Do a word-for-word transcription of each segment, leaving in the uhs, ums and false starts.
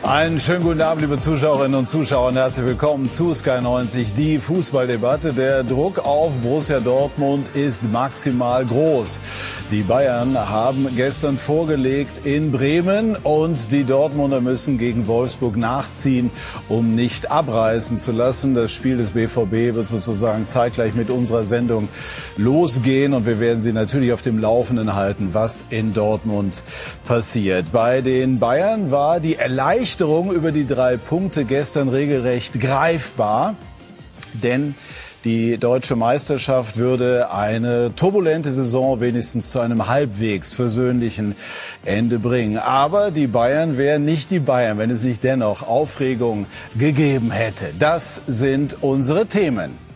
Einen schönen guten Abend, liebe Zuschauerinnen und Zuschauer, und herzlich willkommen zu Sky neunzig, die Fußballdebatte. Der Druck auf Borussia Dortmund ist maximal groß. Die Bayern haben gestern vorgelegt in Bremen und die Dortmunder müssen gegen Wolfsburg nachziehen, um nicht abreißen zu lassen. Das Spiel des B V B wird sozusagen zeitgleich mit unserer Sendung losgehen und wir werden Sie natürlich auf dem Laufenden halten, was in Dortmund passiert. Bei den Bayern war die Erleichterung über die drei Punkte gestern regelrecht greifbar, denn die deutsche Meisterschaft würde eine turbulente Saison wenigstens zu einem halbwegs versöhnlichen Ende bringen. Aber die Bayern wären nicht die Bayern, wenn es nicht dennoch Aufregung gegeben hätte. Das sind unsere Themen.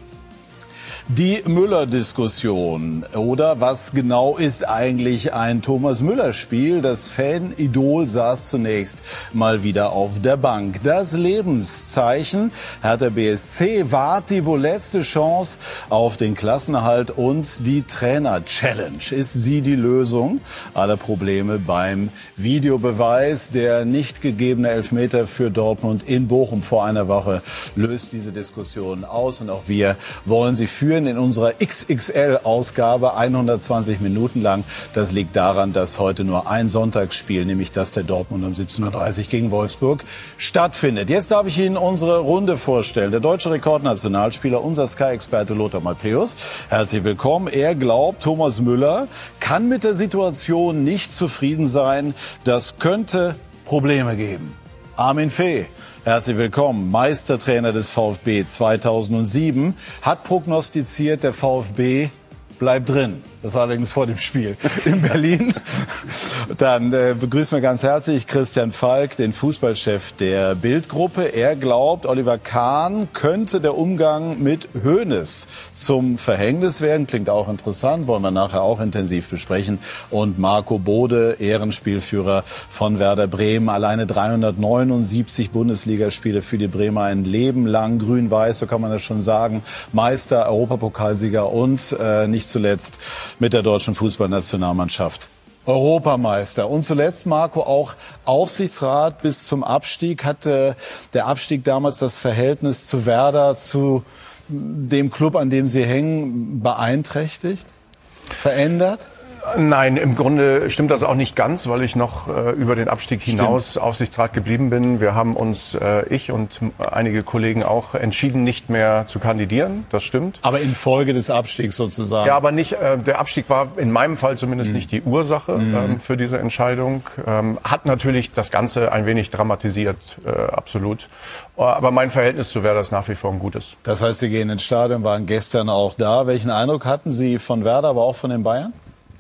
Die Müller-Diskussion oder was genau ist eigentlich ein Thomas-Müller-Spiel? Das Fan-Idol saß zunächst mal wieder auf der Bank. Das Lebenszeichen Hertha B S C wahrt die wohl letzte Chance auf den Klassenerhalt und die Trainer-Challenge. Ist sie die Lösung aller Probleme beim Videobeweis? Der nicht gegebene Elfmeter für Dortmund in Bochum vor einer Woche löst diese Diskussion aus und auch wir wollen sie führen in unserer X X L-Ausgabe hundertzwanzig Minuten lang. Das liegt daran, dass heute nur ein Sonntagsspiel, nämlich das der Dortmund um siebzehn Uhr dreißig gegen Wolfsburg, stattfindet. Jetzt darf ich Ihnen unsere Runde vorstellen. Der deutsche Rekordnationalspieler, unser Sky-Experte Lothar Matthäus. Herzlich willkommen. Er glaubt, Thomas Müller kann mit der Situation nicht zufrieden sein. Das könnte Probleme geben. Armin Fee. Herzlich willkommen, Meistertrainer des VfB zweitausendsieben, hat prognostiziert, der VfB bleibt drin. Das war allerdings vor dem Spiel in Berlin. Dann äh, begrüßen wir ganz herzlich Christian Falk, den Fußballchef der Bild-Gruppe. Er glaubt, Oliver Kahn könnte der Umgang mit Hoeneß zum Verhängnis werden. Klingt auch interessant, wollen wir nachher auch intensiv besprechen. Und Marco Bode, Ehrenspielführer von Werder Bremen. Alleine dreihundertneunundsiebzig Bundesligaspiele für die Bremer, ein Leben lang grün-weiß, so kann man das schon sagen. Meister, Europapokalsieger und äh, nicht zuletzt mit der deutschen Fußballnationalmannschaft Europameister. Und zuletzt, Marco, auch Aufsichtsrat bis zum Abstieg. Hatte der Abstieg damals das Verhältnis zu Werder, zu dem Club, an dem Sie hängen, beeinträchtigt, verändert? Nein, im Grunde stimmt das auch nicht ganz, weil ich noch äh, über den Abstieg hinaus stimmt. Aufsichtsrat geblieben bin. Wir haben uns, äh, ich und einige Kollegen auch entschieden, nicht mehr zu kandidieren. Das stimmt. Aber infolge des Abstiegs sozusagen? Ja, aber nicht. Äh, der Abstieg war in meinem Fall zumindest mhm. nicht die Ursache mhm. ähm, für diese Entscheidung. Ähm, hat natürlich das Ganze ein wenig dramatisiert, äh, absolut. Aber mein Verhältnis zu Werder ist nach wie vor ein gutes. Das heißt, Sie gehen ins Stadion, waren gestern auch da. Welchen Eindruck hatten Sie von Werder, aber auch von den Bayern?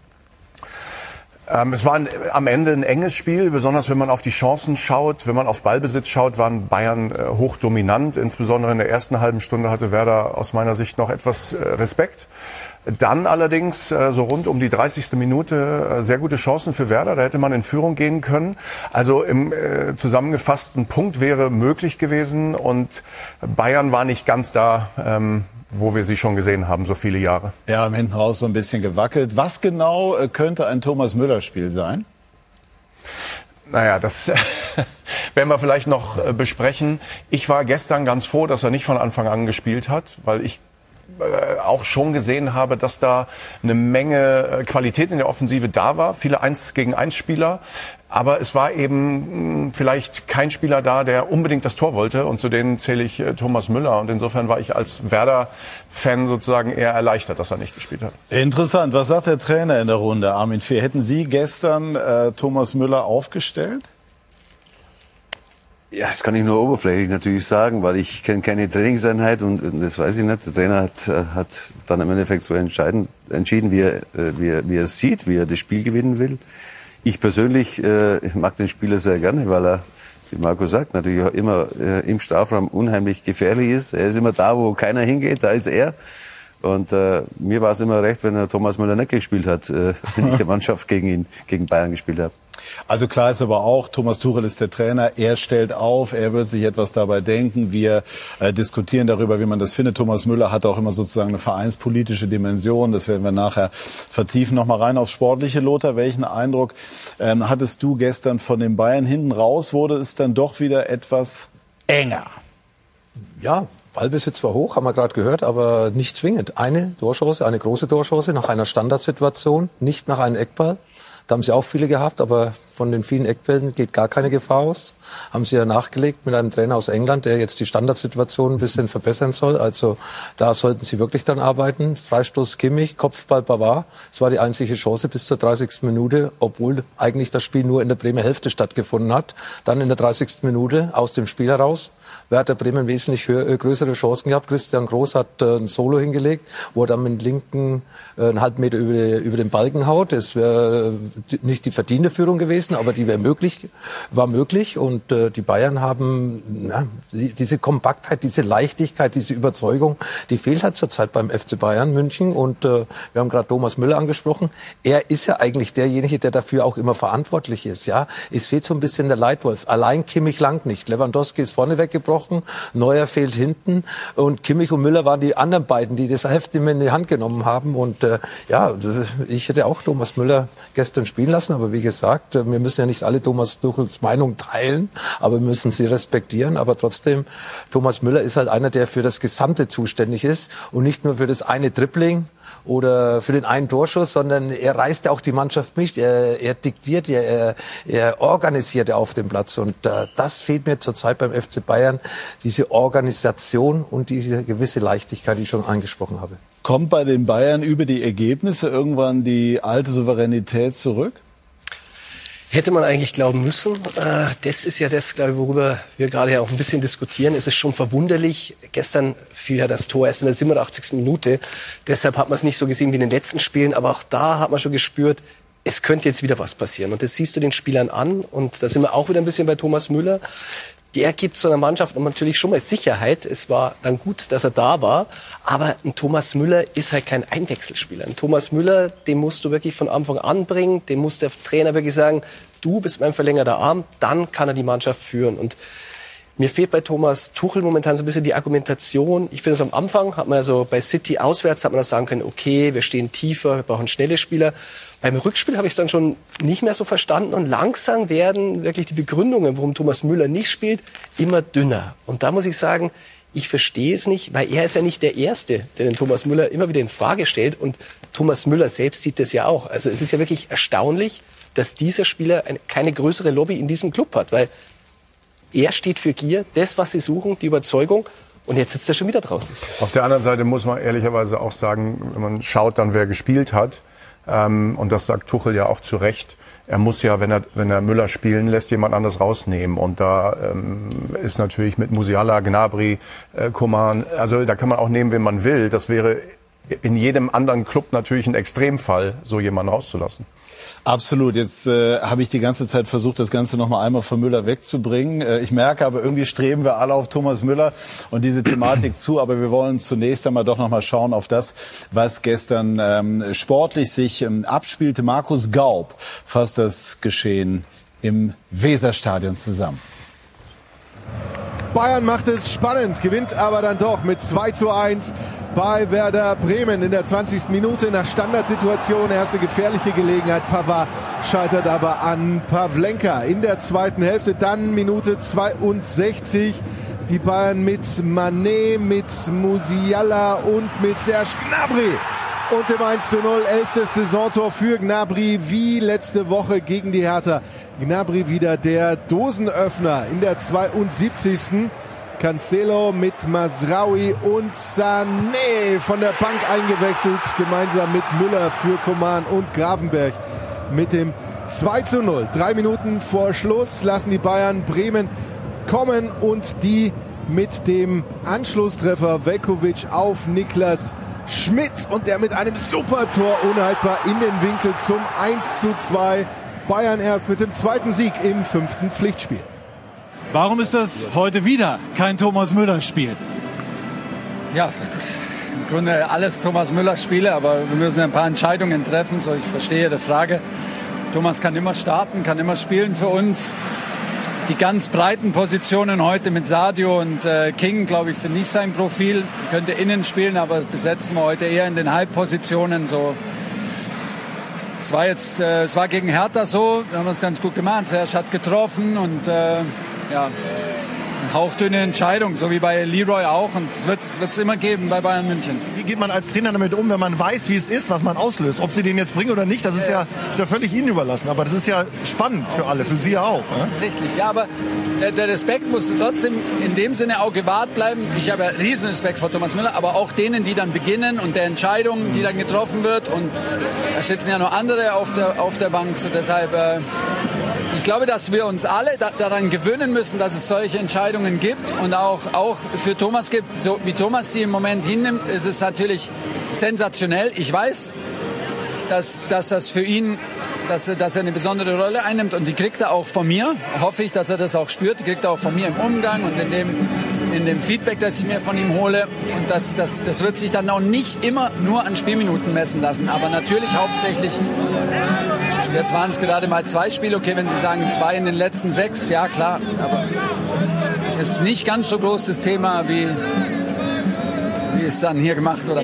Ähm, es war ein, am Ende ein enges Spiel, besonders wenn man auf die Chancen schaut, wenn man auf Ballbesitz schaut, waren Bayern äh, hochdominant. Insbesondere in der ersten halben Stunde hatte Werder aus meiner Sicht noch etwas äh, Respekt. Dann allerdings äh, so rund um die dreißigste Minute äh, sehr gute Chancen für Werder. Da hätte man in Führung gehen können. Also im äh, zusammengefassten Punkt wäre möglich gewesen und Bayern war nicht ganz da, ähm, wo wir sie schon gesehen haben, so viele Jahre. Ja, im hinten raus so ein bisschen gewackelt. Was genau könnte ein Thomas-Müller-Spiel sein? Naja, das werden wir vielleicht noch besprechen. Ich war gestern ganz froh, dass er nicht von Anfang an gespielt hat, weil ich auch schon gesehen habe, dass da eine Menge Qualität in der Offensive da war. Viele eins gegen eins Spieler. Aber es war eben vielleicht kein Spieler da, der unbedingt das Tor wollte. Und zu denen zähle ich Thomas Müller. Und insofern war ich als Werder-Fan sozusagen eher erleichtert, dass er nicht gespielt hat. Interessant. Was sagt der Trainer in der Runde, Armin Fee? Hätten Sie gestern äh, Thomas Müller aufgestellt? Ja, das kann ich nur oberflächlich natürlich sagen, weil ich kenne keine Trainingseinheit und, und das weiß ich nicht. Der Trainer hat, hat dann im Endeffekt so entscheiden, entschieden, wie er, wie, er, wie er es sieht, wie er das Spiel gewinnen will. Ich persönlich äh, mag den Spieler sehr gerne, weil er, wie Marco sagt, natürlich auch immer äh, im Strafraum unheimlich gefährlich ist. Er ist immer da, wo keiner hingeht, da ist er. Und äh, mir war es immer recht, wenn er Thomas Müller nicht gespielt hat, äh, wenn ich eine Mannschaft gegen ihn, gegen Bayern gespielt habe. Also klar ist aber auch, Thomas Tuchel ist der Trainer, er stellt auf, er wird sich etwas dabei denken. Wir äh, diskutieren darüber, wie man das findet. Thomas Müller hat auch immer sozusagen eine vereinspolitische Dimension. Das werden wir nachher vertiefen. Nochmal rein aufs Sportliche, Lothar. Welchen Eindruck ähm, hattest du gestern von den Bayern? Hinten raus wurde es dann doch wieder etwas enger. Ja, Ballbesitz war hoch, haben wir gerade gehört, aber nicht zwingend. Eine Torchance, eine große Torchance nach einer Standardsituation, nicht nach einem Eckball. Da haben sie auch viele gehabt, aber von den vielen Eckbällen geht gar keine Gefahr aus. Haben sie ja nachgelegt mit einem Trainer aus England, der jetzt die Standardsituation ein bisschen verbessern soll. Also da sollten sie wirklich dran arbeiten. Freistoß Kimmich, Kopfball Pavard. Es war die einzige Chance bis zur dreißigsten Minute, obwohl eigentlich das Spiel nur in der Bremer Hälfte stattgefunden hat. Dann in der dreißigsten Minute aus dem Spiel heraus. Werder Bremen wesentlich höher, größere Chancen gehabt. Christian Groß hat äh, ein Solo hingelegt, wo er dann mit dem linken äh, einen halben Meter über, über den Balken haut. Das wäre äh, nicht die verdiente Führung gewesen, aber die wäre möglich, war möglich. Und äh, die Bayern haben na, die, diese Kompaktheit, diese Leichtigkeit, diese Überzeugung, die fehlt halt zurzeit beim F C Bayern München. Und äh, wir haben gerade Thomas Müller angesprochen. Er ist ja eigentlich derjenige, der dafür auch immer verantwortlich ist. Ja, es fehlt so ein bisschen der Leitwolf. Allein Kimmich langt nicht. Lewandowski ist vorne weggebrochen. Neuer fehlt hinten und Kimmich und Müller waren die anderen beiden, die das Heft immer in die Hand genommen haben. Und äh, ja, ich hätte auch Thomas Müller gestern spielen lassen, aber wie gesagt, wir müssen ja nicht alle Thomas Tuchels Meinung teilen, aber wir müssen sie respektieren. Aber trotzdem, Thomas Müller ist halt einer, der für das Gesamte zuständig ist und nicht nur für das eine Dribbling oder für den einen Torschuss, sondern er reißt ja auch die Mannschaft mit, er, er diktiert, er, er organisiert ja auf dem Platz und äh, das fehlt mir zurzeit beim F C Bayern, diese Organisation und diese gewisse Leichtigkeit, die ich schon angesprochen habe. Kommt bei den Bayern über die Ergebnisse irgendwann die alte Souveränität zurück? Hätte man eigentlich glauben müssen. Das ist ja das, glaube ich, worüber wir gerade ja auch ein bisschen diskutieren. Es ist schon verwunderlich. Gestern fiel ja das Tor erst in der siebenundachtzigsten Minute. Deshalb hat man es nicht so gesehen wie in den letzten Spielen. Aber auch da hat man schon gespürt, es könnte jetzt wieder was passieren. Und das siehst du den Spielern an. Und da sind wir auch wieder ein bisschen bei Thomas Müller. Der gibt so einer Mannschaft natürlich schon mal Sicherheit. Es war dann gut, dass er da war. Aber ein Thomas Müller ist halt kein Einwechselspieler. Ein Thomas Müller, den musst du wirklich von Anfang an bringen. Dem muss der Trainer wirklich sagen, du bist mein verlängerter Arm. Dann kann er die Mannschaft führen. Und mir fehlt bei Thomas Tuchel momentan so ein bisschen die Argumentation. Ich finde, so am Anfang hat man ja so bei City auswärts hat man das sagen können, okay, wir stehen tiefer, wir brauchen schnelle Spieler. Beim Rückspiel habe ich es dann schon nicht mehr so verstanden und langsam werden wirklich die Begründungen, warum Thomas Müller nicht spielt, immer dünner. Und da muss ich sagen, ich verstehe es nicht, weil er ist ja nicht der Erste, der den Thomas Müller immer wieder in Frage stellt und Thomas Müller selbst sieht das ja auch. Also es ist ja wirklich erstaunlich, dass dieser Spieler eine, keine größere Lobby in diesem Club hat, weil er steht für Gier, das, was sie suchen, die Überzeugung. Und jetzt sitzt er schon wieder draußen. Auf der anderen Seite muss man ehrlicherweise auch sagen, wenn man schaut dann, wer gespielt hat, ähm, und das sagt Tuchel ja auch zu Recht, er muss ja, wenn er, wenn er Müller spielen lässt, jemand anderes rausnehmen. Und da ähm, ist natürlich mit Musiala, Gnabry, äh, Coman, also da kann man auch nehmen, wen man will. Das wäre in jedem anderen Club natürlich ein Extremfall, so jemanden rauszulassen. Absolut. Jetzt äh, habe ich die ganze Zeit versucht, das Ganze noch mal einmal von Müller wegzubringen. Äh, ich merke aber, irgendwie streben wir alle auf Thomas Müller und diese Thematik zu. Aber wir wollen zunächst einmal doch noch mal schauen auf das, was gestern ähm, sportlich sich ähm, abspielte. Markus Gaub fasst das Geschehen im Weserstadion zusammen. Bayern macht es spannend, gewinnt aber dann doch mit zwei zu eins bei Werder Bremen in der zwanzigsten Minute nach Standardsituation. Erste gefährliche Gelegenheit. Pavard scheitert aber an Pavlenka. In der zweiten Hälfte dann Minute zweiundsechzig. Die Bayern mit Mané, mit Musiala und mit Serge Gnabry. Und im eins zu null, elftes Saisontor für Gnabry, wie letzte Woche gegen die Hertha. Gnabry wieder der Dosenöffner in der zweiundsiebzigsten Cancelo mit Mazraoui und Sané von der Bank eingewechselt, gemeinsam mit Müller für Coman und Gravenberch mit dem zwei zu null. Drei Minuten vor Schluss lassen die Bayern Bremen kommen und die mit dem Anschlusstreffer Veljković auf Niklas Schmidt und der mit einem Supertor unhaltbar in den Winkel zum eins zu zwei. Bayern erst mit dem zweiten Sieg im fünften Pflichtspiel. Warum ist das heute wieder kein Thomas Müller-Spiel? Ja, im Grunde alles Thomas Müller-Spiele, aber wir müssen ein paar Entscheidungen treffen, so ich verstehe die Frage. Thomas kann immer starten, kann immer spielen für uns. Die ganz breiten Positionen heute mit Sadio und äh, King, glaube ich, sind nicht sein Profil. Könnte innen spielen, aber besetzen wir heute eher in den Halbpositionen. So. Es war jetzt, äh, es war gegen Hertha so, wir haben es ganz gut gemacht. Serge hat getroffen und äh, ja, eine hauchdünne Entscheidung, so wie bei Leroy auch. Und es wird es immer geben bei Bayern München. Wie geht man als Trainer damit um, wenn man weiß, wie es ist, was man auslöst? Ob sie den jetzt bringen oder nicht, das ist ja, ist ja völlig ihnen überlassen. Aber das ist ja spannend für alle, für Sie ja auch. Ne? Tatsächlich, ja, aber der Respekt muss trotzdem in dem Sinne auch gewahrt bleiben. Ich habe ja riesen Respekt vor Thomas Müller, aber auch denen, die dann beginnen und der Entscheidung, die dann getroffen wird. Und da sitzen ja noch andere auf der, auf der Bank. So deshalb, äh, ich glaube, dass wir uns alle da, daran gewöhnen müssen, dass es solche Entscheidungen gibt und auch, auch für Thomas gibt. So wie Thomas die im Moment hinnimmt, ist es natürlich sensationell. Ich weiß, dass, dass das für ihn, dass er, dass er eine besondere Rolle einnimmt und die kriegt er auch von mir. Hoffe ich, dass er das auch spürt. Die kriegt er auch von mir im Umgang und in dem, in dem Feedback, das ich mir von ihm hole. Und das, das, das wird sich dann auch nicht immer nur an Spielminuten messen lassen, aber natürlich hauptsächlich. Jetzt waren es gerade mal zwei Spiele, okay, wenn Sie sagen zwei in den letzten sechs, ja klar, aber es ist nicht ganz so groß das Thema, wie, wie es dann hier gemacht wurde.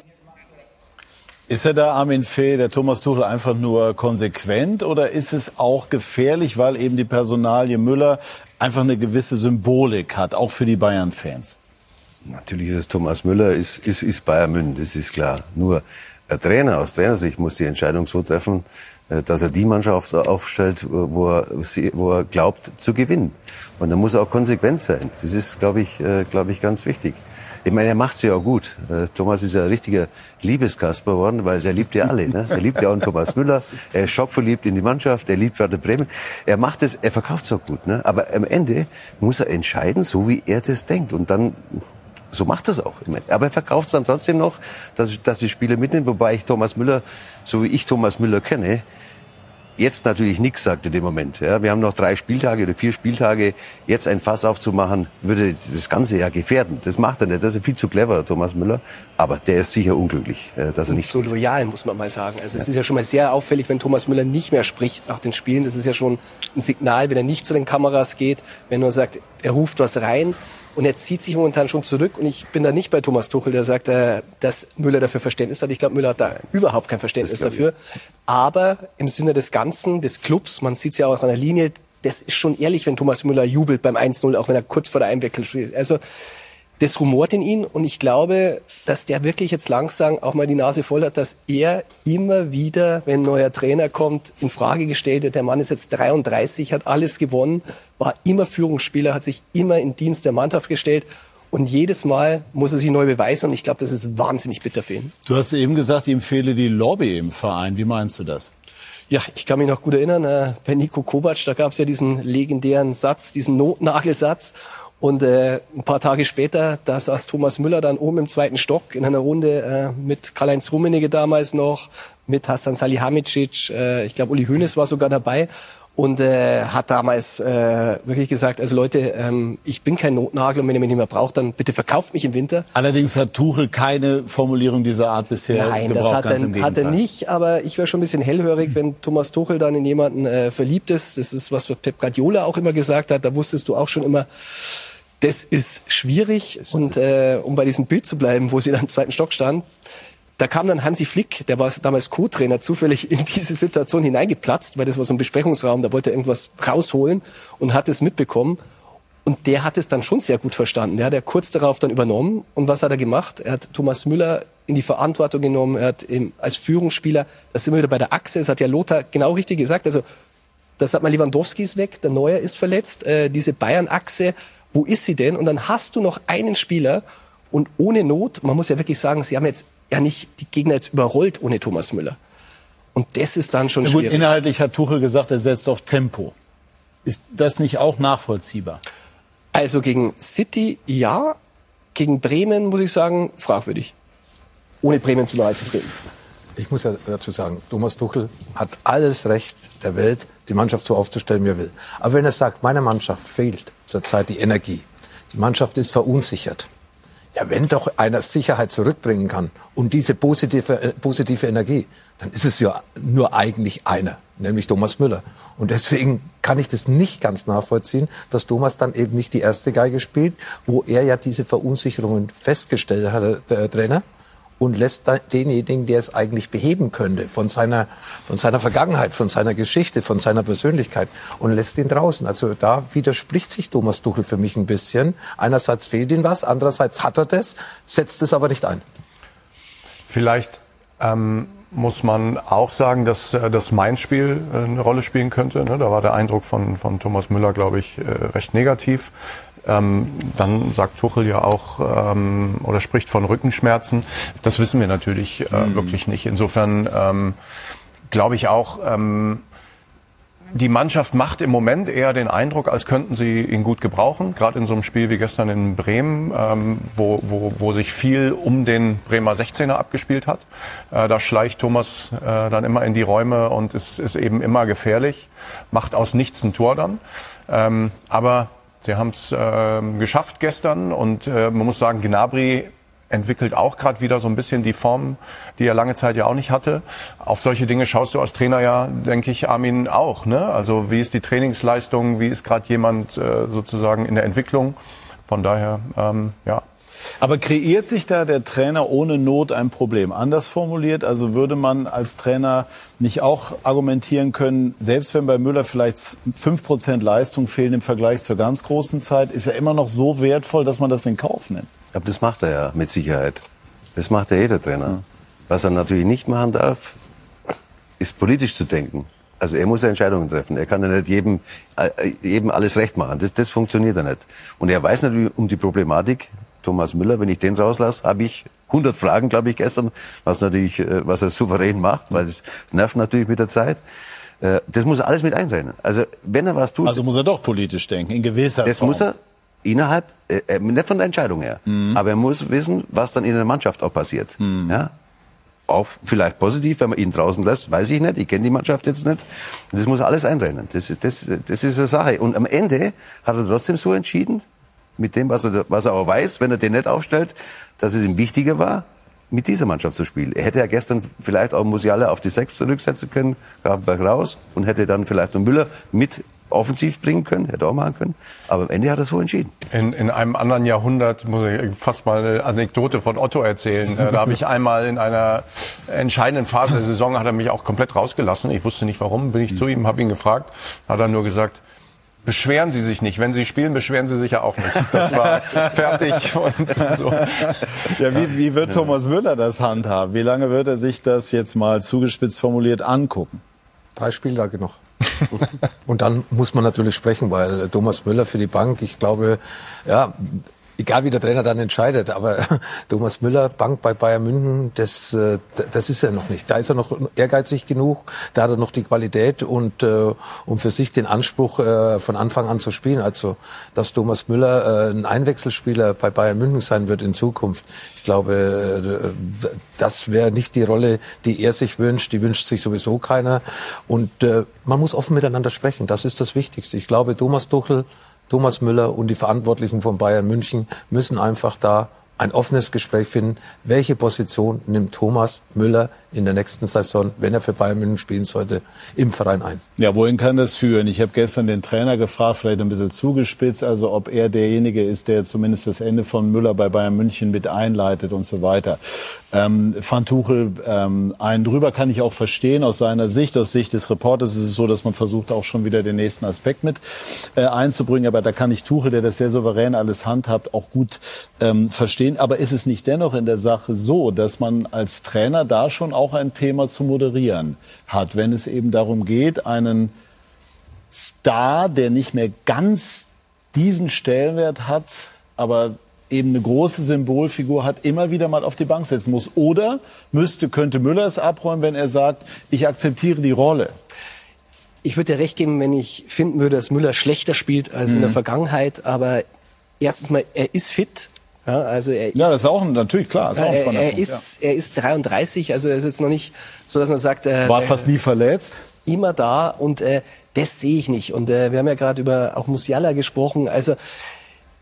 Ist er da, Armin Fee, der Thomas Tuchel, einfach nur konsequent oder ist es auch gefährlich, weil eben die Personalie Müller einfach eine gewisse Symbolik hat, auch für die Bayern-Fans? Natürlich ist Thomas Müller, ist, ist, ist Bayern München, das ist klar. Nur der Trainer, aus Trainersicht muss die Entscheidung so treffen, dass er die Mannschaft aufstellt, wo er, wo er glaubt zu gewinnen. Und da muss er auch konsequent sein. Das ist, glaube ich, glaube ich, ganz wichtig. Ich meine, er macht's ja auch gut. Thomas ist ja ein richtiger Liebeskasper geworden, weil der liebt ja alle. Ne? Er liebt ja auch Thomas Müller. Er ist schockverliebt in die Mannschaft. Er liebt Werder Bremen. Er macht es, er verkauft's auch gut. Ne? Aber am Ende muss er entscheiden, so wie er das denkt. Und dann, so macht er es auch. Aber er verkauft es dann trotzdem noch, dass, dass die Spieler mitnehmen. Wobei ich Thomas Müller, so wie ich Thomas Müller kenne, jetzt natürlich nichts sagt in dem Moment. Ja, wir haben noch drei Spieltage oder vier Spieltage. Jetzt ein Fass aufzumachen, würde das Ganze ja gefährden. Das macht er nicht. Das ist viel zu clever, Thomas Müller. Aber der ist sicher unglücklich, dass er nicht so loyal, muss man mal sagen. Also es ist ja schon mal sehr auffällig, wenn Thomas Müller nicht mehr spricht nach den Spielen. Das ist ja schon ein Signal, wenn er nicht zu den Kameras geht, wenn er sagt, er ruft was rein. Und er zieht sich momentan schon zurück. Und ich bin da nicht bei Thomas Tuchel, der sagt, äh, dass Müller dafür Verständnis hat. Ich glaube, Müller hat da überhaupt kein Verständnis dafür. Aber im Sinne des Ganzen, des Clubs, man sieht es ja auch an der Linie, das ist schon ehrlich, wenn Thomas Müller jubelt beim eins null, auch wenn er kurz vor der Einwechslung steht. Also das rumort in ihn. Und ich glaube, dass der wirklich jetzt langsam auch mal die Nase voll hat, dass er immer wieder, wenn ein neuer Trainer kommt, in Frage gestellt wird. Der Mann ist jetzt dreiunddreißig, hat alles gewonnen, war immer Führungsspieler, hat sich immer in Dienst der Mannschaft gestellt. Und jedes Mal muss er sich neu beweisen. Und ich glaube, das ist wahnsinnig bitter für ihn. Du hast eben gesagt, ihm fehle die Lobby im Verein. Wie meinst du das? Ja, ich kann mich noch gut erinnern, äh, bei Niko Kovac, da gab es ja diesen legendären Satz, diesen Notnagelsatz. Und äh, ein paar Tage später, da saß Thomas Müller dann oben im zweiten Stock in einer Runde äh, mit Karl-Heinz Rummenigge damals noch, mit Hasan Salihamidzic, äh, ich glaube Uli Hoeneß war sogar dabei und äh, hat damals äh, wirklich gesagt, also Leute, ähm, ich bin kein Notnagel und wenn ihr mich nicht mehr braucht, dann bitte verkauft mich im Winter. Allerdings hat Tuchel keine Formulierung dieser Art bisher Nein, gebraucht, das hat, ganz er, im Gegenteil. hat er nicht, aber ich wäre schon ein bisschen hellhörig, wenn Thomas Tuchel dann in jemanden äh, verliebt ist. Das ist, was Pep Guardiola auch immer gesagt hat, da wusstest du auch schon immer, das ist schwierig. Und äh, um bei diesem Bild zu bleiben, wo sie dann im zweiten Stock stand, da kam dann Hansi Flick, der war damals Co-Trainer, zufällig in diese Situation hineingeplatzt, weil das war so ein Besprechungsraum, da wollte er irgendwas rausholen und hat es mitbekommen. Und der hat es dann schon sehr gut verstanden. Der hat er kurz darauf dann übernommen. Und was hat er gemacht? Er hat Thomas Müller in die Verantwortung genommen. Er hat eben als Führungsspieler, das sind wir wieder bei der Achse, das hat ja Lothar genau richtig gesagt. Also das hat mal Lewandowski ist weg, der Neuer ist verletzt, äh, diese Bayern-Achse, wo ist sie denn? Und dann hast du noch einen Spieler und ohne Not, man muss ja wirklich sagen, sie haben jetzt ja nicht die Gegner jetzt überrollt ohne Thomas Müller. Und das ist dann schon ja, schwierig. Gut, inhaltlich hat Tuchel gesagt, er setzt auf Tempo. Ist das nicht auch nachvollziehbar? Also gegen City ja, gegen Bremen muss ich sagen, fragwürdig. Ohne Bremen zu nahe zu treten. Ich muss ja dazu sagen, Thomas Tuchel hat alles Recht der Welt, die Mannschaft so aufzustellen, wie er will. Aber wenn er sagt, meiner Mannschaft fehlt zurzeit die Energie, die Mannschaft ist verunsichert, Ja, wenn doch einer Sicherheit zurückbringen kann und diese positive, äh, positive Energie, dann ist es ja nur eigentlich einer, nämlich Thomas Müller. Und deswegen kann ich das nicht ganz nachvollziehen, dass Thomas dann eben nicht die erste Geige spielt, wo er ja diese Verunsicherungen festgestellt hat, der Trainer, und lässt denjenigen, der es eigentlich beheben könnte, von seiner, von seiner Vergangenheit, von seiner Geschichte, von seiner Persönlichkeit, und lässt ihn draußen. Also da widerspricht sich Thomas Tuchel für mich ein bisschen. Einerseits fehlt ihm was, andererseits hat er das, setzt es aber nicht ein. Vielleicht ähm, muss man auch sagen, dass äh, das Mainz-Spiel äh, eine Rolle spielen könnte. Ne? Da war der Eindruck von, von Thomas Müller, glaube ich, äh, recht negativ. Ähm, dann sagt Tuchel ja auch ähm, oder spricht von Rückenschmerzen. Das wissen wir natürlich äh, mhm. wirklich nicht. Insofern ähm, glaube ich auch, ähm, die Mannschaft macht im Moment eher den Eindruck, als könnten sie ihn gut gebrauchen. Gerade in so einem Spiel wie gestern in Bremen, ähm, wo, wo, wo sich viel um den Bremer sechzehner abgespielt hat. Äh, da schleicht Thomas äh, dann immer in die Räume und ist, ist eben immer gefährlich. Macht aus nichts ein Tor dann. Ähm, aber sie haben es äh, geschafft gestern und äh, man muss sagen, Gnabry entwickelt auch gerade wieder so ein bisschen die Form, die er lange Zeit ja auch nicht hatte. Auf solche Dinge schaust du als Trainer ja, denke ich, Armin, auch. Ne? Also wie ist die Trainingsleistung, wie ist gerade jemand äh, sozusagen in der Entwicklung? Von daher, ähm, ja. Aber kreiert sich da der Trainer ohne Not ein Problem? Anders formuliert, also würde man als Trainer nicht auch argumentieren können, selbst wenn bei Müller vielleicht fünf Prozent Leistung fehlen im Vergleich zur ganz großen Zeit, ist er immer noch so wertvoll, dass man das in Kauf nimmt? Aber das macht er ja mit Sicherheit. Das macht ja jeder Trainer. Ja. Was er natürlich nicht machen darf, ist politisch zu denken. Also er muss ja Entscheidungen treffen. Er kann ja nicht jedem, jedem alles recht machen. Das, das funktioniert ja nicht. Und er weiß natürlich um die Problematik. Thomas Müller, wenn ich den rauslasse, habe ich hundert Fragen, glaube ich, gestern, was natürlich, was er souverän macht, weil das nervt natürlich mit der Zeit. Das muss er alles mit einrennen. Also wenn er was tut... Also muss er doch politisch denken, in gewisser Das Form. muss er innerhalb, äh, nicht von der Entscheidung her, mhm. aber er muss wissen, was dann in der Mannschaft auch passiert. Mhm. Ja? Auch vielleicht positiv, wenn man ihn draußen lässt, weiß ich nicht, ich kenne die Mannschaft jetzt nicht. Das muss er alles einrennen. Das, das, das ist eine Sache. Und am Ende hat er trotzdem so entschieden, mit dem, was er, was er auch weiß, wenn er den nicht aufstellt, dass es ihm wichtiger war, mit dieser Mannschaft zu spielen. Er hätte ja gestern vielleicht auch Musiala auf die Sechs zurücksetzen können, Gravenberg raus und hätte dann vielleicht noch Müller mit offensiv bringen können, hätte auch machen können. Aber am Ende hat er so entschieden. In, in einem anderen Jahrhundert muss ich fast mal eine Anekdote von Otto erzählen. Da habe ich einmal in einer entscheidenden Phase der Saison, hat er mich auch komplett rausgelassen. Ich wusste nicht warum, bin ich zu ihm, habe ihn gefragt, hat er nur gesagt, beschweren Sie sich nicht. Wenn Sie spielen, beschweren Sie sich ja auch nicht. Das war fertig und so. Ja, wie, wie wird Thomas Müller das handhaben? Wie lange wird er sich das jetzt mal zugespitzt formuliert angucken? Drei Spieltage noch. Und dann muss man natürlich sprechen, weil Thomas Müller für die Bank, ich glaube, ja, egal wie der Trainer dann entscheidet, aber Thomas Müller, Bank bei Bayern München, das, das ist er noch nicht. Da ist er noch ehrgeizig genug, da hat er noch die Qualität und um für sich den Anspruch von Anfang an zu spielen. Also, dass Thomas Müller ein Einwechselspieler bei Bayern München sein wird in Zukunft. Ich glaube, das wäre nicht die Rolle, die er sich wünscht. Die wünscht sich sowieso keiner. Und man muss offen miteinander sprechen. Das ist das Wichtigste. Ich glaube, Thomas Tuchel, Thomas Müller und die Verantwortlichen von Bayern München müssen einfach da ein offenes Gespräch finden. Welche Position nimmt Thomas Müller in der nächsten Saison, wenn er für Bayern München spielen sollte, im Verein ein? Ja, wohin kann das führen? Ich habe gestern den Trainer gefragt, vielleicht ein bisschen zugespitzt, also ob er derjenige ist, der zumindest das Ende von Müller bei Bayern München mit einleitet und so weiter. Ähm, Van Tuchel, ähm, einen drüber kann ich auch verstehen aus seiner Sicht. Aus Sicht des Reporters ist es so, dass man versucht, auch schon wieder den nächsten Aspekt mit äh, einzubringen. Aber da kann ich Tuchel, der das sehr souverän alles handhabt, auch gut ähm, verstehen. Aber ist es nicht dennoch in der Sache so, dass man als Trainer da schon auch ein Thema zu moderieren hat, wenn es eben darum geht, einen Star, der nicht mehr ganz diesen Stellenwert hat, aber eben eine große Symbolfigur hat, immer wieder mal auf die Bank setzen muss? Oder müsste, könnte Müller es abräumen, wenn er sagt, ich akzeptiere die Rolle? Ich würde dir recht geben, wenn ich finden würde, dass Müller schlechter spielt als mhm. in der Vergangenheit. Aber erstens mal, er ist fit. Ja, also er ist, ja, das ist auch natürlich klar. Ist auch ein er, spannender er, Punkt, ist, ja. er ist dreiunddreißig, also er ist jetzt noch nicht so, dass man sagt, äh, war fast nie verletzt. Immer da und äh, das sehe ich nicht. Und äh, wir haben ja gerade über auch Musiala gesprochen. Also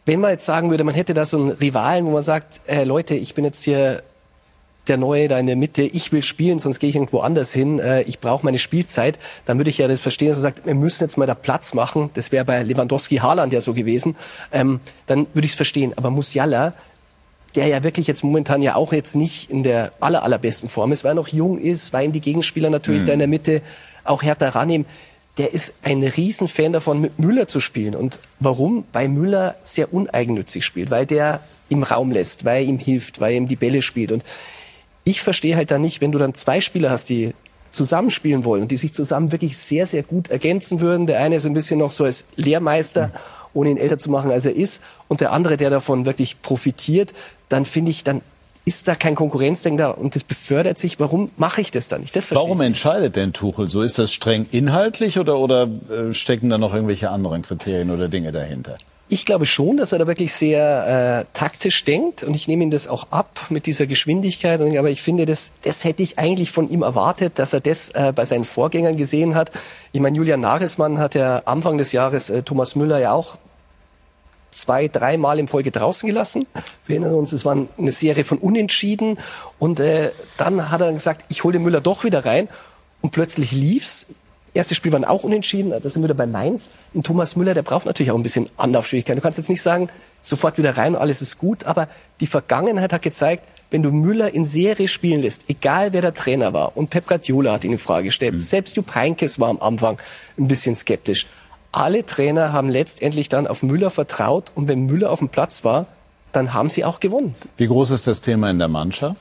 wenn man jetzt sagen würde, man hätte da so einen Rivalen, wo man sagt, äh, Leute, ich bin jetzt hier der Neue da in der Mitte, ich will spielen, sonst gehe ich irgendwo anders hin, äh, ich brauche meine Spielzeit, dann würde ich ja das verstehen, dass man sagt, wir müssen jetzt mal da Platz machen, das wäre bei Lewandowski, Haaland ja so gewesen, ähm, dann würde ich es verstehen. Aber Musiala, der ja wirklich jetzt momentan ja auch jetzt nicht in der aller, allerbesten Form ist, weil er noch jung ist, weil ihm die Gegenspieler natürlich mhm. da in der Mitte auch härter rannehmen, der ist ein Riesenfan davon, mit Müller zu spielen. Und warum? Weil Müller sehr uneigennützig spielt, weil der ihm Raum lässt, weil er ihm hilft, weil er ihm die Bälle spielt. Und ich verstehe halt da nicht, wenn du dann zwei Spieler hast, die zusammenspielen wollen und die sich zusammen wirklich sehr, sehr gut ergänzen würden. Der eine so ein bisschen noch so als Lehrmeister, ohne ihn älter zu machen, als er ist. Und der andere, der davon wirklich profitiert, dann finde ich, dann ist da kein Konkurrenzdenken da und das befördert sich. Warum mache ich das dann nicht? Das Warum entscheidet denn Tuchel so? Ist das streng inhaltlich oder, oder äh, stecken da noch irgendwelche anderen Kriterien oder Dinge dahinter? Ich glaube schon, dass er da wirklich sehr äh, taktisch denkt und ich nehme ihm das auch ab mit dieser Geschwindigkeit. Aber ich finde, das, das hätte ich eigentlich von ihm erwartet, dass er das äh, bei seinen Vorgängern gesehen hat. Ich meine, Julian Nagelsmann hat ja Anfang des Jahres äh, Thomas Müller ja auch zwei, dreimal in Folge draußen gelassen. Wir erinnern uns, es war eine Serie von Unentschieden und äh, dann hat er gesagt, ich hole den Müller doch wieder rein und plötzlich lief's. Erstes Spiel waren auch unentschieden, da sind wir wieder bei Mainz. Und Thomas Müller, der braucht natürlich auch ein bisschen Anlaufschwierigkeiten. Du kannst jetzt nicht sagen, sofort wieder rein und alles ist gut, aber die Vergangenheit hat gezeigt, wenn du Müller in Serie spielen lässt, egal wer der Trainer war, und Pep Guardiola hat ihn in Frage gestellt, mhm. selbst Jupp Heynckes war am Anfang ein bisschen skeptisch. Alle Trainer haben letztendlich dann auf Müller vertraut und wenn Müller auf dem Platz war, dann haben sie auch gewonnen. Wie groß ist das Thema in der Mannschaft?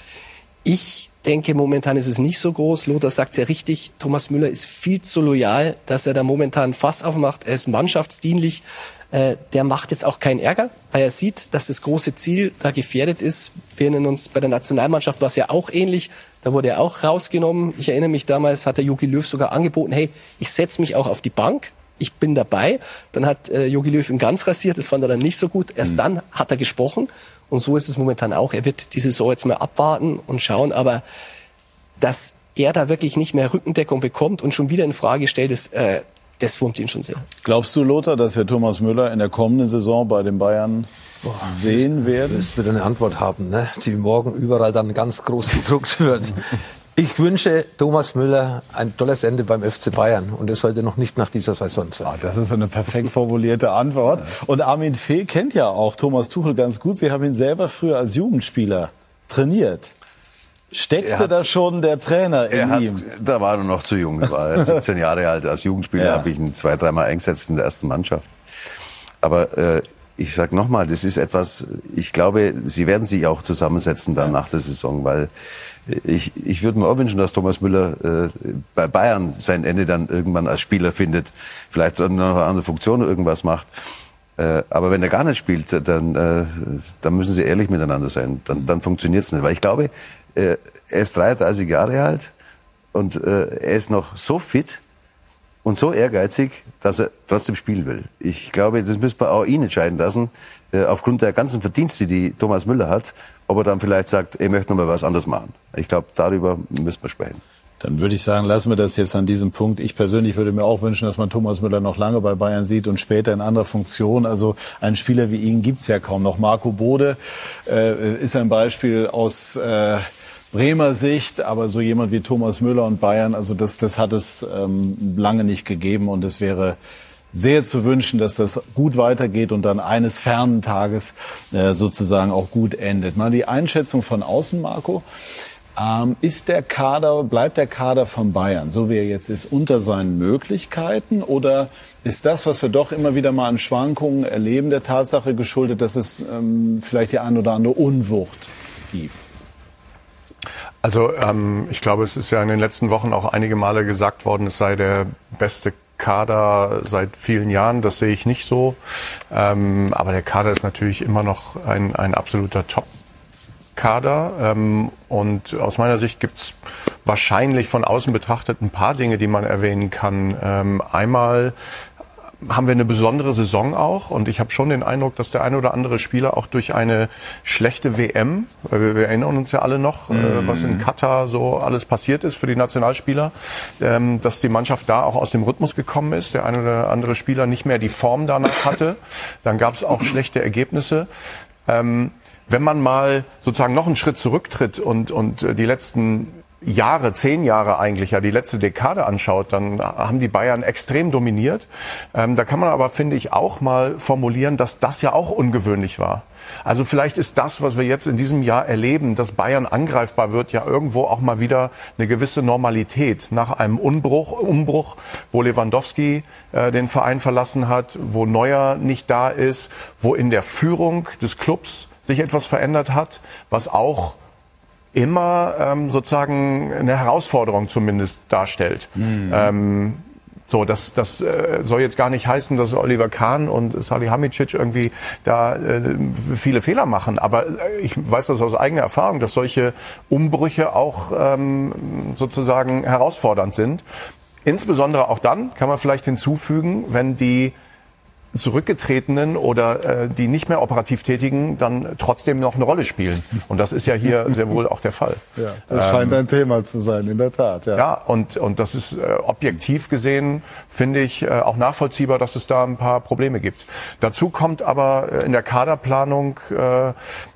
Ich denke, momentan ist es nicht so groß. Lothar sagt es ja richtig, Thomas Müller ist viel zu loyal, dass er da momentan Fass aufmacht. Er ist mannschaftsdienlich. Äh, der macht jetzt auch keinen Ärger, weil er sieht, dass das große Ziel da gefährdet ist. Wir erinnern uns, bei der Nationalmannschaft war es ja auch ähnlich. Da wurde er auch rausgenommen. Ich erinnere mich, damals hat der Jogi Löw sogar angeboten, hey, ich setze mich auch auf die Bank. Ich bin dabei. Dann hat äh, Jogi Löw ihn ganz rasiert. Das fand er dann nicht so gut. Erst mhm. dann hat er gesprochen. Und so ist es momentan auch. Er wird die Saison jetzt mal abwarten und schauen. Aber dass er da wirklich nicht mehr Rückendeckung bekommt und schon wieder in Frage stellt, ist, äh, das wurmt ihn schon sehr. Glaubst du, Lothar, dass wir Thomas Müller in der kommenden Saison bei den Bayern Boah, sehen werden? Das wird eine Antwort haben, ne? Die morgen überall dann ganz groß gedruckt wird. Ich wünsche Thomas Müller ein tolles Ende beim F C Bayern und es sollte noch nicht nach dieser Saison sein. Ah, das ist eine perfekt formulierte Antwort. Und Armin Fee kennt ja auch Thomas Tuchel ganz gut. Sie haben ihn selber früher als Jugendspieler trainiert. Steckte hat, da schon der Trainer in hat, ihm? Da war er noch zu jung. Er war siebzehn Jahre alt. Als Jugendspieler ja. habe ich ihn zwei, dreimal eingesetzt in der ersten Mannschaft. Aber äh, ich sage nochmal, das ist etwas, ich glaube, sie werden sich auch zusammensetzen dann nach der Saison, weil ich, ich würde mir auch wünschen, dass Thomas Müller äh, bei Bayern sein Ende dann irgendwann als Spieler findet, vielleicht dann noch eine andere Funktion oder irgendwas macht. Äh, aber wenn er gar nicht spielt, dann, äh, dann müssen sie ehrlich miteinander sein. Dann, dann funktioniert es nicht. Weil ich glaube, äh, er ist dreiunddreißig Jahre alt und äh, er ist noch so fit und so ehrgeizig, dass er trotzdem spielen will. Ich glaube, das müssen wir auch ihn entscheiden lassen, äh, aufgrund der ganzen Verdienste, die Thomas Müller hat, ob er dann vielleicht sagt, er möchte noch mal was anderes machen. Ich glaube, darüber müssen wir sprechen. Dann würde ich sagen, lassen wir das jetzt an diesem Punkt. Ich persönlich würde mir auch wünschen, dass man Thomas Müller noch lange bei Bayern sieht und später in anderer Funktion. Also einen Spieler wie ihn gibt's ja kaum noch. Marco Bode äh, ist ein Beispiel aus äh, Bremer Sicht, aber so jemand wie Thomas Müller und Bayern, also das, das hat es ähm, lange nicht gegeben und es wäre sehr zu wünschen, dass das gut weitergeht und dann eines fernen Tages äh, sozusagen auch gut endet. Mal die Einschätzung von außen, Marco. Ähm, ist der Kader, bleibt der Kader von Bayern, so wie er jetzt ist, unter seinen Möglichkeiten? Oder ist das, was wir doch immer wieder mal an Schwankungen erleben, der Tatsache geschuldet, dass es ähm, vielleicht die ein oder andere Unwucht gibt? Also ähm, ich glaube, es ist ja in den letzten Wochen auch einige Male gesagt worden, es sei der beste Kader seit vielen Jahren. Das sehe ich nicht so. Ähm, aber der Kader ist natürlich immer noch ein, ein absoluter Top-Kader. Ähm, und aus meiner Sicht gibt's wahrscheinlich von außen betrachtet ein paar Dinge, die man erwähnen kann. Ähm, einmal haben wir eine besondere Saison auch. Und ich habe schon den Eindruck, dass der eine oder andere Spieler auch durch eine schlechte W M, weil wir, wir erinnern uns ja alle noch, mhm. äh, was in Katar so alles passiert ist für die Nationalspieler, ähm, dass die Mannschaft da auch aus dem Rhythmus gekommen ist. Der eine oder andere Spieler nicht mehr die Form danach hatte. Dann gab es auch schlechte Ergebnisse. Ähm, wenn man mal sozusagen noch einen Schritt zurücktritt und, und die letzten Jahre, zehn Jahre eigentlich, ja, die letzte Dekade anschaut, dann haben die Bayern extrem dominiert. Ähm, da kann man aber, finde ich, auch mal formulieren, dass das ja auch ungewöhnlich war. Also vielleicht ist das, was wir jetzt in diesem Jahr erleben, dass Bayern angreifbar wird, ja irgendwo auch mal wieder eine gewisse Normalität. Nach einem Umbruch, Umbruch wo Lewandowski äh, den Verein verlassen hat, wo Neuer nicht da ist, wo in der Führung des Clubs sich etwas verändert hat, was auch immer ähm, sozusagen eine Herausforderung zumindest darstellt. Mhm. Ähm, so, das, das äh, soll jetzt gar nicht heißen, dass Oliver Kahn und Salihamidzic irgendwie da äh, viele Fehler machen. Aber äh, ich weiß das aus eigener Erfahrung, dass solche Umbrüche auch ähm, sozusagen herausfordernd sind. Insbesondere auch dann, kann man vielleicht hinzufügen, wenn die Zurückgetretenen oder äh, die nicht mehr operativ Tätigen dann trotzdem noch eine Rolle spielen. Und das ist ja hier sehr wohl auch der Fall. Ja, das ähm, scheint ein Thema zu sein, in der Tat. Ja, ja und, und das ist äh, objektiv gesehen, finde ich, äh, auch nachvollziehbar, dass es da ein paar Probleme gibt. Dazu kommt aber äh, in der Kaderplanung, äh,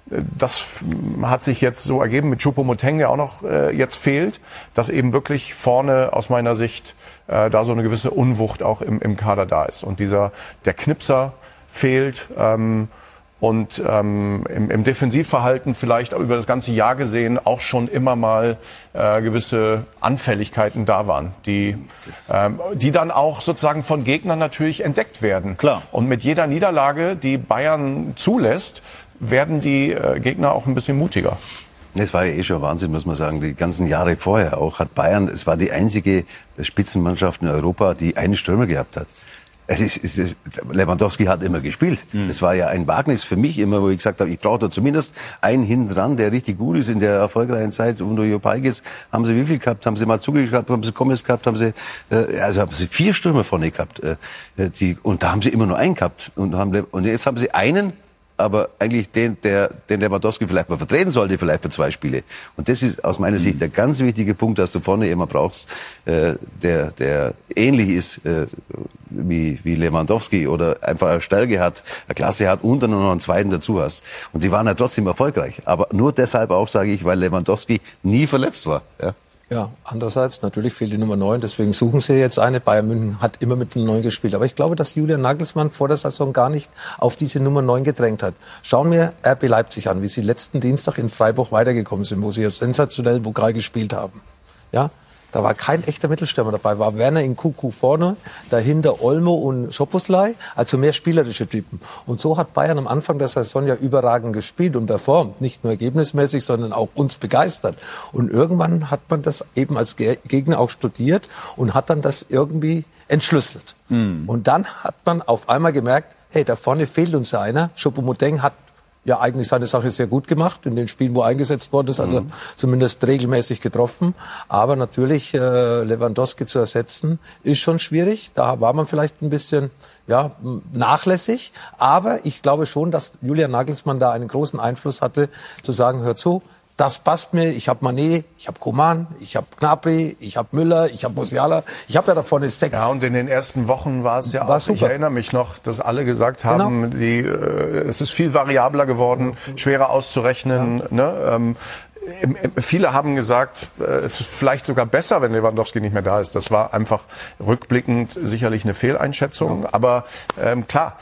das hat sich jetzt so ergeben mit Choupo-Moting, der auch noch äh, jetzt fehlt, dass eben wirklich vorne aus meiner Sicht äh, da so eine gewisse Unwucht auch im, im Kader da ist. Und dieser der Knipser fehlt ähm, und ähm, im, im Defensivverhalten vielleicht über das ganze Jahr gesehen auch schon immer mal äh, gewisse Anfälligkeiten da waren, die, ähm, die dann auch sozusagen von Gegnern natürlich entdeckt werden. Klar. Und mit jeder Niederlage, die Bayern zulässt, werden die äh, Gegner auch ein bisschen mutiger. Es war ja eh schon Wahnsinn, muss man sagen. Die ganzen Jahre vorher auch hat Bayern, es war die einzige Spitzenmannschaft in Europa, die einen Stürmer gehabt hat. Es ist, es ist, Lewandowski hat immer gespielt. Mhm. Das war ja ein Wagnis für mich immer, wo ich gesagt habe, ich brauche da zumindest einen hinten dran, der richtig gut ist in der erfolgreichen Zeit. Unter Jopaigis haben sie wie viel gehabt? Haben sie Mazzuki gehabt? Haben sie Gomez gehabt? Haben sie, äh, also haben sie vier Stürmer vorne gehabt. Äh, die, und da haben sie immer nur einen gehabt. Und, haben, und jetzt haben sie einen, aber eigentlich den, der, den Lewandowski vielleicht mal vertreten sollte, vielleicht für zwei Spiele. Und das ist aus meiner Sicht der ganz wichtige Punkt, dass du vorne immer brauchst, äh, der, der ähnlich ist äh, wie, wie Lewandowski oder einfach eine Stärke hat, eine Klasse hat und dann noch einen zweiten dazu hast. Und die waren ja trotzdem erfolgreich. Aber nur deshalb auch, sage ich, weil Lewandowski nie verletzt war. Ja. Ja, andererseits, natürlich fehlt die Nummer neun, deswegen suchen sie jetzt eine. Bayern München hat immer mit der neun gespielt. Aber ich glaube, dass Julian Nagelsmann vor der Saison gar nicht auf diese Nummer neun gedrängt hat. Schauen wir R B Leipzig an, wie sie letzten Dienstag in Freiburg weitergekommen sind, wo sie ja sensationell Pokal gespielt haben. Ja, da war kein echter Mittelstürmer dabei. War Werner in Kuku vorne, dahinter Olmo und Szoboszlai, also mehr spielerische Typen. Und so hat Bayern am Anfang der Saison ja überragend gespielt und performt. Nicht nur ergebnismäßig, sondern auch uns begeistert. Und irgendwann hat man das eben als Gegner auch studiert und hat dann das irgendwie entschlüsselt. Mhm. Und dann hat man auf einmal gemerkt, hey, da vorne fehlt uns einer. Choupo-Moting hat ja eigentlich seine Sache sehr gut gemacht. In den Spielen, wo er eingesetzt worden ist, hat er mhm. zumindest regelmäßig getroffen. Aber natürlich äh, Lewandowski zu ersetzen, ist schon schwierig. Da war man vielleicht ein bisschen ja nachlässig. Aber ich glaube schon, dass Julian Nagelsmann da einen großen Einfluss hatte, zu sagen, hör zu, das passt mir, ich habe Mané, ich habe Coman, ich habe Gnabry, ich habe Müller, ich habe Musiala. Ich habe ja da vorne sechs. Ja, und in den ersten Wochen war es ja war auch, super. Ich erinnere mich noch, dass alle gesagt haben, genau. die, äh, es ist viel variabler geworden, schwerer auszurechnen. Ja. Ne? Ähm, Viele haben gesagt, es ist vielleicht sogar besser, wenn Lewandowski nicht mehr da ist. Das war einfach rückblickend sicherlich eine Fehleinschätzung. Ja. Aber ähm, klar,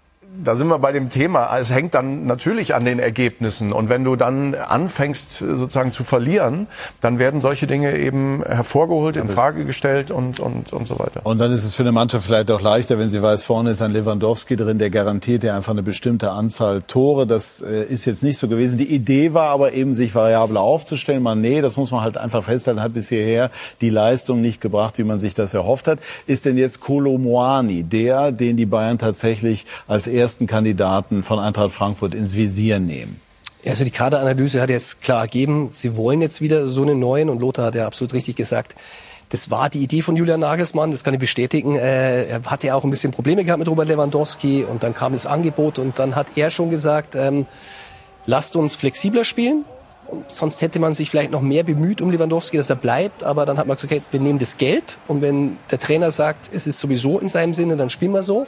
da sind wir bei dem Thema. Es hängt dann natürlich an den Ergebnissen. Und wenn du dann anfängst, sozusagen zu verlieren, dann werden solche Dinge eben hervorgeholt, in Frage gestellt und, und, und so weiter. Und dann ist es für eine Mannschaft vielleicht auch leichter, wenn sie weiß, vorne ist ein Lewandowski drin, der garantiert ja einfach eine bestimmte Anzahl Tore. Das äh, ist jetzt nicht so gewesen. Die Idee war aber eben, sich variabler aufzustellen. Man, nee, das muss man halt einfach festhalten, hat bis hierher die Leistung nicht gebracht, wie man sich das erhofft hat. Ist denn jetzt Kolo Muani der, den die Bayern tatsächlich als ersten Kandidaten von Eintracht Frankfurt ins Visier nehmen? Ja, also die Kaderanalyse hat jetzt klar ergeben, sie wollen jetzt wieder so einen neuen, und Lothar hat ja absolut richtig gesagt, Das war die Idee von Julian Nagelsmann, das kann ich bestätigen. Äh, er hatte ja auch ein bisschen Probleme gehabt mit Robert Lewandowski und dann kam das Angebot und dann hat er schon gesagt, ähm, lasst uns flexibler spielen. Und sonst hätte man sich vielleicht noch mehr bemüht um Lewandowski, dass er bleibt. Aber dann hat man gesagt, okay, wir nehmen das Geld. Und wenn der Trainer sagt, es ist sowieso in seinem Sinne, dann spielen wir so.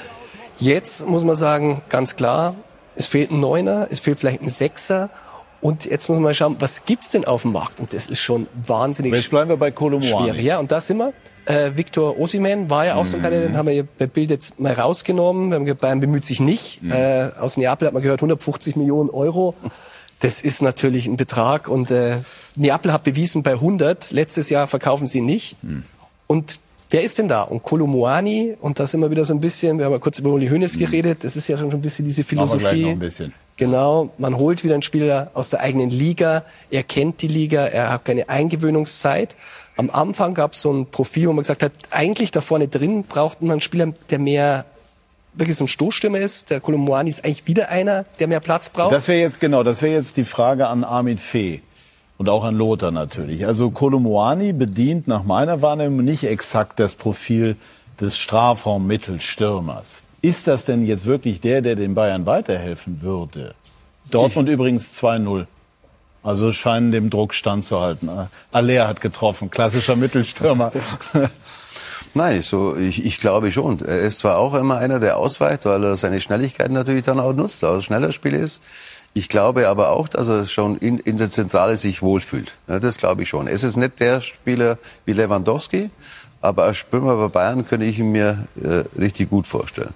Jetzt muss man sagen, ganz klar, es fehlt ein Neuner, es fehlt vielleicht ein Sechser. Und jetzt muss man mal schauen, was gibt's denn auf dem Markt? Und das ist schon wahnsinnig Jetzt bleiben wir bei Kolo Muani. schwierig. Ja, und da sind wir. Äh, Victor Osimhen war ja auch so ein Kandidat, den haben wir ja bei Bild jetzt mal rausgenommen. Wir haben gesagt, Bayern bemüht sich nicht. Mhm. Äh, aus Neapel hat man gehört, hundertfünfzig Millionen Euro. Das ist natürlich ein Betrag. Und äh, Neapel hat bewiesen, bei hundert, letztes Jahr verkaufen sie nicht. Mhm. Und wer ist denn da? Und Kolo Muani, und da sind wir wieder so ein bisschen, wir haben ja kurz über Uli Hoeneß mhm. geredet, das ist ja schon ein bisschen diese Philosophie. Aber gleich noch ein bisschen. Genau, man holt wieder einen Spieler aus der eigenen Liga, er kennt die Liga, er hat keine Eingewöhnungszeit. Am Anfang gab es so ein Profil, wo man gesagt hat, eigentlich da vorne drin braucht man einen Spieler, der mehr wirklich so ein Stoßstürmer ist. Der Kolo Muani ist eigentlich wieder einer, der mehr Platz braucht. Das wäre jetzt genau, das wäre jetzt die Frage an Armin Fee und auch an Lothar natürlich. Also Kolo Muani bedient nach meiner Wahrnehmung nicht exakt das Profil des Strafraum-Mittelstürmers. Ist das denn jetzt wirklich der, der den Bayern weiterhelfen würde? Dortmund ich. übrigens zwei null. Also scheinen dem Druck standzuhalten. Aller hat getroffen, klassischer Mittelstürmer. Nein, so ich, ich glaube schon. Er ist zwar auch immer einer, der ausweicht, weil er seine Schnelligkeit natürlich dann auch nutzt, also schneller Spieler ist. Ich glaube aber auch, dass er schon in, in der Zentrale sich wohlfühlt. Ja, das glaube ich schon. Es ist nicht der Spieler wie Lewandowski, aber als Stürmer bei Bayern könnte ich ihn mir äh, richtig gut vorstellen.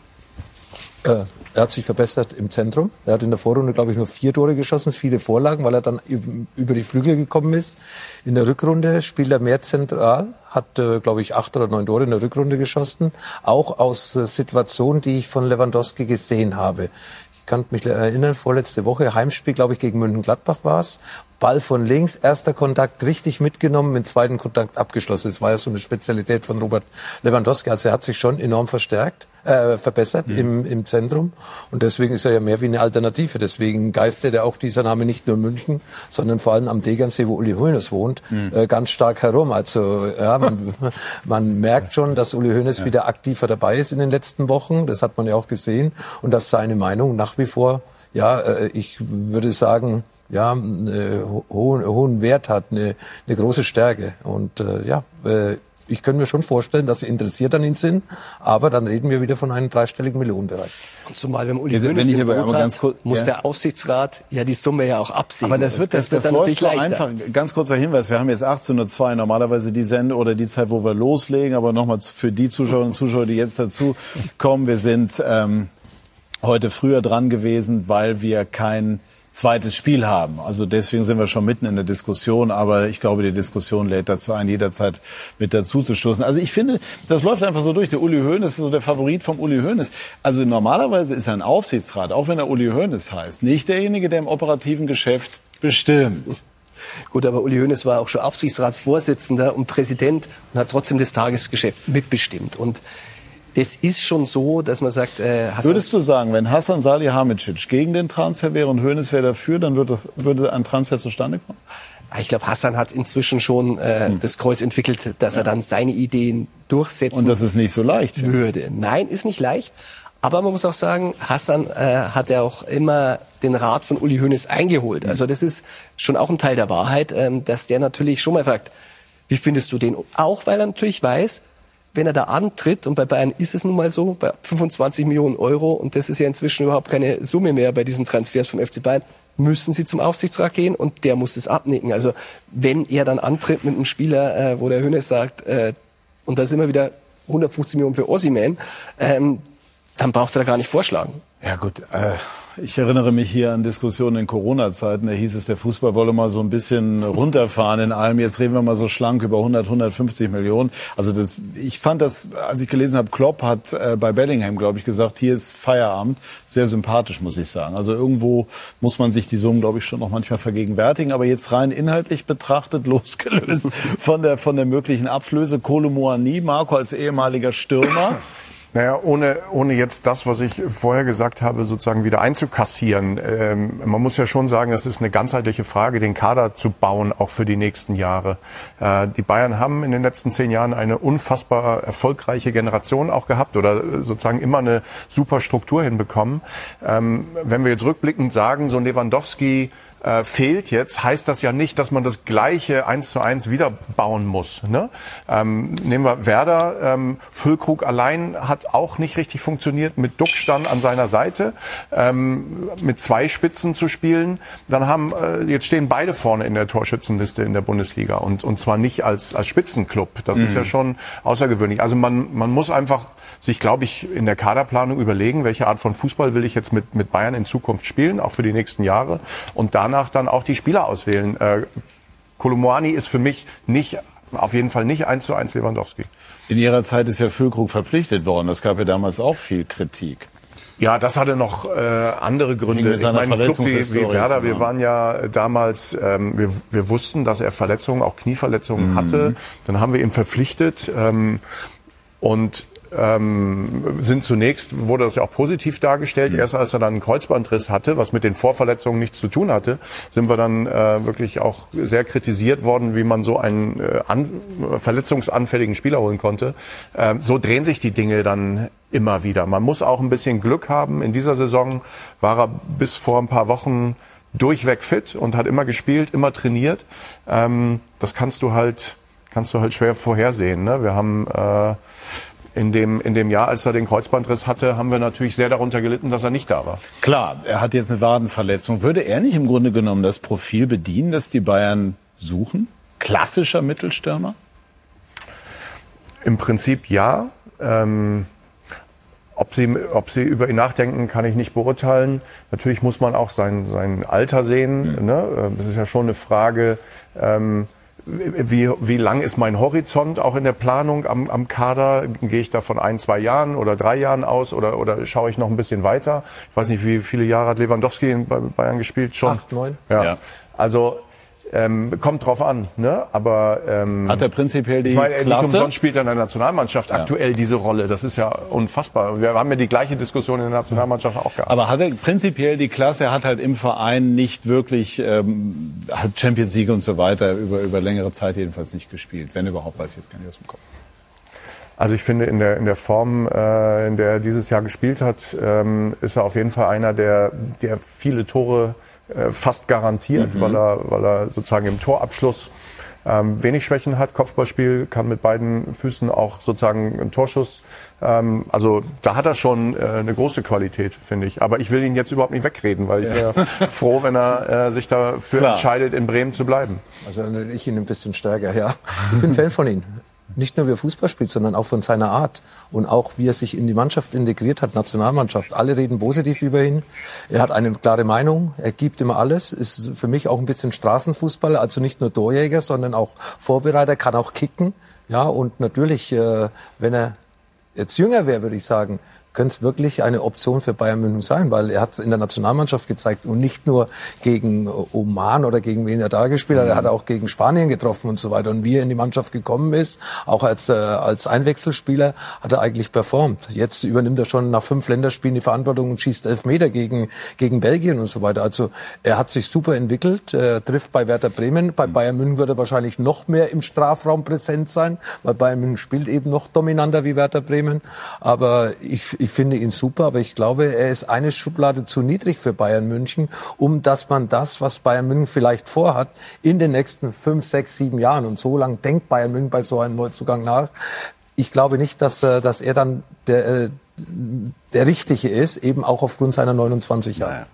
Äh, er hat sich verbessert im Zentrum. Er hat in der Vorrunde, glaube ich, nur vier Tore geschossen, viele Vorlagen, weil er dann über die Flügel gekommen ist. In der Rückrunde spielt er mehr zentral, hat, äh, glaube ich, acht oder neun Tore in der Rückrunde geschossen. Auch aus äh, Situationen, die ich von Lewandowski gesehen habe. Ich kann mich erinnern, vorletzte Woche, Heimspiel, glaube ich, gegen Mönchengladbach war es. Ball von links, erster Kontakt richtig mitgenommen, mit zweiten Kontakt abgeschlossen. Das war ja so eine Spezialität von Robert Lewandowski. Also er hat sich schon enorm verstärkt, äh, verbessert mhm. im, im Zentrum. Und deswegen ist er ja mehr wie eine Alternative. Deswegen geistert er auch dieser Name nicht nur in München, sondern vor allem am Tegernsee, wo Uli Hoeneß wohnt, mhm. äh, ganz stark herum. Also ja, man, man merkt schon, dass Uli Hoeneß ja. wieder aktiver dabei ist in den letzten Wochen. Das hat man ja auch gesehen. Und dass seine Meinung nach wie vor, ja, äh, ich würde sagen, ja, äh, hohen, hohen Wert hat, eine, eine große Stärke. Und äh, ja, äh, ich könnte mir schon vorstellen, dass sie interessiert an ihn sind, aber dann reden wir wieder von einem dreistelligen Millionenbereich. Und zumal, wenn Uli Hoeneß im Boot hat, kurz, muss ja. der Aufsichtsrat ja die Summe ja auch absehen. Aber das wird, das, das, das, das läuft so einfach. Ganz kurzer Hinweis, wir haben jetzt achtzehn Uhr zwei, normalerweise die Sende oder die Zeit, wo wir loslegen, aber nochmal für die Zuschauerinnen und Zuschauer, die jetzt dazu kommen, wir sind ähm, heute früher dran gewesen, weil wir kein zweites Spiel haben. Also deswegen sind wir schon mitten in der Diskussion, aber ich glaube, die Diskussion lädt dazu ein, jederzeit mit dazu zu stoßen. Also ich finde, das läuft einfach so durch. Der Uli Hoeneß ist so der Favorit vom Uli Hoeneß. Also normalerweise ist ein Aufsichtsrat, auch wenn er Uli Hoeneß heißt, nicht derjenige, der im operativen Geschäft bestimmt. Gut, aber Uli Hoeneß war auch schon Aufsichtsratsvorsitzender und Präsident und hat trotzdem das Tagesgeschäft mitbestimmt. Und das ist schon so, dass man sagt, äh, Hassan. Würdest du sagen, wenn Hasan Salihamidzic gegen den Transfer wäre und Hoeneß wäre dafür, dann würde, würde ein Transfer zustande kommen? Ich glaube, Hasan hat inzwischen schon äh, hm. das Kreuz entwickelt, dass ja. er dann seine Ideen durchsetzen Und das ist nicht so leicht würde. Nein, ist nicht leicht. Aber man muss auch sagen, Hasan äh, hat ja auch immer den Rat von Uli Hoeneß eingeholt. Also das ist schon auch ein Teil der Wahrheit, ähm, dass der natürlich schon mal fragt, wie findest du den? Auch weil er natürlich weiß, wenn er da antritt, und bei Bayern ist es nun mal so, bei fünfundzwanzig Millionen Euro, und das ist ja inzwischen überhaupt keine Summe mehr bei diesen Transfers vom F C Bayern, müssen sie zum Aufsichtsrat gehen und der muss es abnicken. Also wenn er dann antritt mit einem Spieler, äh, wo der Hoeneß sagt, äh, und da sind wir wieder hundertfünfzig Millionen für Osimhen, ähm, dann braucht er da gar nicht vorschlagen. Ja gut, äh, ich erinnere mich hier an Diskussionen in Corona-Zeiten, da hieß es, der Fußball wolle mal so ein bisschen runterfahren in allem. Jetzt reden wir mal so schlank über hundert, hundertfünfzig Millionen. Also das, ich fand das, als ich gelesen habe, Klopp hat äh, bei Bellingham, glaube ich, gesagt, hier ist Feierabend. Sehr sympathisch, muss ich sagen. Also irgendwo muss man sich die Summen, glaube ich, schon noch manchmal vergegenwärtigen. Aber jetzt rein inhaltlich betrachtet, losgelöst von der, von der möglichen Ablöse, Kolo Muani, Marco als ehemaliger Stürmer. Naja, ohne, ohne jetzt das, was ich vorher gesagt habe, sozusagen wieder einzukassieren. Ähm, man muss ja schon sagen, das ist eine ganzheitliche Frage, den Kader zu bauen, auch für die nächsten Jahre. Äh, die Bayern haben in den letzten zehn Jahren eine unfassbar erfolgreiche Generation auch gehabt oder sozusagen immer eine super Struktur hinbekommen. Ähm, wenn wir jetzt rückblickend sagen, so ein Lewandowski Äh, fehlt jetzt, heißt das ja nicht, dass man das Gleiche eins zu eins wieder bauen muss. Ne? Ähm, nehmen wir Werder. Ähm, Füllkrug allein hat auch nicht richtig funktioniert, mit Duckstein an seiner Seite, ähm, mit zwei Spitzen zu spielen. Dann haben äh, jetzt stehen beide vorne in der Torschützenliste in der Bundesliga und und zwar nicht als als Spitzenclub. Das mhm. ist ja schon außergewöhnlich. Also man man muss einfach sich, glaube ich, in der Kaderplanung überlegen, welche Art von Fußball will ich jetzt mit mit Bayern in Zukunft spielen, auch für die nächsten Jahre, und danach dann auch die Spieler auswählen. Äh, Kolo Muani ist für mich nicht, auf jeden Fall nicht eins zu eins Lewandowski. In ihrer Zeit ist ja Füllkrug verpflichtet worden. Das gab ja damals auch viel Kritik. Ja, das hatte noch äh, andere Gründe. Ich meine, Club wie, wie Werder, wir waren ja damals, ähm, wir, wir wussten, dass er Verletzungen, auch Knieverletzungen mhm. hatte. Dann haben wir ihn verpflichtet ähm, und Ähm, sind zunächst, wurde das ja auch positiv dargestellt. Mhm. Erst als er dann einen Kreuzbandriss hatte, was mit den Vorverletzungen nichts zu tun hatte, sind wir dann äh, wirklich auch sehr kritisiert worden, wie man so einen äh, an, verletzungsanfälligen Spieler holen konnte. Ähm, so drehen sich die Dinge dann immer wieder. Man muss auch ein bisschen Glück haben. In dieser Saison war er bis vor ein paar Wochen durchweg fit und hat immer gespielt, immer trainiert. Ähm, das kannst du halt, kannst du halt schwer vorhersehen. Ne? Wir haben äh, In dem, in dem Jahr, als er den Kreuzbandriss hatte, haben wir natürlich sehr darunter gelitten, dass er nicht da war. Klar, er hat jetzt eine Wadenverletzung. Würde er nicht im Grunde genommen das Profil bedienen, das die Bayern suchen? Klassischer Mittelstürmer? Im Prinzip ja. Ähm, ob sie, ob sie über ihn nachdenken, kann ich nicht beurteilen. Natürlich muss man auch sein, sein Alter sehen. Mhm. Ne? Das ist ja schon eine Frage, ähm, Wie, wie lang ist mein Horizont auch in der Planung am, am Kader? Gehe ich da von ein, zwei Jahren oder drei Jahren aus oder, oder schaue ich noch ein bisschen weiter? Ich weiß nicht, wie viele Jahre hat Lewandowski bei Bayern gespielt? Schon? Acht, neun. Ja. ja. Also ähm, kommt drauf an. Ne? Aber ähm, hat er prinzipiell die ich meine, Klasse? Nicht umsonst spielt er in der Nationalmannschaft ja. aktuell diese Rolle. Das ist ja unfassbar. Wir haben ja die gleiche Diskussion in der Nationalmannschaft auch gehabt. Aber hat er prinzipiell die Klasse? Er hat halt im Verein nicht wirklich ähm, hat Champions League und so weiter über über längere Zeit jedenfalls nicht gespielt. Wenn überhaupt, weiß ich jetzt gar nicht aus dem Kopf. Also ich finde, in der in der Form, äh, in der er dieses Jahr gespielt hat, ähm, ist er auf jeden Fall einer, der der viele Tore äh, fast garantiert, mhm. weil er weil er sozusagen im Torabschluss ähm, wenig Schwächen hat. Kopfballspiel, kann mit beiden Füßen auch sozusagen einen Torschuss. Ähm, also da hat er schon äh, eine große Qualität, finde ich. Aber ich will ihn jetzt überhaupt nicht wegreden, weil ich wäre ja. froh, wenn er äh, sich dafür Klar. entscheidet, in Bremen zu bleiben. Also ich ihn ein bisschen stärker, ja. Ich bin Fan von ihm. Nicht nur wie er Fußball spielt, sondern auch von seiner Art und auch wie er sich in die Mannschaft integriert hat, Nationalmannschaft. Alle reden positiv über ihn. Er hat eine klare Meinung, er gibt immer alles. Ist für mich auch ein bisschen Straßenfußballer, also nicht nur Torjäger, sondern auch Vorbereiter, kann auch kicken. Ja, und natürlich, äh, wenn er jetzt jünger wäre, würde ich sagen, könnte es wirklich eine Option für Bayern München sein, weil er hat es in der Nationalmannschaft gezeigt und nicht nur gegen Oman oder gegen wen er da gespielt hat, er hat auch gegen Spanien getroffen und so weiter. Und wie er in die Mannschaft gekommen ist, auch als äh, als Einwechselspieler, hat er eigentlich performt. Jetzt übernimmt er schon nach fünf Länderspielen die Verantwortung und schießt Elfmeter gegen gegen Belgien und so weiter. Also er hat sich super entwickelt, er trifft bei Werder Bremen. Bei Bayern München wird er wahrscheinlich noch mehr im Strafraum präsent sein, weil Bayern München spielt eben noch dominanter wie Werder Bremen. Aber ich Ich finde ihn super, aber ich glaube, er ist eine Schublade zu niedrig für Bayern München, um dass man das, was Bayern München vielleicht vorhat, in den nächsten fünf, sechs, sieben Jahren, und so lang denkt Bayern München bei so einem Neuzugang nach. Ich glaube nicht, dass, dass er dann der, der Richtige ist, eben auch aufgrund seiner neunundzwanzig Jahre. Naja.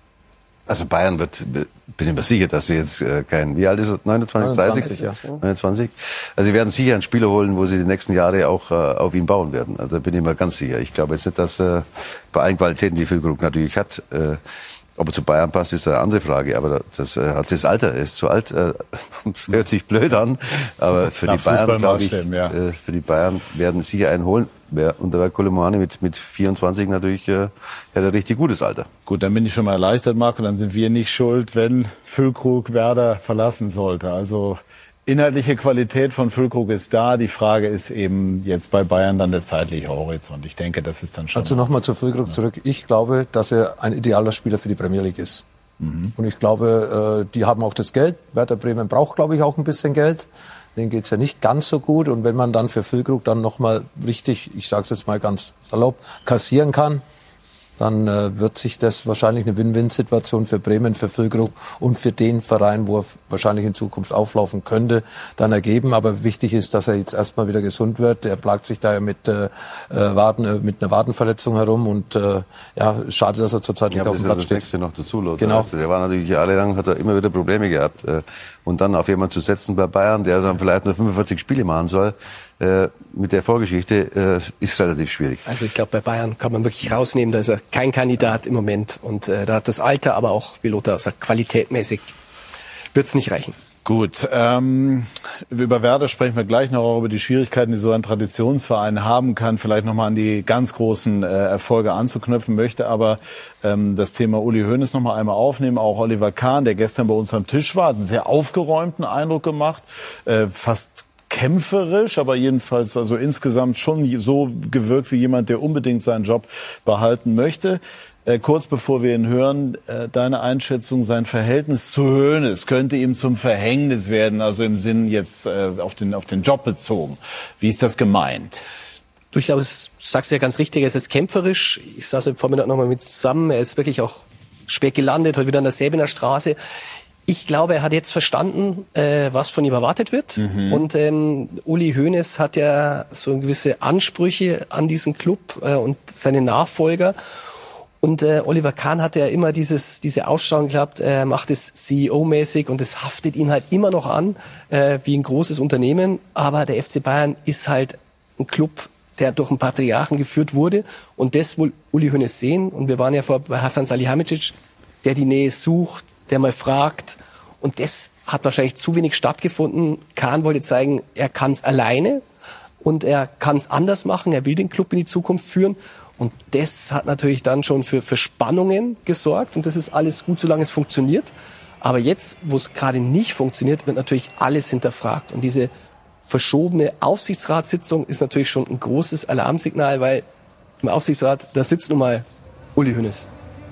Also Bayern wird, bin ich mir sicher, dass sie jetzt äh, kein, wie alt ist er? neunundzwanzig, dreißig? Ja. neunundzwanzig. Also sie werden sicher einen Spieler holen, wo sie die nächsten Jahre auch äh, auf ihn bauen werden. Also da bin ich mir ganz sicher. Ich glaube jetzt nicht, dass äh, bei allen Qualitäten, die Füllkrug natürlich hat, äh, ob er zu Bayern passt, ist eine andere Frage. Aber das äh, hat das Alter, er ist zu alt, äh, hört sich blöd an. Aber für die Bayern, glaube ich, ja. äh, für die Bayern werden sicher einen holen. Und da war Kolo Muani mit, mit vierundzwanzig natürlich äh, hat ein richtig gutes Alter. Gut, dann bin ich schon mal erleichtert, Marco. Dann sind wir nicht schuld, wenn Füllkrug Werder verlassen sollte. Also Inhaltliche Qualität von Füllkrug ist da. Die Frage ist eben jetzt bei Bayern dann der zeitliche Horizont. Ich denke, das ist dann schon... Also nochmal zu Füllkrug zurück. Ich glaube, dass er ein idealer Spieler für die Premier League ist. Mhm. Und ich glaube, die haben auch das Geld. Werder Bremen braucht, glaube ich, auch ein bisschen Geld. Denen geht's ja nicht ganz so gut. Und wenn man dann für Füllkrug dann nochmal richtig, ich sage es jetzt mal ganz salopp, kassieren kann, dann äh, wird sich das wahrscheinlich eine Win-Win-Situation für Bremen, für Füllkrug und für den Verein, wo er wahrscheinlich in Zukunft auflaufen könnte, dann ergeben. Aber wichtig ist, dass er jetzt erstmal wieder gesund wird. Er plagt sich da ja mit, äh, Waden, äh, mit einer Wadenverletzung herum und äh, ja, schade, dass er zurzeit nicht ja, auf dem Platz steht. Das nächste noch dazu, Lothar. Genau. Weißt du, der war natürlich jahrelang, hat er immer wieder Probleme gehabt. Äh, und dann auf jemanden zu setzen bei Bayern, der dann vielleicht nur fünfundvierzig Spiele machen soll, äh, mit der Vorgeschichte, äh, ist relativ schwierig. Also ich glaube, bei Bayern kann man wirklich rausnehmen, da ist er kein Kandidat im Moment. Und äh, da hat das Alter, aber auch, wie Lothar sagt, qualitätmäßig wird es nicht reichen. Gut, ähm, über Werder sprechen wir gleich noch, auch über die Schwierigkeiten, die so ein Traditionsverein haben kann, vielleicht nochmal an die ganz großen äh, Erfolge anzuknüpfen möchte, aber ähm, das Thema Uli Hoeneß noch mal einmal aufnehmen, auch Oliver Kahn, der gestern bei uns am Tisch war, hat einen sehr aufgeräumten Eindruck gemacht, äh, fast kämpferisch, aber jedenfalls also insgesamt schon so gewirkt wie jemand, der unbedingt seinen Job behalten möchte. Äh, kurz bevor wir ihn hören, äh, deine Einschätzung, sein Verhältnis zu Hoeneß könnte ihm zum Verhängnis werden, also im Sinn jetzt äh, auf den auf den Job bezogen. Wie ist das gemeint? Du, ich glaube, das sagst du ja ganz richtig, er ist jetzt kämpferisch. Ich saß im Vormittag nochmal mit zusammen, er ist wirklich auch spät gelandet, heute wieder an der Säbener Straße. Ich glaube, er hat jetzt verstanden, äh, was von ihm erwartet wird. Mhm. Und ähm, Uli Hoeneß hat ja so gewisse Ansprüche an diesen Club äh, und seine Nachfolger. Und äh, Oliver Kahn hatte ja immer dieses diese Ausstrahlung gehabt, er macht es C E O-mäßig und es haftet ihm halt immer noch an, äh, wie ein großes Unternehmen. Aber der F C Bayern ist halt ein Club, der durch einen Patriarchen geführt wurde. Und das will Uli Hoeneß sehen. Und wir waren ja vor bei Hasan Salihamidzic, der die Nähe sucht, der mal fragt. Und das hat wahrscheinlich zu wenig stattgefunden. Kahn wollte zeigen, er kann es alleine und er kann es anders machen. Er will den Club in die Zukunft führen. Und das hat natürlich dann schon für, für Spannungen gesorgt. Und das ist alles gut, solange es funktioniert. Aber jetzt, wo es gerade nicht funktioniert, wird natürlich alles hinterfragt. Und diese verschobene Aufsichtsratssitzung ist natürlich schon ein großes Alarmsignal, weil im Aufsichtsrat, da sitzt nun mal Uli Hoeneß.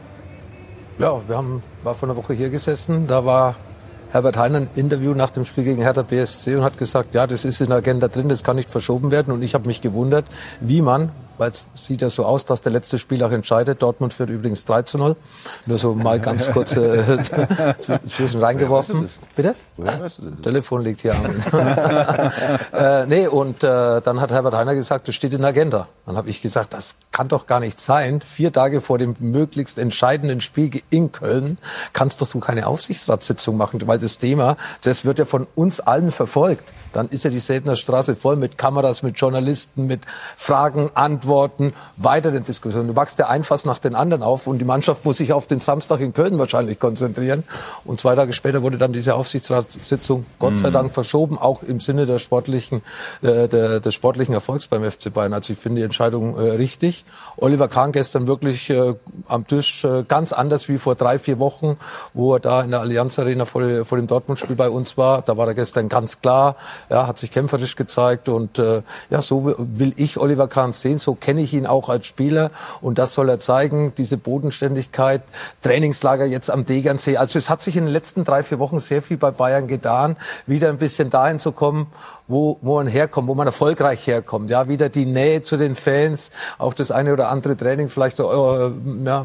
Ja, wir haben, war vor einer Woche hier gesessen, da war Herbert Heiner ein Interview nach dem Spiel gegen Hertha B S C und hat gesagt, ja, das ist in der Agenda drin, das kann nicht verschoben werden. Und ich habe mich gewundert, wie man, weil es sieht ja so aus, dass der letzte Spieltag entscheidet. Dortmund führt übrigens drei zu null. Nur so mal ganz kurz äh, zwischen reingeworfen. Bitte? Woher weißt du das? Telefon liegt hier an. äh, nee, und äh, dann hat Herbert Heiner gesagt, das steht in der Agenda. Dann habe ich gesagt, das kann doch gar nicht sein. Vier Tage vor dem möglichst entscheidenden Spiel in Köln kannst doch du keine Aufsichtsratssitzung machen, weil das Thema, das wird ja von uns allen verfolgt. Dann ist ja die Säbener Straße voll mit Kameras, mit Journalisten, mit Fragen, Antworten, weiteren Diskussionen. Du wachst ja ein Fass nach den anderen auf und die Mannschaft muss sich auf den Samstag in Köln wahrscheinlich konzentrieren. Und zwei Tage später wurde dann diese Aufsichtsratssitzung Gott sei Dank verschoben, auch im Sinne der sportlichen, äh, der, des sportlichen Erfolgs beim F C Bayern. Also ich finde die Entscheidung äh, richtig. Oliver Kahn gestern wirklich äh, am Tisch äh, ganz anders wie vor drei, vier Wochen, wo er da in der Allianz Arena vor, vor dem Dortmund-Spiel bei uns war. Da war er gestern ganz klar, ja, hat sich kämpferisch gezeigt und äh, ja, so will ich Oliver Kahn sehen, so kenne ich ihn auch als Spieler und das soll er zeigen, diese Bodenständigkeit, Trainingslager jetzt am Degernsee. Also es hat sich in den letzten drei, vier Wochen sehr viel bei Bayern getan, wieder ein bisschen dahin zu kommen, wo, wo man herkommt, wo man erfolgreich herkommt. Ja, wieder die Nähe zu den Fans, auch das eine oder andere Training vielleicht so, äh, ja,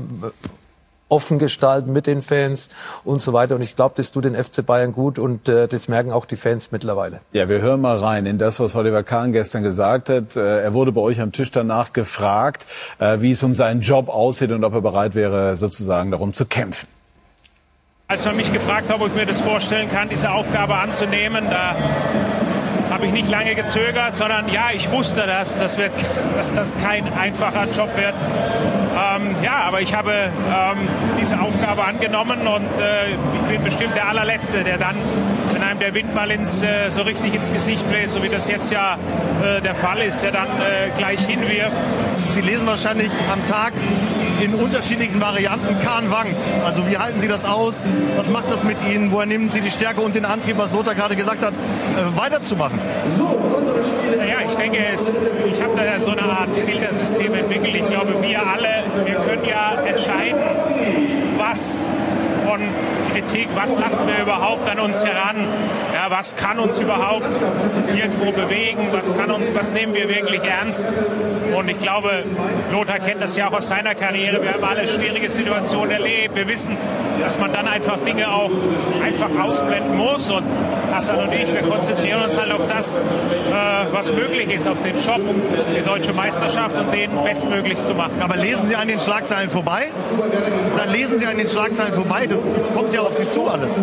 offen gestalten mit den Fans und so weiter. Und ich glaube, das tut den F C Bayern gut und äh, das merken auch die Fans mittlerweile. Ja, wir hören mal rein in das, was Oliver Kahn gestern gesagt hat. Äh, er wurde bei euch am Tisch danach gefragt, äh, wie es um seinen Job aussieht und ob er bereit wäre, sozusagen darum zu kämpfen. Als man mich gefragt hat, ob ich mir das vorstellen kann, diese Aufgabe anzunehmen, da habe ich nicht lange gezögert, sondern ja, ich wusste, dass das, wird, dass das kein einfacher Job wird. Ähm, ja, aber ich habe ähm, diese Aufgabe angenommen und äh, ich bin bestimmt der allerletzte, der dann, wenn einem der Wind mal ins, äh, so richtig ins Gesicht bläst, so wie das jetzt ja äh, der Fall ist, der dann äh, gleich hinwirft. Sie lesen wahrscheinlich am Tag in unterschiedlichen Varianten. Kahn wankt. Also wie halten Sie das aus? Was macht das mit Ihnen? Woher nehmen Sie die Stärke und den Antrieb, was Lothar gerade gesagt hat, äh, weiterzumachen? Naja, ich denke, es, ich habe da so eine Art Filtersystem entwickelt. Ich glaube, wir alle, wir können ja entscheiden, was von Kritik, was lassen wir überhaupt an uns heran, ja, was kann uns überhaupt irgendwo bewegen, was kann uns, was nehmen wir wirklich ernst. Und ich glaube, Lothar kennt das ja auch aus seiner Karriere. Wir haben alle schwierige Situationen erlebt. Wir wissen, dass man dann einfach Dinge auch einfach ausblenden muss. Und Hassan und ich, wir konzentrieren uns halt auf das, äh, was möglich ist, auf den Job, die deutsche Meisterschaft und den bestmöglich zu machen. Aber lesen Sie an den Schlagzeilen vorbei? Dann lesen Sie an den Schlagzeilen vorbei. Das, das kommt ja auf Sie zu alles.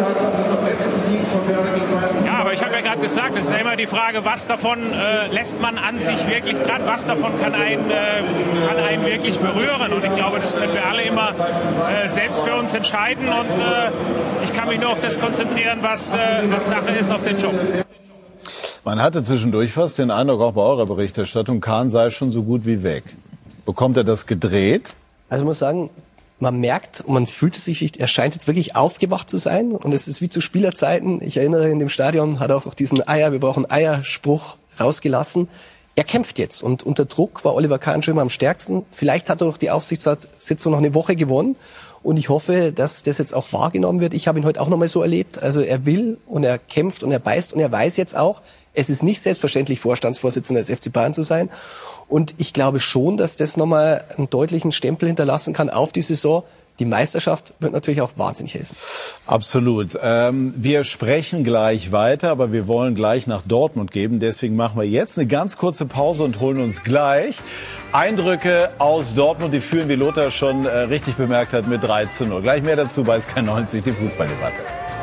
Ja, aber ich habe ja gerade gesagt, es ist ja immer die Frage, was davon äh, lässt man an sich wirklich dran, was davon kann einen, äh, kann einen wirklich berühren. Und ich glaube, das können wir alle immer äh, selbst für uns entscheiden. Und äh, ich kann mich nur auf das konzentrieren, was, äh, was Sache ist, auf den Job. Man hatte zwischendurch fast den Eindruck, auch bei eurer Berichterstattung, Kahn sei schon so gut wie weg. Bekommt er das gedreht? Also ich muss sagen, man merkt und man fühlt sich, er scheint jetzt wirklich aufgewacht zu sein. Und es ist wie zu Spielerzeiten. Ich erinnere, in dem Stadion hat er auch diesen Eier, wir brauchen Eier-Spruch rausgelassen. Er kämpft jetzt. Und unter Druck war Oliver Kahn schon immer am stärksten. Vielleicht hat er durch die Aufsichtssitzung noch eine Woche gewonnen. Und ich hoffe, dass das jetzt auch wahrgenommen wird. Ich habe ihn heute auch nochmal so erlebt. Also er will und er kämpft und er beißt und er weiß jetzt auch, es ist nicht selbstverständlich, Vorstandsvorsitzender des F C Bayern zu sein. Und ich glaube schon, dass das nochmal einen deutlichen Stempel hinterlassen kann auf die Saison. Die Meisterschaft wird natürlich auch wahnsinnig helfen. Absolut. Ähm, wir sprechen gleich weiter, aber wir wollen gleich nach Dortmund gehen. Deswegen machen wir jetzt eine ganz kurze Pause und holen uns gleich Eindrücke aus Dortmund. Die führen, wie Lothar schon äh, richtig bemerkt hat, mit drei zu null. Gleich mehr dazu bei Sky neunzig, die Fußballdebatte.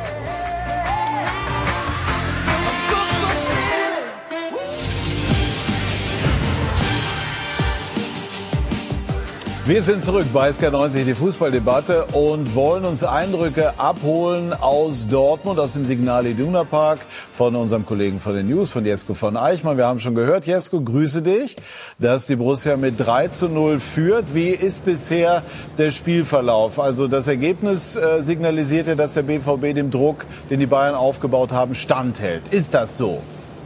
Wir sind zurück bei Sky neunzig, die Fußballdebatte, und wollen uns Eindrücke abholen aus Dortmund, aus dem Signal Iduna Park, von unserem Kollegen von den News, von Jesko von Eichmann. Wir haben schon gehört, Jesko, grüße dich, dass die Borussia mit drei zu null führt. Wie ist bisher der Spielverlauf? Also das Ergebnis äh, signalisiert ja, dass der B V B dem Druck, den die Bayern aufgebaut haben, standhält. Ist das so?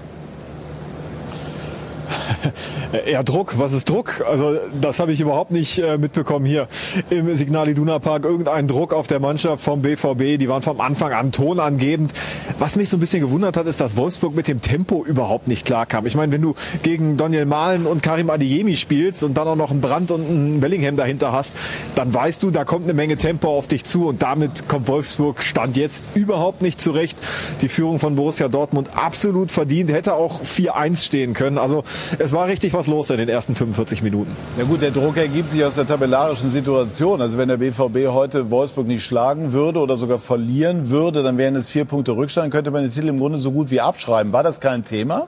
Ja, Druck, was ist Druck? Also das habe ich überhaupt nicht äh, mitbekommen hier im Signal Iduna Park. Irgendein Druck auf der Mannschaft vom B V B, die waren vom Anfang an tonangebend. Was mich so ein bisschen gewundert hat, ist, dass Wolfsburg mit dem Tempo überhaupt nicht klarkam. Ich meine, wenn du gegen Daniel Mahlen und Karim Adeyemi spielst und dann auch noch einen Brandt und einen Bellingham dahinter hast, dann weißt du, da kommt eine Menge Tempo auf dich zu, und damit kommt Wolfsburg Stand jetzt überhaupt nicht zurecht. Die Führung von Borussia Dortmund absolut verdient, hätte auch vier eins stehen können. Also es war richtig was los in den ersten fünfundvierzig Minuten. Ja gut, der Druck ergibt sich aus der tabellarischen Situation. Also wenn der B V B heute Wolfsburg nicht schlagen würde oder sogar verlieren würde, dann wären es vier Punkte Rückstand, könnte man den Titel im Grunde so gut wie abschreiben. War das kein Thema?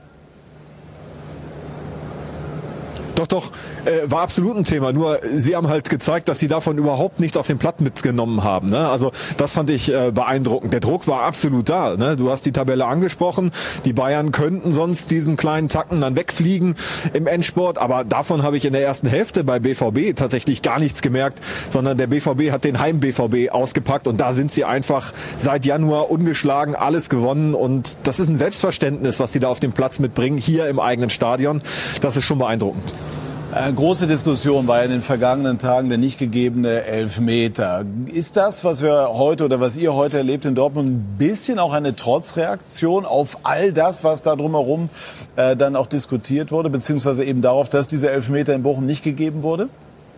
Doch, doch, äh, war absolut ein Thema. Nur sie haben halt gezeigt, dass sie davon überhaupt nichts auf den Platt mitgenommen haben. Ne? Also das fand ich äh, beeindruckend. Der Druck war absolut da. Ne? Du hast die Tabelle angesprochen. Die Bayern könnten sonst diesen kleinen Tacken dann wegfliegen im Endsport. Aber davon habe ich in der ersten Hälfte bei B V B tatsächlich gar nichts gemerkt, sondern der B V B hat den Heim-B V B ausgepackt, und da sind sie einfach seit Januar ungeschlagen, alles gewonnen, und das ist ein Selbstverständnis, was sie da auf dem Platz mitbringen, hier im eigenen Stadion. Das ist schon beeindruckend. Eine große Diskussion war in den vergangenen Tagen der nicht gegebene Elfmeter. Ist das, was wir heute oder was ihr heute erlebt in Dortmund, ein bisschen auch eine Trotzreaktion auf all das, was da drumherum äh, dann auch diskutiert wurde, beziehungsweise eben darauf, dass dieser Elfmeter in Bochum nicht gegeben wurde?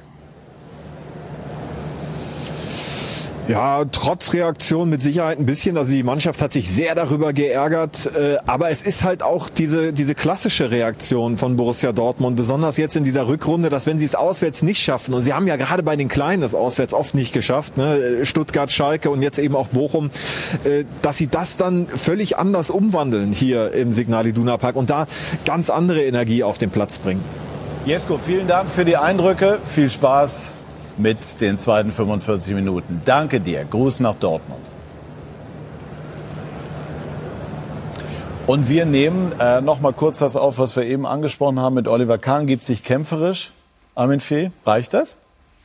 Ja, trotz Reaktion mit Sicherheit ein bisschen. Also die Mannschaft hat sich sehr darüber geärgert. Äh, aber es ist halt auch diese diese klassische Reaktion von Borussia Dortmund, besonders jetzt in dieser Rückrunde, dass wenn sie es auswärts nicht schaffen, und sie haben ja gerade bei den Kleinen das auswärts oft nicht geschafft, ne, Stuttgart, Schalke und jetzt eben auch Bochum, äh, dass sie das dann völlig anders umwandeln hier im Signal Iduna Park und da ganz andere Energie auf den Platz bringen. Jesko, vielen Dank für die Eindrücke. Viel Spaß mit den zweiten fünfundvierzig Minuten. Danke dir. Gruß nach Dortmund. Und wir nehmen äh, noch mal kurz das auf, was wir eben angesprochen haben mit Oliver Kahn. Gibt sich kämpferisch. Armin Fee, reicht das?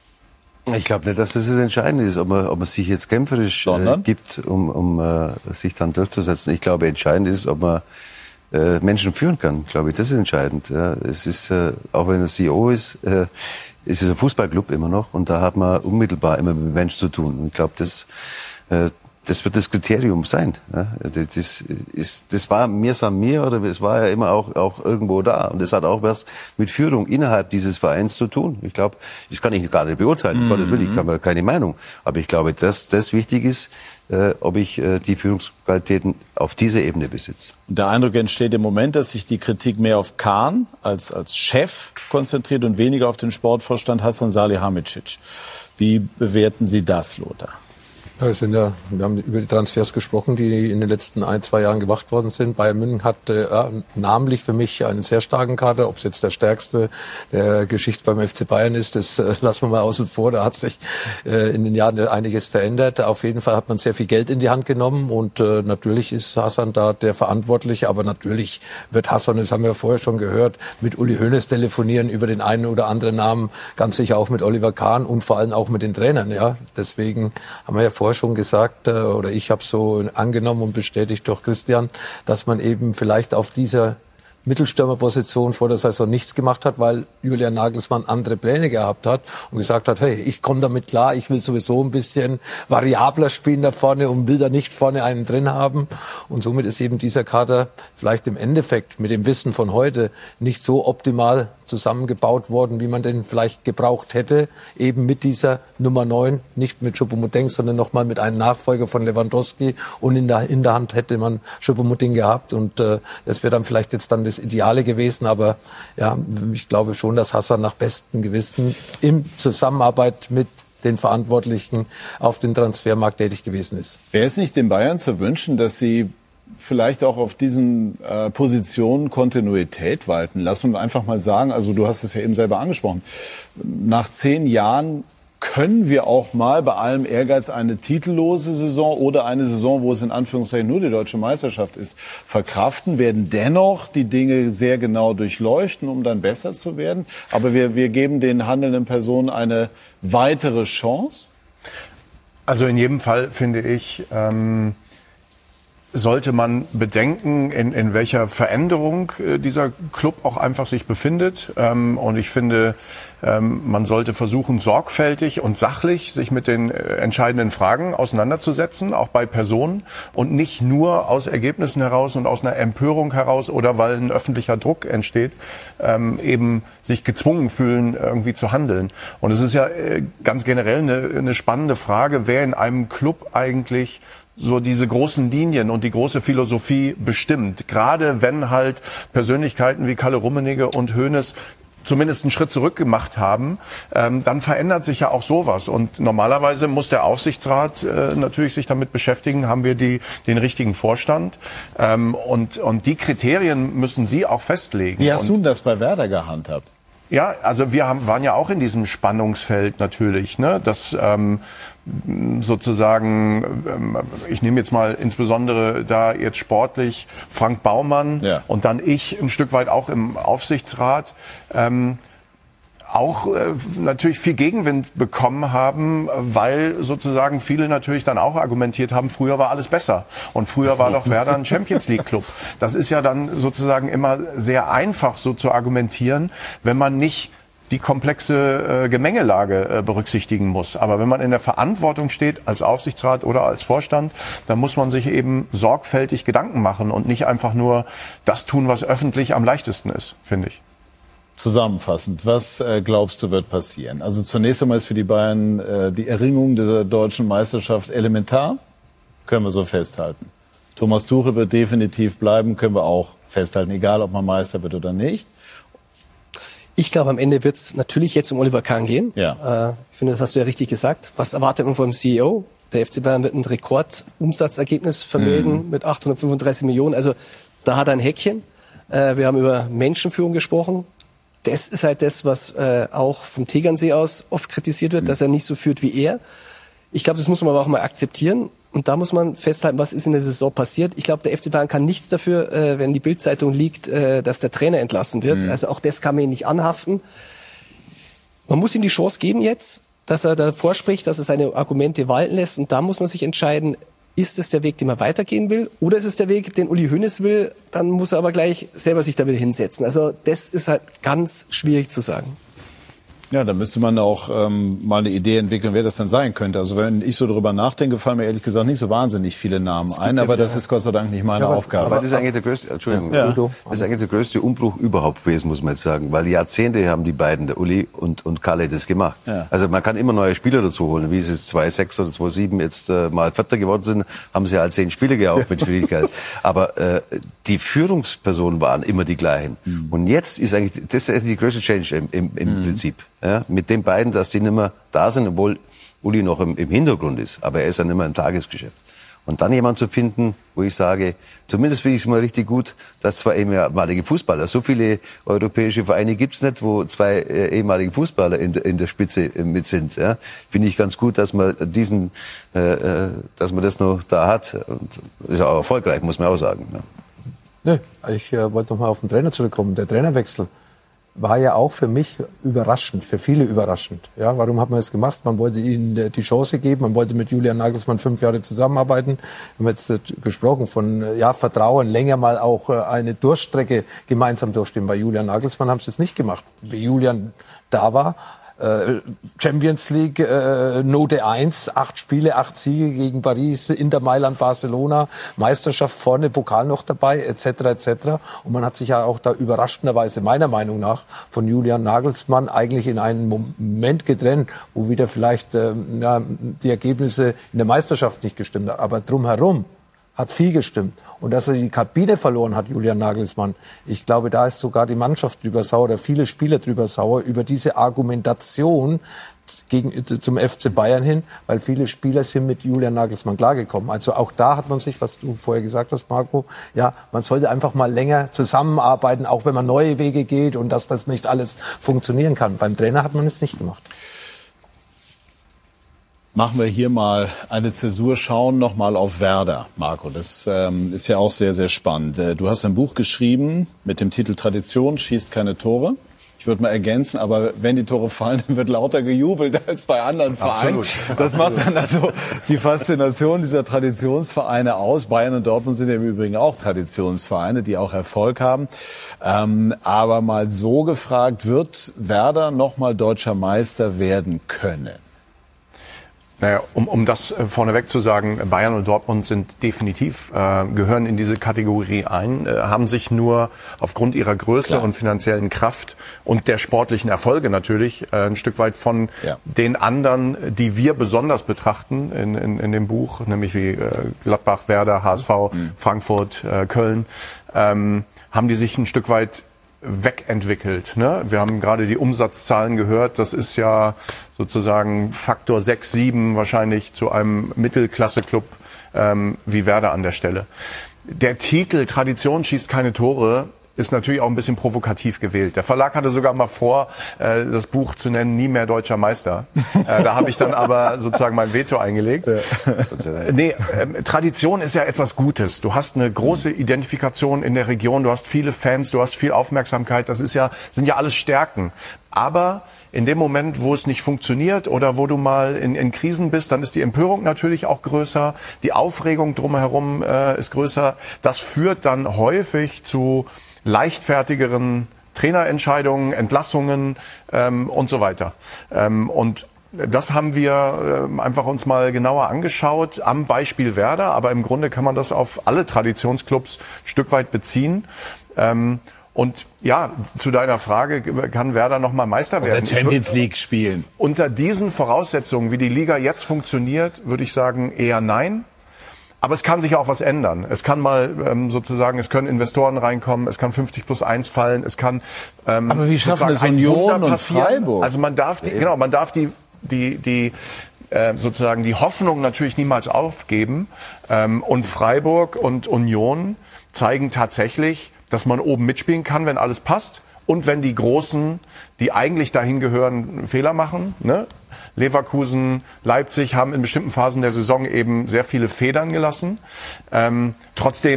Ich glaube nicht, dass das das Entscheidende ist, ob man, ob man sich jetzt kämpferisch äh, gibt, um, um äh, sich dann durchzusetzen. Ich glaube, entscheidend ist, ob man äh, Menschen führen kann. Glaube ich, das ist entscheidend. Ja. Es ist, äh, auch wenn er C E O ist, äh, es ist ein Fußballclub immer noch und da hat man unmittelbar immer mit Menschen zu tun. Und ich glaube, das, äh, das wird das Kriterium sein. Ja. Das, ist, das war mir san mir oder es war ja immer auch, auch irgendwo da. Und das hat auch was mit Führung innerhalb dieses Vereins zu tun. Ich glaube, das kann ich gar nicht beurteilen. Mhm. Gottes Willen, ich habe keine Meinung. Aber ich glaube, dass das wichtig ist, äh, ob ich äh, die Führungsqualitäten auf dieser Ebene besitze. Der Eindruck entsteht im Moment, dass sich die Kritik mehr auf Kahn als, als Chef konzentriert und weniger auf den Sportvorstand Hasan Salihamidzic. Wie bewerten Sie das, Lothar? Ja, wir, sind ja, wir haben über die Transfers gesprochen, die in den letzten ein, zwei Jahren gemacht worden sind. Bayern München hat äh, namentlich für mich einen sehr starken Kader. Ob es jetzt der stärkste der Geschichte beim F C Bayern ist, das äh, lassen wir mal außen vor. Da hat sich äh, in den Jahren einiges verändert. Auf jeden Fall hat man sehr viel Geld in die Hand genommen und äh, natürlich ist Hasan da der Verantwortliche. Aber natürlich wird Hasan, das haben wir vorher schon gehört, mit Uli Hoeneß telefonieren über den einen oder anderen Namen, ganz sicher auch mit Oliver Kahn und vor allem auch mit den Trainern. Ja, deswegen haben wir ja vorher schon gesagt, oder ich habe so angenommen und bestätigt durch Christian, dass man eben vielleicht auf dieser Mittelstürmerposition vor der Saison nichts gemacht hat, weil Julian Nagelsmann andere Pläne gehabt hat und gesagt hat, hey, ich komme damit klar, ich will sowieso ein bisschen variabler spielen da vorne und will da nicht vorne einen drin haben. Und somit ist eben dieser Kader vielleicht im Endeffekt mit dem Wissen von heute nicht so optimal zusammengebaut worden, wie man den vielleicht gebraucht hätte, eben mit dieser Nummer neun, nicht mit Choupo-Moting, sondern nochmal mit einem Nachfolger von Lewandowski und in der, in der Hand hätte man Choupo-Moting gehabt und äh, das wäre dann vielleicht jetzt dann das Ideale gewesen, aber ja, ich glaube schon, dass Hasan nach bestem Gewissen in Zusammenarbeit mit den Verantwortlichen auf dem Transfermarkt tätig gewesen ist. Wäre es nicht den Bayern zu wünschen, dass sie vielleicht auch auf diesen äh, Positionen Kontinuität walten lassen und einfach mal sagen, also du hast es ja eben selber angesprochen, nach zehn Jahren können wir auch mal bei allem Ehrgeiz eine titellose Saison oder eine Saison, wo es in Anführungszeichen nur die deutsche Meisterschaft ist, verkraften, werden dennoch die Dinge sehr genau durchleuchten, um dann besser zu werden. Aber wir, wir geben den handelnden Personen eine weitere Chance. Also in jedem Fall finde ich, ähm, sollte man bedenken, in, in welcher Veränderung äh, dieser Club auch einfach sich befindet. Ähm, und ich finde, ähm, man sollte versuchen, sorgfältig und sachlich sich mit den äh, entscheidenden Fragen auseinanderzusetzen, auch bei Personen und nicht nur aus Ergebnissen heraus und aus einer Empörung heraus oder weil ein öffentlicher Druck entsteht, ähm, eben sich gezwungen fühlen, irgendwie zu handeln. Und es ist ja äh, ganz generell eine, eine spannende Frage, wer in einem Club eigentlich so diese großen Linien und die große Philosophie bestimmt. Gerade wenn halt Persönlichkeiten wie Kalle Rummenigge und Hoeneß zumindest einen Schritt zurück gemacht haben, ähm, dann verändert sich ja auch sowas. Und normalerweise muss der Aufsichtsrat äh, natürlich sich damit beschäftigen, haben wir die, den richtigen Vorstand. Ähm, und, und die Kriterien müssen Sie auch festlegen. Wie hast und, du das bei Werder gehandhabt? Ja, also wir haben, waren ja auch in diesem Spannungsfeld natürlich, ne, dass ähm, sozusagen, ähm, ich nehme jetzt mal insbesondere da jetzt sportlich Frank Baumann ja. und dann ich ein Stück weit auch im Aufsichtsrat, ähm, auch äh, natürlich viel Gegenwind bekommen haben, weil sozusagen viele natürlich dann auch argumentiert haben, früher war alles besser und früher war doch Werder ein Champions-League-Club. Das ist ja dann sozusagen immer sehr einfach so zu argumentieren, wenn man nicht die komplexe äh, Gemengelage äh, berücksichtigen muss. Aber wenn man in der Verantwortung steht als Aufsichtsrat oder als Vorstand, dann muss man sich eben sorgfältig Gedanken machen und nicht einfach nur das tun, was öffentlich am leichtesten ist, finde ich. Zusammenfassend, was äh, glaubst du, wird passieren? Also zunächst einmal ist für die Bayern äh, die Erringung der deutschen Meisterschaft elementar, können wir so festhalten. Thomas Tuchel wird definitiv bleiben, können wir auch festhalten, egal ob man Meister wird oder nicht. Ich glaube, am Ende wird es natürlich jetzt um Oliver Kahn gehen. Ja. Äh, ich finde, das hast du ja richtig gesagt. Was erwartet man vom C E O? Der F C Bayern wird ein Rekordumsatzergebnis vermelden mhm. mit achthundertfünfunddreißig Millionen. Also da hat er ein Häkchen. Äh, wir haben über Menschenführung gesprochen. Das ist halt das, was äh, auch vom Tegernsee aus oft kritisiert wird, mhm. dass er nicht so führt wie er. Ich glaube, das muss man aber auch mal akzeptieren. Und da muss man festhalten, was ist in der Saison passiert. Ich glaube, der F C Bayern kann nichts dafür, äh, wenn die Bild-Zeitung liegt, äh, dass der Trainer entlassen wird. Mhm. Also auch das kann man ihm nicht anhaften. Man muss ihm die Chance geben jetzt. dass er davor spricht, dass er seine Argumente walten lässt. Und da muss man sich entscheiden, ist es der Weg, den man weitergehen will? Oder ist es der Weg, den Uli Hoeneß will? Dann muss er aber gleich selber sich da wieder hinsetzen. Also das ist halt ganz schwierig zu sagen. Ja, da müsste man auch ähm, mal eine Idee entwickeln, wer das dann sein könnte. Also wenn ich so drüber nachdenke, fallen mir ehrlich gesagt nicht so wahnsinnig viele Namen ein, aber das ist Gott sei Dank nicht meine ja, aber, Aufgabe. Aber das ist eigentlich der größte, Entschuldigung, ja. das ist eigentlich der größte Umbruch überhaupt gewesen, muss man jetzt sagen, weil Jahrzehnte haben die beiden, der Uli und, und Kalle, das gemacht. Ja. Also man kann immer neue Spieler dazu holen, wie sie zwei sechs oder zwei sieben jetzt äh, mal Vierter geworden sind, haben sie halt zehn Spiele gehabt mit Schwierigkeit. Aber äh, die Führungspersonen waren immer die gleichen. Mhm. Und jetzt ist eigentlich, das ist die größte Change im, im, im mhm. Prinzip. Ja, mit den beiden, dass die nicht mehr da sind, obwohl Uli noch im, im Hintergrund ist. Aber er ist ja nicht mehr im Tagesgeschäft. Und dann jemand zu finden, wo ich sage, zumindest finde ich es mal richtig gut, dass zwei ehemalige Fußballer, so viele europäische Vereine gibt's nicht, wo zwei äh, ehemalige Fußballer in, in der Spitze äh, mit sind. Ja. Finde ich ganz gut, dass man diesen, äh, dass man das noch da hat. Und ist auch erfolgreich, muss man auch sagen. Ja. Nö, ich äh, wollte noch mal auf den Trainer zurückkommen. Der Trainerwechsel war ja auch für mich überraschend, für viele überraschend. Ja, warum hat man das gemacht? Man wollte ihnen die Chance geben, man wollte mit Julian Nagelsmann fünf Jahre zusammenarbeiten. Wir haben jetzt gesprochen von ja Vertrauen, länger mal auch eine Durchstrecke gemeinsam durchstehen. Bei Julian Nagelsmann haben sie es nicht gemacht. Wie Julian da war, Champions League, äh, Note eins, acht Spiele, acht Siege gegen Paris, Inter Mailand, Barcelona, Meisterschaft vorne, Pokal noch dabei, et cetera et cetera. Und man hat sich ja auch da überraschenderweise, meiner Meinung nach, von Julian Nagelsmann eigentlich in einen Moment getrennt, wo wieder vielleicht äh, ja, die Ergebnisse in der Meisterschaft nicht gestimmt haben. Aber drumherum hat viel gestimmt. Und dass er die Kabine verloren hat, Julian Nagelsmann, ich glaube, da ist sogar die Mannschaft drüber sauer oder viele Spieler drüber sauer über diese Argumentation gegen, zum F C Bayern hin, weil viele Spieler sind mit Julian Nagelsmann klargekommen. Also auch da hat man sich, was du vorher gesagt hast, Marco, ja, man sollte einfach mal länger zusammenarbeiten, auch wenn man neue Wege geht und dass das nicht alles funktionieren kann. Beim Trainer hat man es nicht gemacht. Machen wir hier mal eine Zäsur, schauen noch mal auf Werder, Marco. Das ähm, ist ja auch sehr, sehr spannend. Du hast ein Buch geschrieben mit dem Titel Tradition schießt keine Tore. Ich würde mal ergänzen, aber wenn die Tore fallen, dann wird lauter gejubelt als bei anderen Vereinen. Absolut. Das macht dann also die Faszination dieser Traditionsvereine aus. Bayern und Dortmund sind ja im Übrigen auch Traditionsvereine, die auch Erfolg haben. Ähm, aber mal so gefragt, wird Werder noch mal deutscher Meister werden können? Naja, um, um das vorneweg zu sagen, Bayern und Dortmund sind definitiv, äh, gehören in diese Kategorie ein, äh, haben sich nur aufgrund ihrer Größe Klar. und finanziellen Kraft und der sportlichen Erfolge natürlich äh, ein Stück weit von ja. den anderen, die wir besonders betrachten in, in, in dem Buch, nämlich wie äh, Gladbach, Werder, H S V, mhm. Frankfurt, äh, Köln, ähm, haben die sich ein Stück weit wegentwickelt. Ne? Wir haben gerade die Umsatzzahlen gehört. Das ist ja sozusagen Faktor sechs, sieben wahrscheinlich zu einem Mittelklasse-Club ähm, wie Werder an der Stelle. Der Titel Tradition schießt keine Tore ist natürlich auch ein bisschen provokativ gewählt. Der Verlag hatte sogar mal vor, äh, das Buch zu nennen, Nie mehr deutscher Meister. Äh, da habe ich dann aber sozusagen mein Veto eingelegt. Ja. Nee, äh, Tradition ist ja etwas Gutes. Du hast eine große Identifikation in der Region, du hast viele Fans, du hast viel Aufmerksamkeit. Das ist ja, sind ja alles Stärken. Aber in dem Moment, wo es nicht funktioniert oder wo du mal in, in Krisen bist, dann ist die Empörung natürlich auch größer. Die Aufregung drumherum äh, ist größer. Das führt dann häufig zu leichtfertigeren Trainerentscheidungen, Entlassungen ähm, und so weiter. Ähm, und das haben wir äh, einfach uns mal genauer angeschaut am Beispiel Werder, aber im Grunde kann man das auf alle Traditionsclubs ein Stück weit beziehen. Ähm, und ja, zu deiner Frage, kann Werder noch mal Meister werden? Oder Champions League spielen. Unter diesen Voraussetzungen, wie die Liga jetzt funktioniert, würde ich sagen eher nein. Aber es kann sich auch was ändern. Es kann mal ähm, sozusagen, es können Investoren reinkommen, es kann fünfzig plus eins fallen, es kann ähm, aber wie schaffen es Union und Freiburg? Also man darf die, genau, man darf die die die äh, sozusagen die Hoffnung natürlich niemals aufgeben. Ähm, und Freiburg und Union zeigen tatsächlich, dass man oben mitspielen kann, wenn alles passt und wenn die Großen, die eigentlich dahin gehören, Fehler machen, ne? Leverkusen, Leipzig haben in bestimmten Phasen der Saison eben sehr viele Federn gelassen. Ähm, trotzdem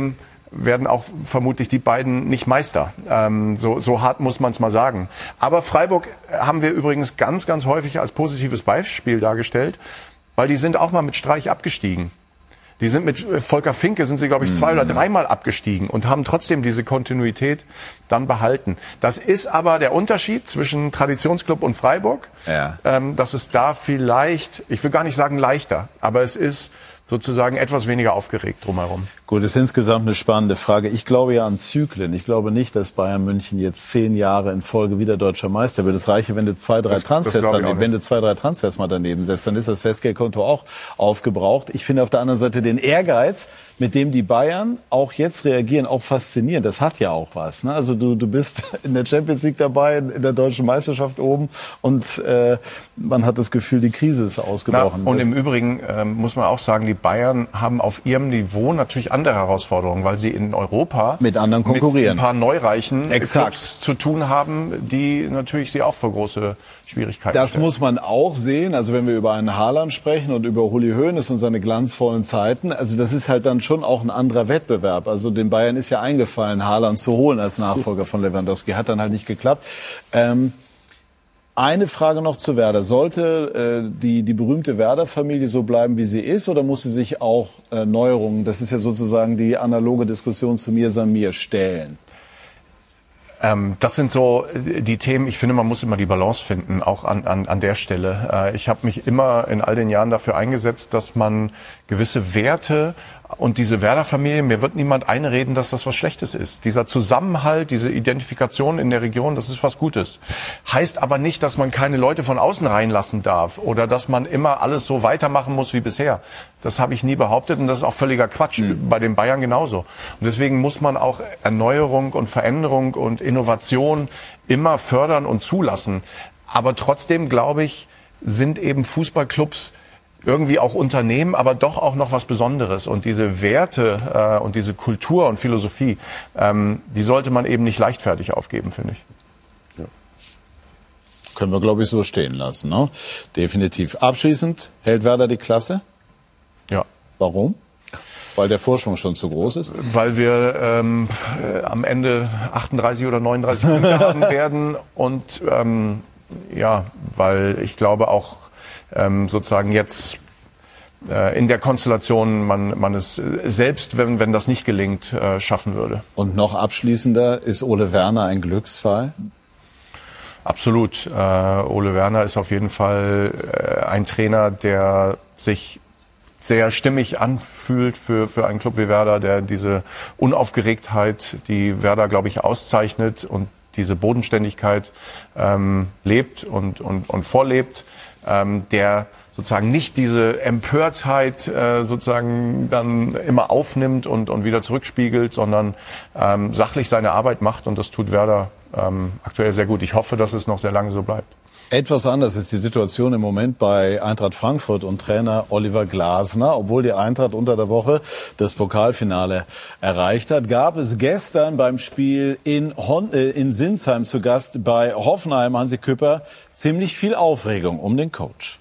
werden auch vermutlich die beiden nicht Meister. Ähm, so, so hart muss man es mal sagen. Aber Freiburg haben wir übrigens ganz, ganz häufig als positives Beispiel dargestellt, weil die sind auch mal mit Streich abgestiegen. Die sind mit Volker Finke, sind sie, glaube ich, zwei mhm. oder dreimal abgestiegen und haben trotzdem diese Kontinuität dann behalten. Das ist aber der Unterschied zwischen Traditionsclub und Freiburg. Ja. Ähm, dass es da vielleicht, ich will gar nicht sagen leichter, aber es ist sozusagen etwas weniger aufgeregt drumherum. Gut, das ist insgesamt eine spannende Frage. Ich glaube ja an Zyklen. Ich glaube nicht, dass Bayern München jetzt zehn Jahre in Folge wieder deutscher Meister wird. Das reiche, wenn du zwei, drei das, Transfers das daneben, wenn du zwei, drei Transfers mal daneben setzt, dann ist das Festgeldkonto auch aufgebraucht. Ich finde auf der anderen Seite den Ehrgeiz, mit dem die Bayern auch jetzt reagieren, auch faszinierend. Das hat ja auch was. Ne? Also du, du bist in der Champions League dabei, in der deutschen Meisterschaft oben und äh, man hat das Gefühl, die Krise ist ausgebrochen. Na, und im Übrigen ähm, muss man auch sagen, die Bayern haben auf ihrem Niveau natürlich andere Herausforderungen, weil sie in Europa mit anderen konkurrieren, mit ein paar neureichen Exakt. Clubs zu tun haben, die natürlich sie auch vor große Schwierigkeiten Das stellen. muss man auch sehen. Also wenn wir über einen Haaland sprechen und über Uli Hoeneß und seine glanzvollen Zeiten, also das ist halt dann schon auch ein anderer Wettbewerb. Also den Bayern ist ja eingefallen, Haaland zu holen als Nachfolger von Lewandowski. Hat dann halt nicht geklappt. Ähm, eine Frage noch zu Werder. Sollte äh, die, die berühmte Werder-Familie so bleiben, wie sie ist, oder muss sie sich auch äh, Neuerungen, das ist ja sozusagen die analoge Diskussion zu Mir Samir, stellen? Ähm, das sind so die Themen, ich finde, man muss immer die Balance finden, auch an, an, an der Stelle. Äh, ich habe mich immer in all den Jahren dafür eingesetzt, dass man gewisse Werte und diese Werder-Familie, mir wird niemand einreden, dass das was Schlechtes ist. Dieser Zusammenhalt, diese Identifikation in der Region, das ist was Gutes. Heißt aber nicht, dass man keine Leute von außen reinlassen darf oder dass man immer alles so weitermachen muss wie bisher. Das habe ich nie behauptet und das ist auch völliger Quatsch. Mhm. Bei den Bayern genauso. Und deswegen muss man auch Erneuerung und Veränderung und Innovation immer fördern und zulassen. Aber trotzdem, glaube ich, sind eben Fußballclubs irgendwie auch Unternehmen, aber doch auch noch was Besonderes. Und diese Werte äh, und diese Kultur und Philosophie, ähm, die sollte man eben nicht leichtfertig aufgeben, finde ich. Ja. Können wir, glaube ich, so stehen lassen, ne? Definitiv. Abschließend, hält Werder die Klasse? Ja. Warum? Weil der Vorsprung schon zu groß ist? Weil wir ähm, äh, am Ende achtunddreißig oder neununddreißig Punkte haben werden. Und ähm, ja, weil ich glaube auch, Ähm, sozusagen jetzt äh, in der Konstellation man, man es selbst, wenn, wenn das nicht gelingt, äh, schaffen würde. Und noch abschließender, ist Ole Werner ein Glücksfall? Absolut. Äh, Ole Werner ist auf jeden Fall äh, ein Trainer, der sich sehr stimmig anfühlt für, für einen Club wie Werder, der diese Unaufgeregtheit, die Werder, glaube ich, auszeichnet und diese Bodenständigkeit ähm, lebt und, und, und vorlebt. Ähm, der sozusagen nicht diese Empörtheit äh, sozusagen dann immer aufnimmt und, und wieder zurückspiegelt, sondern ähm, sachlich seine Arbeit macht und das tut Werder ähm, aktuell sehr gut. Ich hoffe, dass es noch sehr lange so bleibt. Etwas anders ist die Situation im Moment bei Eintracht Frankfurt und Trainer Oliver Glasner. Obwohl die Eintracht unter der Woche das Pokalfinale erreicht hat, gab es gestern beim Spiel in, Hon- äh, in Sinsheim zu Gast bei Hoffenheim, Hansi Küpper, ziemlich viel Aufregung um den Coach.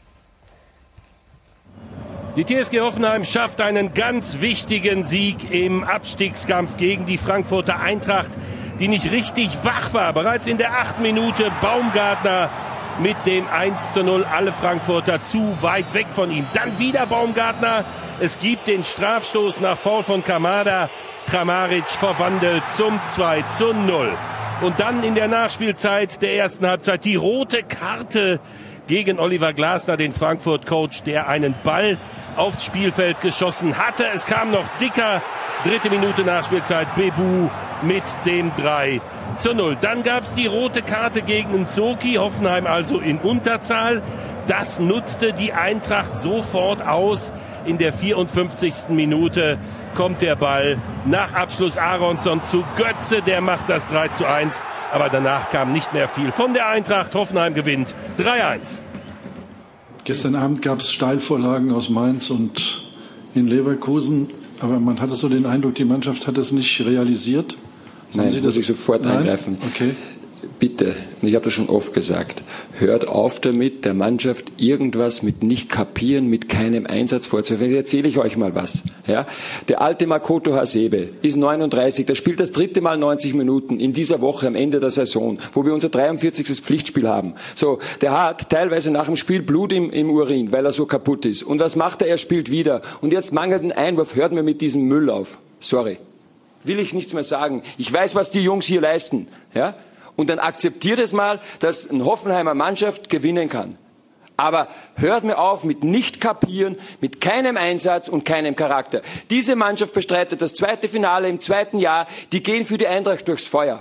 Die T S G Hoffenheim schafft einen ganz wichtigen Sieg im Abstiegskampf gegen die Frankfurter Eintracht, die nicht richtig wach war. Bereits in der achten Minute Baumgartner mit dem eins zu null, alle Frankfurter zu weit weg von ihm. Dann wieder Baumgartner. Es gibt den Strafstoß nach Foul von Kamada. Kramaric verwandelt zum zwei zu null. Und dann in der Nachspielzeit der ersten Halbzeit die rote Karte gegen Oliver Glasner, den Frankfurt-Coach, der einen Ball aufs Spielfeld geschossen hatte. Es kam noch dicker. Dritte Minute Nachspielzeit, Bebu mit dem drei zu null. Dann gab es die rote Karte gegen Nzoki, Hoffenheim also in Unterzahl. Das nutzte die Eintracht sofort aus. In der vierundfünfzigsten Minute kommt der Ball nach Abschluss Aronsson zu Götze, der macht das drei zu eins. Aber danach kam nicht mehr viel von der Eintracht. Hoffenheim gewinnt drei eins. Gestern Abend gab es Steilvorlagen aus Mainz und in Leverkusen. Aber man hatte so den Eindruck, die Mannschaft hat es nicht realisiert. Nein, Sie das muss ich sofort Nein? eingreifen. Okay. bitte, und ich habe das schon oft gesagt, hört auf damit, der Mannschaft irgendwas mit nicht kapieren, mit keinem Einsatz vorzuwerfen. Jetzt erzähle ich euch mal was. Ja? Der alte Makoto Hasebe ist neununddreißig, der spielt das dritte Mal neunzig Minuten in dieser Woche am Ende der Saison, wo wir unser dreiundvierzigstes Pflichtspiel haben. So, der hat teilweise nach dem Spiel Blut im, im Urin, weil er so kaputt ist. Und was macht er? Er spielt wieder. Und jetzt mangelt ein Einwurf, hört mir mit diesem Müll auf. Sorry. Will ich nichts mehr sagen. Ich weiß, was die Jungs hier leisten. Ja? Und dann akzeptiert es mal, dass eine Hoffenheimer Mannschaft gewinnen kann. Aber hört mir auf mit nicht kapieren, mit keinem Einsatz und keinem Charakter. Diese Mannschaft bestreitet das zweite Finale im zweiten Jahr. Die gehen für die Eintracht durchs Feuer.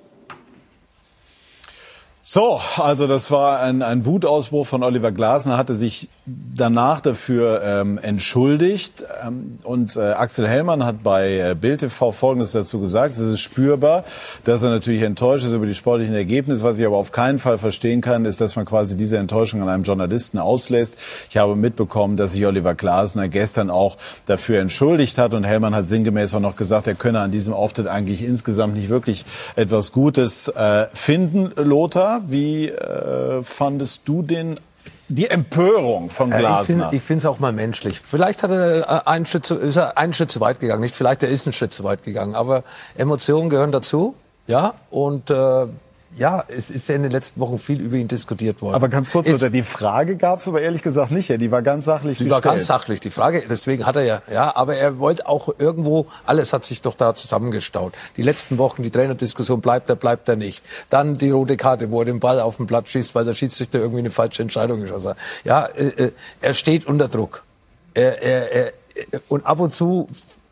So, also das war ein, ein Wutausbruch von Oliver Glasner, hatte sich danach dafür ähm, entschuldigt. Ähm, und äh, Axel Hellmann hat bei äh, Bild T V Folgendes dazu gesagt: Es ist spürbar, dass er natürlich enttäuscht ist über die sportlichen Ergebnisse. Was ich aber auf keinen Fall verstehen kann, ist, dass man quasi diese Enttäuschung an einem Journalisten auslässt. Ich habe mitbekommen, dass sich Oliver Glasner gestern auch dafür entschuldigt hat. Und Hellmann hat sinngemäß auch noch gesagt, er könne an diesem Auftritt eigentlich insgesamt nicht wirklich etwas Gutes äh, finden. Lothar, wie äh, fandest du den die Empörung von Glasner? Ich finde es auch mal menschlich. Vielleicht hat er einen Schritt zu, ist er einen Schritt zu weit gegangen. Nicht vielleicht, er ist einen Schritt zu weit gegangen. Aber Emotionen gehören dazu. Ja, und äh, ja, es ist ja in den letzten Wochen viel über ihn diskutiert worden. Aber ganz kurz, Lothar, die Frage gab es aber ehrlich gesagt nicht. Ja, die war ganz sachlich Die gestellt. war ganz sachlich, die Frage. Deswegen hat er ja, ja, aber er wollte auch irgendwo, alles hat sich doch da zusammengestaut. Die letzten Wochen, die Trainerdiskussion, bleibt er, bleibt er nicht. Dann die rote Karte, wo er den Ball auf den Platz schießt, weil der Schiedsrichter irgendwie eine falsche Entscheidung geschossen hat. Ja, äh, er steht unter Druck. Er, er, er, und ab und zu,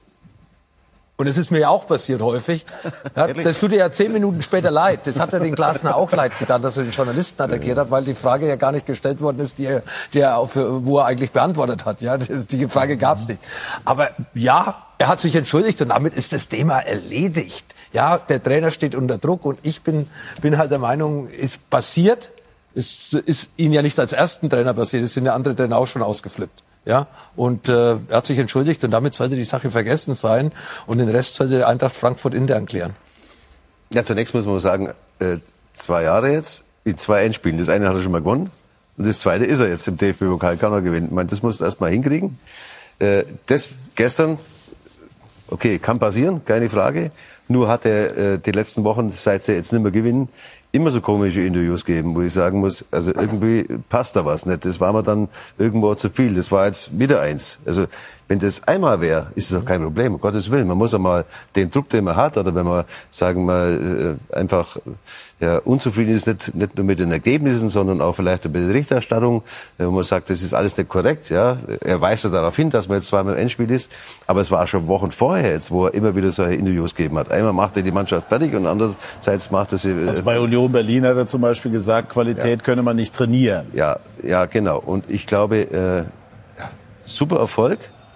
und es ist mir ja auch passiert häufig, ja, das tut dir ja zehn Minuten später leid. Das hat er den Glasner auch leid getan, dass er den Journalisten attackiert hat, weil die Frage ja gar nicht gestellt worden ist, die er, die er auf, wo er eigentlich beantwortet hat. Ja, die Frage gab es nicht. Aber ja, er hat sich entschuldigt und damit ist das Thema erledigt. Ja, der Trainer steht unter Druck und ich bin, bin halt der Meinung, ist passiert. Es ist ihm ja nicht als ersten Trainer passiert, es sind ja andere Trainer auch schon ausgeflippt. Ja, und äh, er hat sich entschuldigt und damit sollte die Sache vergessen sein und den Rest sollte die Eintracht Frankfurt intern klären. Ja, zunächst muss man sagen, äh, zwei Jahre jetzt, in zwei Endspielen. Das eine hat er schon mal gewonnen und das zweite ist er jetzt im D F B-Pokal, kann er gewinnen. Ich meine, das muss er erst mal hinkriegen. Äh, das gestern, okay, kann passieren, keine Frage. Nur hat er äh, die letzten Wochen, seit sie jetzt nicht mehr gewinnen, immer so komische Interviews geben, wo ich sagen muss, also irgendwie passt da was nicht. Das war mir dann irgendwo zu viel. Das war jetzt wieder eins. Also wenn das einmal wäre, ist es doch kein Problem, um Gottes Willen. Man muss ja mal den Druck, den man hat, oder wenn man, sagen wir, einfach ja, unzufrieden ist, nicht, nicht nur mit den Ergebnissen, sondern auch vielleicht mit der Berichterstattung, wo man sagt, das ist alles nicht korrekt. Ja, er weist ja darauf hin, dass man jetzt zweimal im Endspiel ist, aber es war schon Wochen vorher jetzt, wo er immer wieder solche Interviews gegeben hat. Einmal macht er die Mannschaft fertig und andererseits macht er sie... Also bei Union Berlin hat er zum Beispiel gesagt, Qualität ja. könne man nicht trainieren. Ja, ja, genau. Und ich glaube, äh, ja, super Erfolg.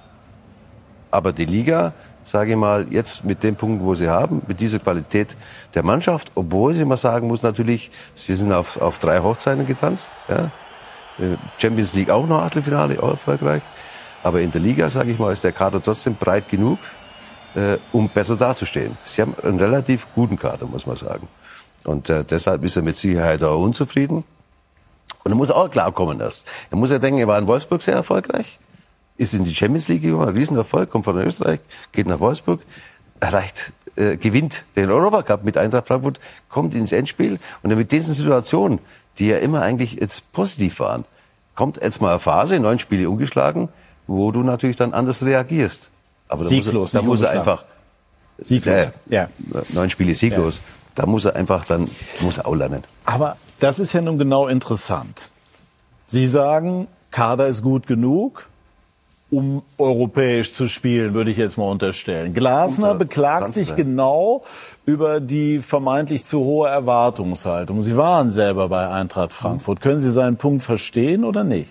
Aber die Liga, sage ich mal, jetzt mit dem Punkt, wo sie haben, mit dieser Qualität der Mannschaft, obwohl sie mal sagen muss, natürlich, sie sind auf, auf drei Hochzeiten getanzt. Ja. Champions League auch noch Achtelfinale, auch erfolgreich. Aber in der Liga, sage ich mal, ist der Kader trotzdem breit genug, äh, um besser dazustehen. Sie haben einen relativ guten Kader, muss man sagen. Und äh, deshalb ist er mit Sicherheit auch unzufrieden. Und er muss auch klarkommen erst. Er muss ja denken, er war in Wolfsburg sehr erfolgreich, ist in die Champions League gekommen, ein Riesenerfolg, kommt von Österreich, geht nach Wolfsburg, erreicht, äh, gewinnt den Europacup mit Eintracht Frankfurt, kommt ins Endspiel und dann mit diesen Situationen, die ja immer eigentlich jetzt positiv waren, kommt jetzt mal eine Phase, neun Spiele ungeschlagen, wo du natürlich dann anders reagierst. Aber da sieglos, muss er, da muss er einfach sieglos, äh, ja. neun Spiele sieglos. Ja. Da muss er einfach dann, muss er auch lernen. Aber das ist ja nun genau interessant. Sie sagen, Kader ist gut genug, um europäisch zu spielen, würde ich jetzt mal unterstellen. Glasner beklagt sich genau über die vermeintlich zu hohe Erwartungshaltung. Sie waren selber bei Eintracht Frankfurt. Können Sie seinen Punkt verstehen oder nicht?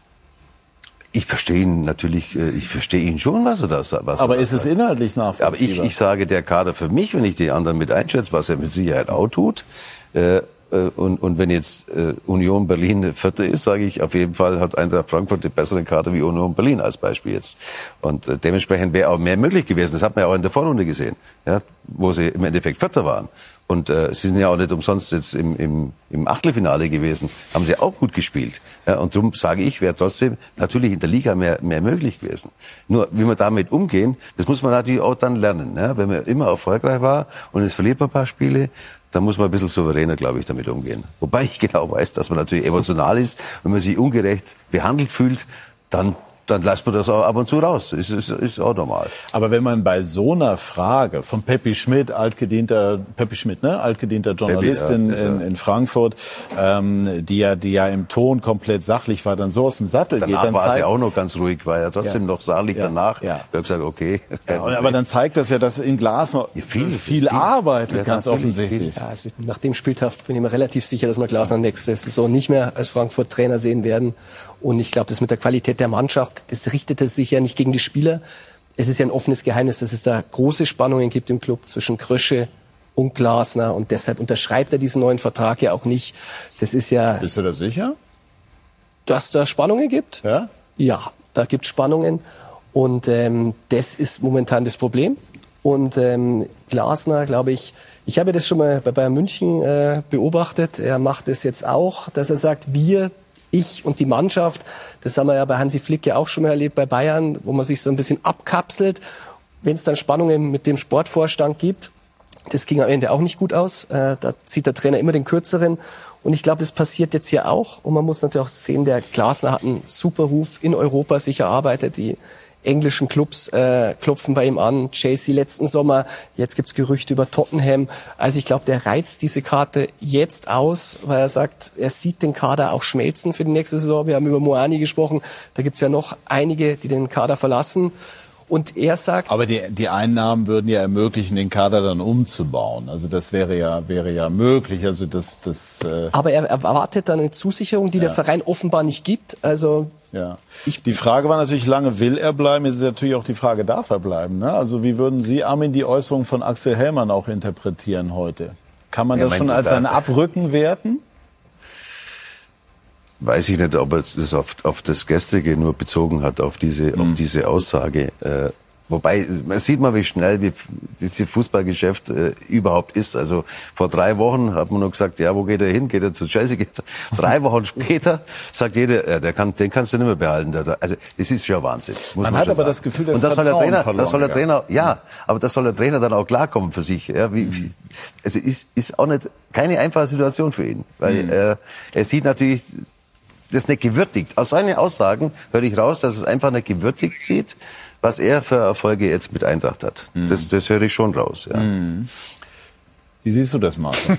Ich verstehe ihn natürlich, ich verstehe ihn schon, was er da sagt. Aber ist es inhaltlich nachvollziehbar? Aber ich, ich sage, der Kader für mich, wenn ich die anderen mit einschätze, was er mit Sicherheit auch tut, äh, Und, und wenn jetzt äh, Union Berlin Vierte ist, sage ich, auf jeden Fall hat Eintracht Frankfurt die bessere Karte wie Union Berlin als Beispiel jetzt. Und äh, dementsprechend wäre auch mehr möglich gewesen. Das hat man ja auch in der Vorrunde gesehen. Ja, wo sie im Endeffekt Vierter waren. Und äh, sie sind ja auch nicht umsonst jetzt im, im, im Achtelfinale gewesen. Haben sie auch gut gespielt. Ja, und darum sage ich, wäre trotzdem natürlich in der Liga mehr, mehr möglich gewesen. Nur, wie wir damit umgehen, das muss man natürlich auch dann lernen. Ja? Wenn man immer erfolgreich war und es verliert man ein paar Spiele, dann muss man ein bisschen souveräner, glaube ich, damit umgehen. Wobei ich genau weiß, dass man natürlich emotional ist. Wenn man sich ungerecht behandelt fühlt, dann dann lässt man das auch ab und zu raus. Ist, ist, ist auch normal. Aber wenn man bei so einer Frage von Peppi Schmidt, altgedienter, Peppi Schmidt, ne, altgedienter Journalist Peppi, ja, in, in, in Frankfurt, ähm, die ja, die ja im Ton komplett sachlich war, dann so aus dem Sattel danach geht, dann war zeigt, sie auch noch ganz ruhig, war ja trotzdem ja. noch sachlich ja. danach. Ja. Ich habe gesagt, okay. Ja, aber dann zeigt das ja, dass in Glasner ja, viel, viel, viel arbeitet, ja, ganz offensichtlich. Ja, also nach dem Spieltag bin ich mir relativ sicher, dass wir Glasner nächste Saison nicht mehr als Frankfurt-Trainer sehen werden. Und ich glaube, das mit der Qualität der Mannschaft, das richtete sich ja nicht gegen die Spieler. Es ist ja ein offenes Geheimnis, dass es da große Spannungen gibt im Club zwischen Krösche und Glasner. Und deshalb unterschreibt er diesen neuen Vertrag ja auch nicht. Das ist ja... Bist du da sicher? Dass da Spannungen gibt? Ja? Ja, da gibt es Spannungen. Und ähm, das ist momentan das Problem. Und ähm, Glasner, glaube ich... Ich habe das schon mal bei Bayern München äh, beobachtet. Er macht es jetzt auch, dass er sagt, wir... Ich und die Mannschaft, das haben wir ja bei Hansi Flick ja auch schon mal erlebt bei Bayern, wo man sich so ein bisschen abkapselt. Wenn es dann Spannungen mit dem Sportvorstand gibt, das ging am Ende auch nicht gut aus. Äh, da zieht der Trainer immer den Kürzeren. Und ich glaube, das passiert jetzt hier auch. Und man muss natürlich auch sehen, der Glasner hat einen super Ruf in Europa sich erarbeitet. Die englischen Clubs äh, klopfen bei ihm an. Chelsea letzten Sommer, jetzt gibt's Gerüchte über Tottenham. Also ich glaube, der reizt diese Karte jetzt aus, weil er sagt, er sieht den Kader auch schmelzen für die nächste Saison. Wir haben über Moani gesprochen, da gibt's ja noch einige, die den Kader verlassen. Und er sagt... Aber die, die Einnahmen würden ja ermöglichen, den Kader dann umzubauen. Also das wäre ja, wäre ja möglich. Also das, das, äh Aber er erwartet dann eine Zusicherung, die ja. der Verein offenbar nicht gibt. Also... Ja. Die Frage war natürlich lange, will er bleiben? Jetzt ist natürlich auch die Frage, darf er bleiben? Ne? Also wie würden Sie, Armin, die Äußerung von Axel Hellmann auch interpretieren heute? Kann man ja, das schon als ein Abrücken werten? Weiß ich nicht, ob er das auf, auf das Gestrige nur bezogen hat, auf diese, mhm. auf diese Aussage. Äh, wobei, man sieht mal, wie schnell wie dieses Fußballgeschäft äh, überhaupt ist. Also vor drei Wochen hat man nur gesagt, ja, wo geht er hin? Geht er zu Chelsea? Geht er? Drei Wochen später sagt jeder, ja, der kann, den kannst du nicht mehr behalten. Also das ist schon Wahnsinn. Muss man, man hat aber sagen. Das Gefühl, dass und das soll der Trainer, das soll der Trainer, ja, aber das soll der Trainer dann auch klarkommen für sich. Ja, wie, wie, also ist, ist auch nicht keine einfache Situation für ihn, weil mhm. äh, er sieht natürlich das nicht gewürdigt. Aus seinen Aussagen höre ich raus, dass es einfach nicht gewürdigt sieht, was er für Erfolge jetzt mit Eintracht hat. Mhm. Das, das höre ich schon raus. Ja. Mhm. Wie siehst du das, Martin?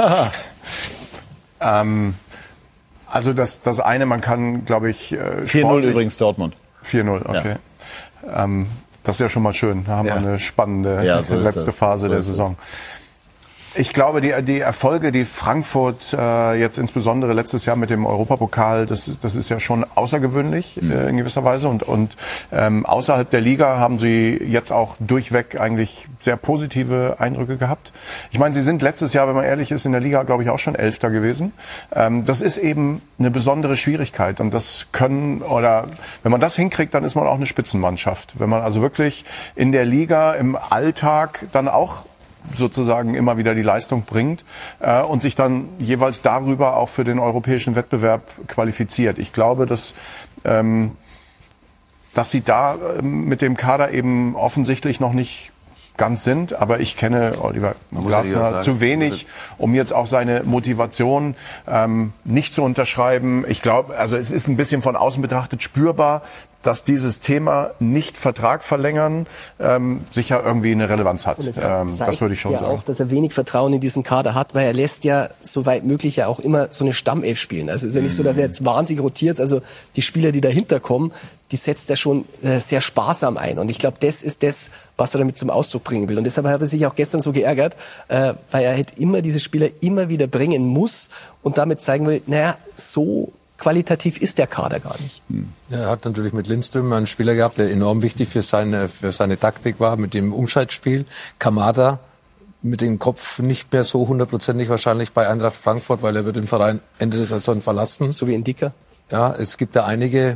ähm, also das, das eine, man kann, glaube ich... Äh, vier null übrigens Dortmund. vier null, okay. Ja. Ähm, das ist ja schon mal schön. Da haben wir ja. eine spannende ja, so letzte Phase so der Saison. Es. Ich glaube, die, die Erfolge, die Frankfurt äh, jetzt insbesondere letztes Jahr mit dem Europapokal, das, das ist ja schon außergewöhnlich mhm. äh, in gewisser Weise. Und, und ähm, außerhalb der Liga haben sie jetzt auch durchweg eigentlich sehr positive Eindrücke gehabt. Ich meine, sie sind letztes Jahr, wenn man ehrlich ist, in der Liga, glaube ich, auch schon Elfter gewesen. Ähm, das ist eben eine besondere Schwierigkeit. Und das können, oder wenn man das hinkriegt, dann ist man auch eine Spitzenmannschaft. Wenn man also wirklich in der Liga im Alltag dann auch sozusagen immer wieder die Leistung bringt äh, und sich dann jeweils darüber auch für den europäischen Wettbewerb qualifiziert. Ich glaube, dass ähm, dass sie da äh, mit dem Kader eben offensichtlich noch nicht ganz sind, aber ich kenne Oliver Glasner zu wenig, um jetzt auch seine Motivation ähm, nicht zu unterschreiben. Ich glaube, also es ist ein bisschen von außen betrachtet spürbar, dass dieses Thema nicht Vertrag verlängern ähm, sicher irgendwie eine Relevanz hat. Ähm, das würde ich schon ja sagen. Auch, dass er wenig Vertrauen in diesen Kader hat, weil er lässt ja soweit möglich ja auch immer so eine Stammelf spielen. Also es ist ja nicht so, dass er jetzt wahnsinnig rotiert. Also die Spieler, die dahinter kommen, die setzt er schon äh, sehr sparsam ein. Und ich glaube, das ist das, was er damit zum Ausdruck bringen will. Und deshalb hat er sich auch gestern so geärgert, äh, weil er halt immer diese Spieler immer wieder bringen muss und damit zeigen will, naja, so qualitativ ist der Kader gar nicht. Er hat natürlich mit Lindström einen Spieler gehabt, der enorm wichtig für seine, für seine Taktik war, mit dem Umschaltspiel. Kamada mit dem Kopf nicht mehr so hundertprozentig wahrscheinlich bei Eintracht Frankfurt, weil er wird den Verein Ende der Saison verlassen. So wie Indika. Ja, es gibt da einige,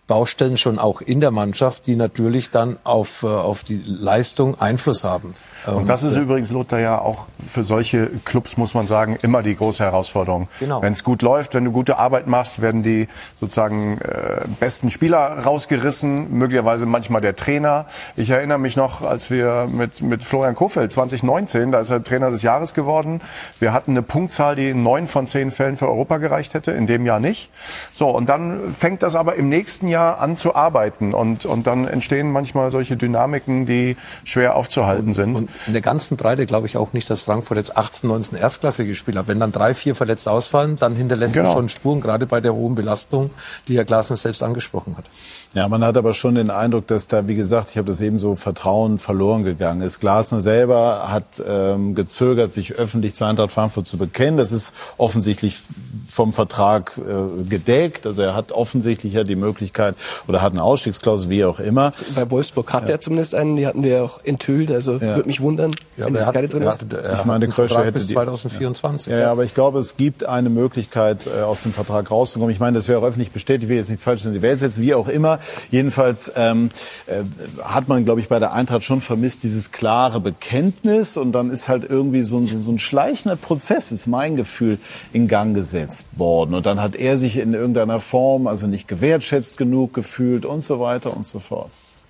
Baustellen schon auch in der Mannschaft, die natürlich dann auf, auf die Leistung Einfluss haben. Und das ist übrigens, Lothar, ja auch für solche Clubs, muss man sagen, immer die große Herausforderung. Genau. Wenn es gut läuft, wenn du gute Arbeit machst, werden die sozusagen äh, besten Spieler rausgerissen, möglicherweise manchmal der Trainer. Ich erinnere mich noch, als wir mit, mit Florian Kohfeldt zwanzig neunzehn, da ist er Trainer des Jahres geworden, wir hatten eine Punktzahl, die in neun von zehn Fällen für Europa gereicht hätte, in dem Jahr nicht. So, und dann fängt das aber im nächsten Jahr an zu arbeiten und, und dann entstehen manchmal solche Dynamiken, die schwer aufzuhalten sind. Und in der ganzen Breite glaube ich auch nicht, dass Frankfurt jetzt achtzehn, neunzehn Erstklasse gespielt hat. Wenn dann drei, vier verletzt ausfallen, dann hinterlässt genau. er schon Spuren, gerade bei der hohen Belastung, die Herr Glasner selbst angesprochen hat. Ja, man hat aber schon den Eindruck, dass da, wie gesagt, ich habe das eben so, Vertrauen verloren gegangen ist. Glasner selber hat ähm, gezögert, sich öffentlich zu Eintracht Frankfurt zu bekennen. Das ist offensichtlich vom Vertrag äh, gedeckt. Also er hat offensichtlich ja die Möglichkeit oder hat eine Ausstiegsklausel, wie auch immer. Bei Wolfsburg hat ja. er zumindest einen, die hatten wir ja auch enthüllt. Also ja. würde mich wundern, ja, wenn das keine drin ist. Ich meine, Krösche hätte bis zwanzig vierundzwanzig. Ja, ja, aber ich glaube, es gibt eine Möglichkeit, äh, aus dem Vertrag rauszukommen. Ich meine, das wäre auch öffentlich bestätigt. Ich will jetzt nichts Falsches in die Welt setzen, wie auch immer. Jedenfalls ähm, äh, hat man, glaube ich, bei der Eintracht schon vermisst, dieses klare Bekenntnis. Und dann ist halt irgendwie so ein, so, so ein schleichender Prozess, ist mein Gefühl, in Gang gesetzt worden. Und dann hat er sich in irgendeiner Form also nicht gewertschätzt genug gefühlt und so weiter und so fort.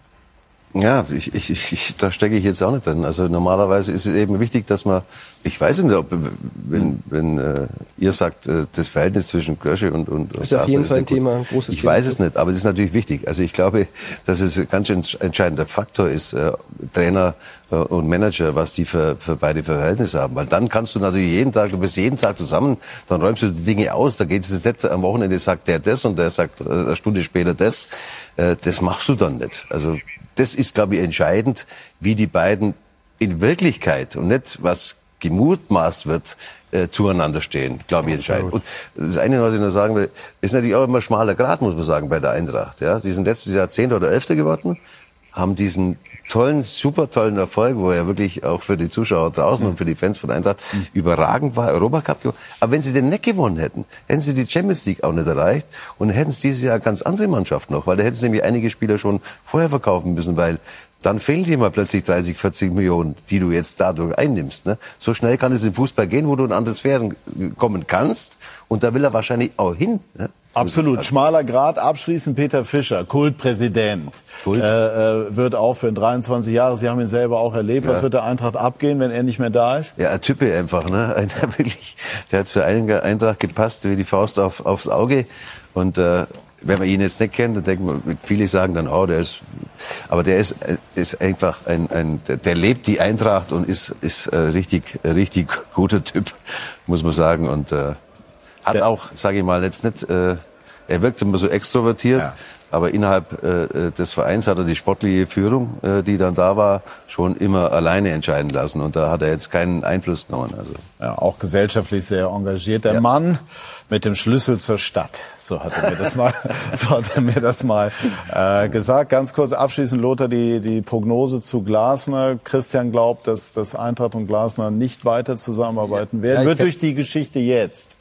Ja, ich, ich, ich, da stecke ich jetzt auch nicht drin. Also normalerweise ist es eben wichtig, dass man, ich weiß nicht, ob, wenn, wenn äh, ihr sagt, äh, das Verhältnis zwischen Krösche und und das ist auf jeden Fall ein Thema, ein großes Ich Thema. weiß es nicht, aber es ist natürlich wichtig. Also ich glaube, dass es ein ganz entscheidender Faktor ist, äh, Trainer äh, und Manager, was die für, für beide Verhältnisse haben. Weil dann kannst du natürlich jeden Tag, du bist jeden Tag zusammen, dann räumst du die Dinge aus. Da geht es nicht am Wochenende, sagt der das und der sagt äh, eine Stunde später das. Äh, das machst du dann nicht. Also das ist, glaube ich, entscheidend, wie die beiden in Wirklichkeit und nicht, was gemutmaßt wird, äh, zueinander stehen, glaube ich, entscheidend. Und das eine, was ich noch sagen will, ist natürlich auch immer schmaler Grat, muss man sagen, bei der Eintracht. Ja, die sind letztes Jahr Zehnter oder Elfter geworden, haben diesen tollen, super tollen Erfolg, wo er wirklich auch für die Zuschauer draußen mhm. und für die Fans von Eintracht mhm. überragend war, Europacup gewonnen. Aber wenn sie den nicht gewonnen hätten, hätten sie die Champions League auch nicht erreicht und hätten es dieses Jahr ganz andere Mannschaft noch, weil da hätten sie nämlich einige Spieler schon vorher verkaufen müssen, weil dann fehlen dir mal plötzlich dreißig, vierzig Millionen, die du jetzt dadurch einnimmst. Ne? So schnell kann es im Fußball gehen, wo du in andere Sphären kommen kannst. Und da will er wahrscheinlich auch hin. Ne? Absolut. Schmaler Grat. Abschließend Peter Fischer, Kultpräsident. Kult. Äh, wird aufhören, dreiundzwanzig Jahre. Sie haben ihn selber auch erlebt. Ja. Was wird der Eintracht abgehen, wenn er nicht mehr da ist? Ja, ein Type einfach. Ne? Einer wirklich, der hat zur Eintracht gepasst wie die Faust auf, aufs Auge. Und äh, wenn man ihn jetzt nicht kennt, dann denken wir, viele sagen dann, oh, der ist, aber der ist, ist einfach ein, ein, der lebt die Eintracht und ist, ist äh, richtig, richtig guter Typ, muss man sagen. Und äh, hat der auch, sage ich mal, jetzt nicht, äh, er wirkt immer so extrovertiert, ja. aber innerhalb äh, des Vereins hat er die sportliche Führung, äh, die dann da war, schon immer alleine entscheiden lassen. Und da hat er jetzt keinen Einfluss genommen. Also. Ja, auch gesellschaftlich sehr engagiert. Der ja. Mann mit dem Schlüssel zur Stadt. So hat er mir das mal, so hat er mir das mal äh, gesagt. Ganz kurz abschließend, Lothar, die, die Prognose zu Glasner. Christian glaubt, dass, dass Eintracht und Glasner nicht weiter zusammenarbeiten werden. Ja, wird durch die Geschichte jetzt.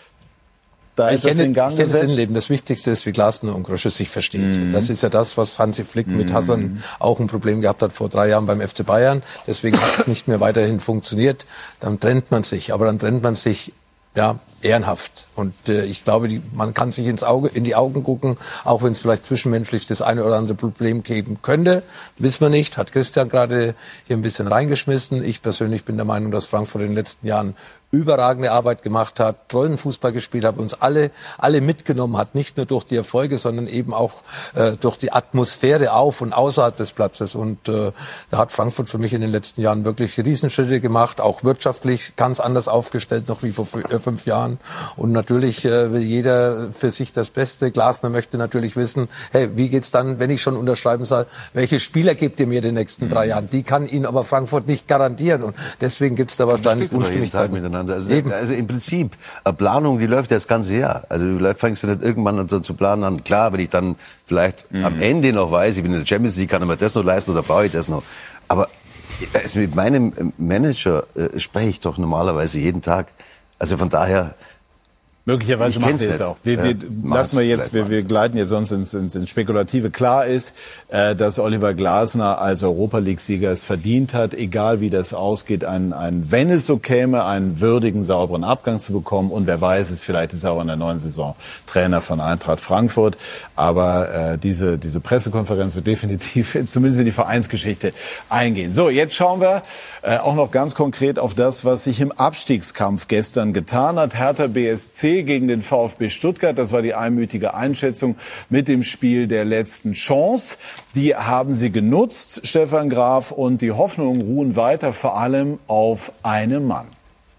Da ich ist das kenne, in Gang ich kenne gesetzt. das Innenleben. Das Wichtigste ist, wie Glasner und Krösche sich verstehen. Mhm. Das ist ja das, was Hansi Flick mhm. mit Hassan auch ein Problem gehabt hat vor drei Jahren beim F C Bayern. Deswegen hat es nicht mehr weiterhin funktioniert. Dann trennt man sich. Aber dann trennt man sich ja ehrenhaft. Und äh, ich glaube, die, man kann sich ins Auge, in die Augen gucken, auch wenn es vielleicht zwischenmenschlich das eine oder andere Problem geben könnte. Wissen wir nicht. Hat Christian gerade hier ein bisschen reingeschmissen. Ich persönlich bin der Meinung, dass Frankfurt in den letzten Jahren überragende Arbeit gemacht hat, tollen Fußball gespielt hat, uns alle alle mitgenommen hat, nicht nur durch die Erfolge, sondern eben auch äh, durch die Atmosphäre auf und außerhalb des Platzes. Und äh, da hat Frankfurt für mich in den letzten Jahren wirklich Riesenschritte gemacht, auch wirtschaftlich ganz anders aufgestellt noch wie vor fünf Jahren. Und natürlich äh, will jeder für sich das Beste. Glasner möchte natürlich wissen, hey, wie geht's dann, wenn ich schon unterschreiben soll, welche Spieler gebt ihr mir in den nächsten drei Jahren? Die kann Ihnen aber Frankfurt nicht garantieren. Und deswegen gibt's da wahrscheinlich Unstimmigkeiten. Also, also im Prinzip, eine Planung, die läuft ja das ganze Jahr. Also du fängst du nicht irgendwann an so zu planen an. Klar, wenn ich dann vielleicht mhm. am Ende noch weiß, ich bin in der Champions League, kann ich mir das noch leisten oder brauche ich das noch. Aber also mit meinem Manager äh, spreche ich doch normalerweise jeden Tag. Also von daher, Möglicherweise machen wir es auch. Wir, wir Ja, lassen wir jetzt, wir, wir gleiten jetzt sonst ins, ins, ins Spekulative. Klar ist, äh, dass Oliver Glasner als Europa-League-Sieger es verdient hat, egal wie das ausgeht, einen, einen, wenn es so käme, einen würdigen, sauberen Abgang zu bekommen. Und wer weiß, ist vielleicht ist er auch in der neuen Saison Trainer von Eintracht Frankfurt. Aber äh, diese, diese Pressekonferenz wird definitiv zumindest in die Vereinsgeschichte eingehen. So, jetzt schauen wir äh, auch noch ganz konkret auf das, was sich im Abstiegskampf gestern getan hat. Hertha B S C gegen den VfB Stuttgart. Das war die einmütige Einschätzung mit dem Spiel der letzten Chance. Die haben sie genutzt, Stefan Graf, und die Hoffnungen ruhen weiter, vor allem auf einen Mann.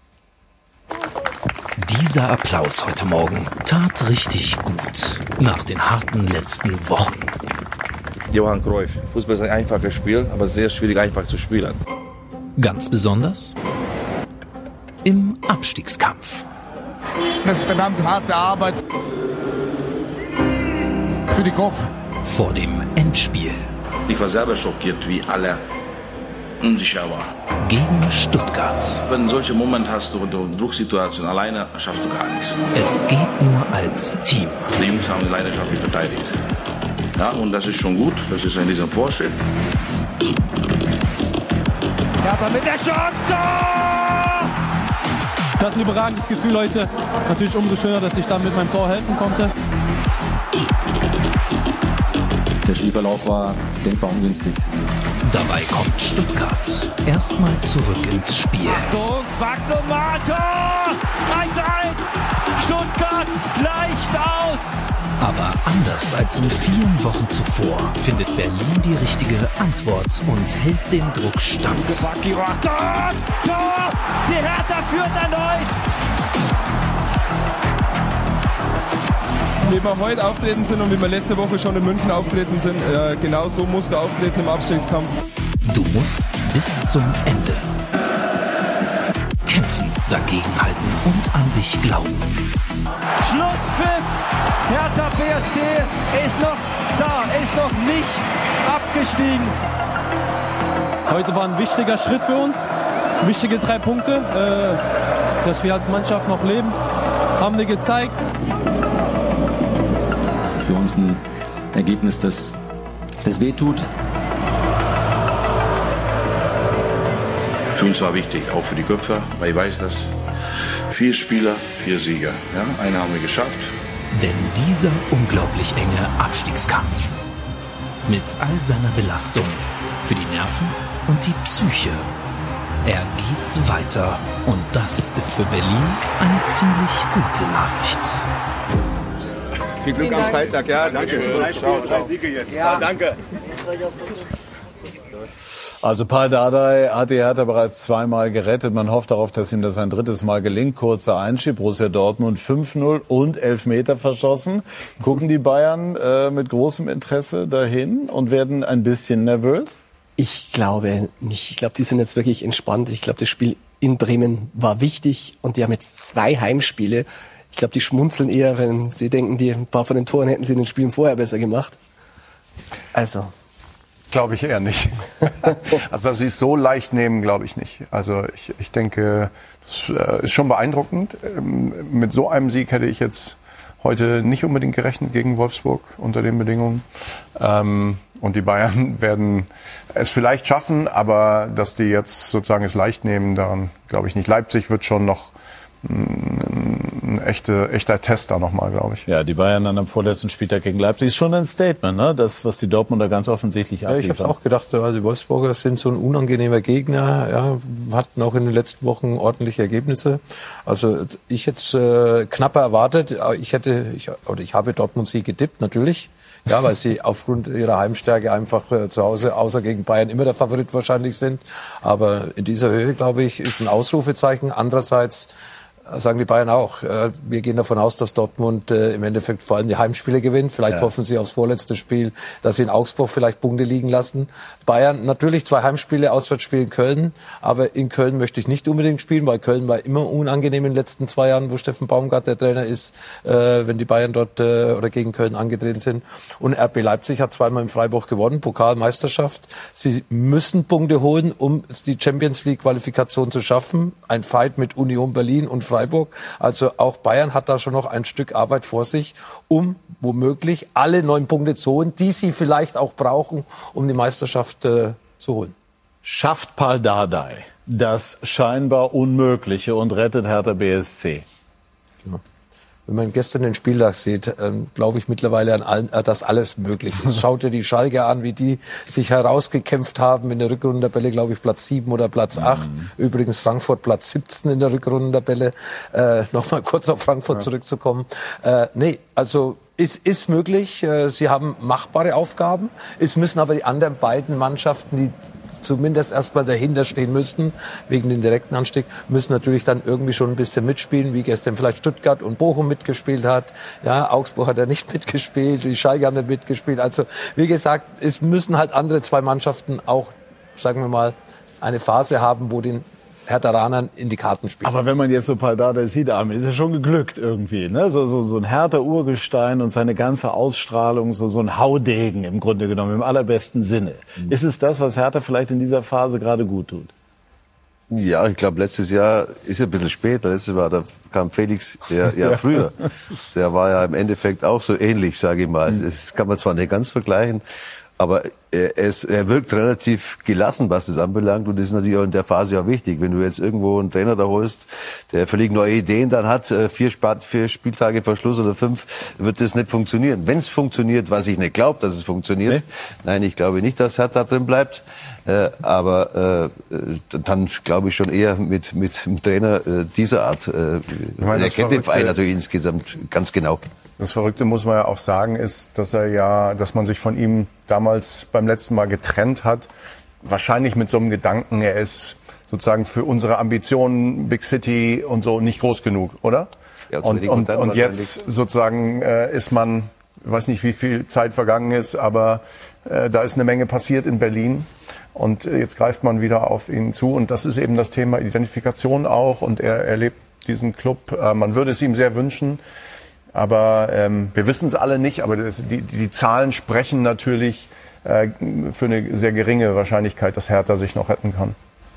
Dieser Applaus heute Morgen tat richtig gut nach den harten letzten Wochen. Johann Cruyff. Fußball ist ein einfaches Spiel, aber sehr schwierig einfach zu spielen. Ganz besonders im Abstiegskampf. Das ist verdammt harte Arbeit für die Kopf. Vor dem Endspiel. Ich war selber schockiert, wie alle unsicher waren. Gegen Stuttgart. Wenn du solche Momente hast du in Drucksituation alleine, schaffst du gar nichts. Es geht nur als Team. Die Jungs haben die leidenschaftlich verteidigt. Ja, und das ist schon gut. Das ist in diesem Fortschritt. Hertha mit der Chance. Tor! Ich hatte ein überragendes Gefühl heute. Natürlich umso schöner, dass ich dann mit meinem Tor helfen konnte. Der Spielverlauf war denkbar ungünstig. Dabei kommt Stuttgart erstmal zurück ins Spiel. Achtung, Wagner, Tor! eins eins! Stuttgart gleicht aus! Aber anders als in vielen Wochen zuvor findet Berlin die richtige Antwort und hält den Druck stand. Tor! Tor! Die Hertha führt erneut! Wie wir heute auftreten sind und wie wir letzte Woche schon in München auftreten sind, äh, genau so musst du auftreten im Abstiegskampf. Du musst bis zum Ende kämpfen, dagegenhalten und an dich glauben. Schlusspfiff! Hertha B S C ist noch da, ist noch nicht abgestiegen. Heute war ein wichtiger Schritt für uns, wichtige drei Punkte, äh, dass wir als Mannschaft noch leben, haben wir gezeigt. Für uns ein Ergebnis, das, das wehtut. Für uns war wichtig, auch für die Köpfe, weil ich weiß, dass vier Spieler, vier Sieger. Ja, einen haben wir geschafft. Denn dieser unglaublich enge Abstiegskampf mit all seiner Belastung für die Nerven und die Psyche, er geht weiter. Und das ist für Berlin eine ziemlich gute Nachricht. Viel Glück am Freitag, ja, danke. Drei Spiele, drei Siege jetzt. Ja, danke. Also Pal Dardai hat die Hertha bereits zweimal gerettet. Man hofft darauf, dass ihm das ein drittes Mal gelingt. Kurzer Einschieb, Borussia Dortmund fünf null und Elfmeter verschossen. Gucken die Bayern äh, mit großem Interesse dahin und werden ein bisschen nervös? Ich glaube nicht. Ich glaube, die sind jetzt wirklich entspannt. Ich glaube, das Spiel in Bremen war wichtig und die haben jetzt zwei Heimspiele. Ich glaube, die schmunzeln eher, wenn sie denken, die ein paar von den Toren hätten sie in den Spielen vorher besser gemacht. Also. Glaube ich eher nicht. Also, dass sie es so leicht nehmen, glaube ich nicht. Also, ich, ich denke, das ist schon beeindruckend. Mit so einem Sieg hätte ich jetzt heute nicht unbedingt gerechnet gegen Wolfsburg unter den Bedingungen. Und die Bayern werden es vielleicht schaffen, aber dass die jetzt sozusagen es leicht nehmen, daran glaube ich nicht. Leipzig wird schon noch ein echte, echter Test da nochmal, glaube ich. Ja, die Bayern dann am vorletzten Spieltag gegen Leipzig ist schon ein Statement, ne? Das, was die Dortmunder ganz offensichtlich abliefern. Ja, ich habe auch gedacht, also die Wolfsburger sind so ein unangenehmer Gegner, ja, hatten auch in den letzten Wochen ordentliche Ergebnisse. Also ich hätte äh, knapper erwartet. Ich hätte, ich, oder ich habe Dortmund sie getippt, natürlich. Ja, weil sie aufgrund ihrer Heimstärke einfach äh, zu Hause, außer gegen Bayern, immer der Favorit wahrscheinlich sind. Aber in dieser Höhe, glaube ich, ist ein Ausrufezeichen. Andererseits sagen die Bayern auch, wir gehen davon aus, dass Dortmund im Endeffekt vor allem die Heimspiele gewinnt. Vielleicht ja. hoffen sie aufs vorletzte Spiel, dass sie in Augsburg vielleicht Punkte liegen lassen. Bayern natürlich zwei Heimspiele, Auswärtsspiel in Köln. Aber in Köln möchte ich nicht unbedingt spielen, weil Köln war immer unangenehm in den letzten zwei Jahren, wo Steffen Baumgart der Trainer ist, wenn die Bayern dort oder gegen Köln angetreten sind. Und R B Leipzig hat zweimal in Freiburg gewonnen, Pokalmeisterschaft. Sie müssen Punkte holen, um die Champions League Qualifikation zu schaffen. Ein Fight mit Union Berlin und Freiburg Freiburg. Also auch Bayern hat da schon noch ein Stück Arbeit vor sich, um womöglich alle neun Punkte zu holen, die sie vielleicht auch brauchen, um die Meisterschaft äh, zu holen. Schafft Pal Dardai das scheinbar Unmögliche und rettet Hertha B S C? Ja. Wenn man gestern den Spieltag sieht, ähm, glaube ich mittlerweile an allen, äh, dass alles möglich ist. Schaut dir die Schalke an, wie die sich herausgekämpft haben in der Rückrundentabelle, glaube ich, Platz sieben oder Platz acht. Mhm. Übrigens Frankfurt Platz siebzehn in der Rückrundentabelle. Äh, Nochmal kurz auf Frankfurt ja. zurückzukommen. Äh, nee, also es ist möglich. Äh, sie haben machbare Aufgaben. Es müssen aber die anderen beiden Mannschaften, die zumindest erstmal dahinter stehen müssten, wegen den direkten Anstieg, müssen natürlich dann irgendwie schon ein bisschen mitspielen, wie gestern vielleicht Stuttgart und Bochum mitgespielt hat. Ja, Augsburg hat ja nicht mitgespielt, die Schalke haben nicht mitgespielt. Also, wie gesagt, es müssen halt andere zwei Mannschaften auch, sagen wir mal, eine Phase haben, wo den Hertha-Ranern in die Karten spielt. Aber wenn man jetzt so Pal Dardai sieht, Armin, ist ja schon geglückt irgendwie, ne? So, so, so ein Hertha-Urgestein und seine ganze Ausstrahlung, so, so ein Haudegen im Grunde genommen, im allerbesten Sinne. Mhm. Ist es das, was Hertha vielleicht in dieser Phase gerade gut tut? Ja, ich glaube, letztes Jahr ist ja ein bisschen später. Letztes Jahr, da kam Felix ja, ja früher. Der war ja im Endeffekt auch so ähnlich, sage ich mal. Das kann man zwar nicht ganz vergleichen, aber er, ist, er wirkt relativ gelassen, was das anbelangt. Und das ist natürlich auch in der Phase ja wichtig. Wenn du jetzt irgendwo einen Trainer da holst, der völlig neue Ideen dann hat, vier, Sp- vier Spieltage vor Schluss oder fünf, wird das nicht funktionieren. Wenn es funktioniert, was ich nicht glaube, dass es funktioniert. Nee? Nein, ich glaube nicht, dass Hertha drin bleibt. Äh, aber äh, dann glaube ich schon eher mit, mit einem Trainer äh, dieser Art. Äh, ich meine, er kennt den Verein natürlich insgesamt ganz genau. Das Verrückte, muss man ja auch sagen, ist, dass er ja, dass man sich von ihm damals beim letzten Mal getrennt hat. Wahrscheinlich mit so einem Gedanken, er ist sozusagen für unsere Ambitionen, Big City und so nicht groß genug, oder? Ja, und und, und jetzt sozusagen äh, ist man, ich weiß nicht, wie viel Zeit vergangen ist, aber äh, da ist eine Menge passiert in Berlin. Und jetzt greift man wieder auf ihn zu. Und das ist eben das Thema Identifikation auch. Und er erlebt diesen Club. Äh, man würde es ihm sehr wünschen. Aber ähm, wir wissen es alle nicht. Aber das, die, die Zahlen sprechen natürlich äh, für eine sehr geringe Wahrscheinlichkeit, dass Hertha sich noch retten kann.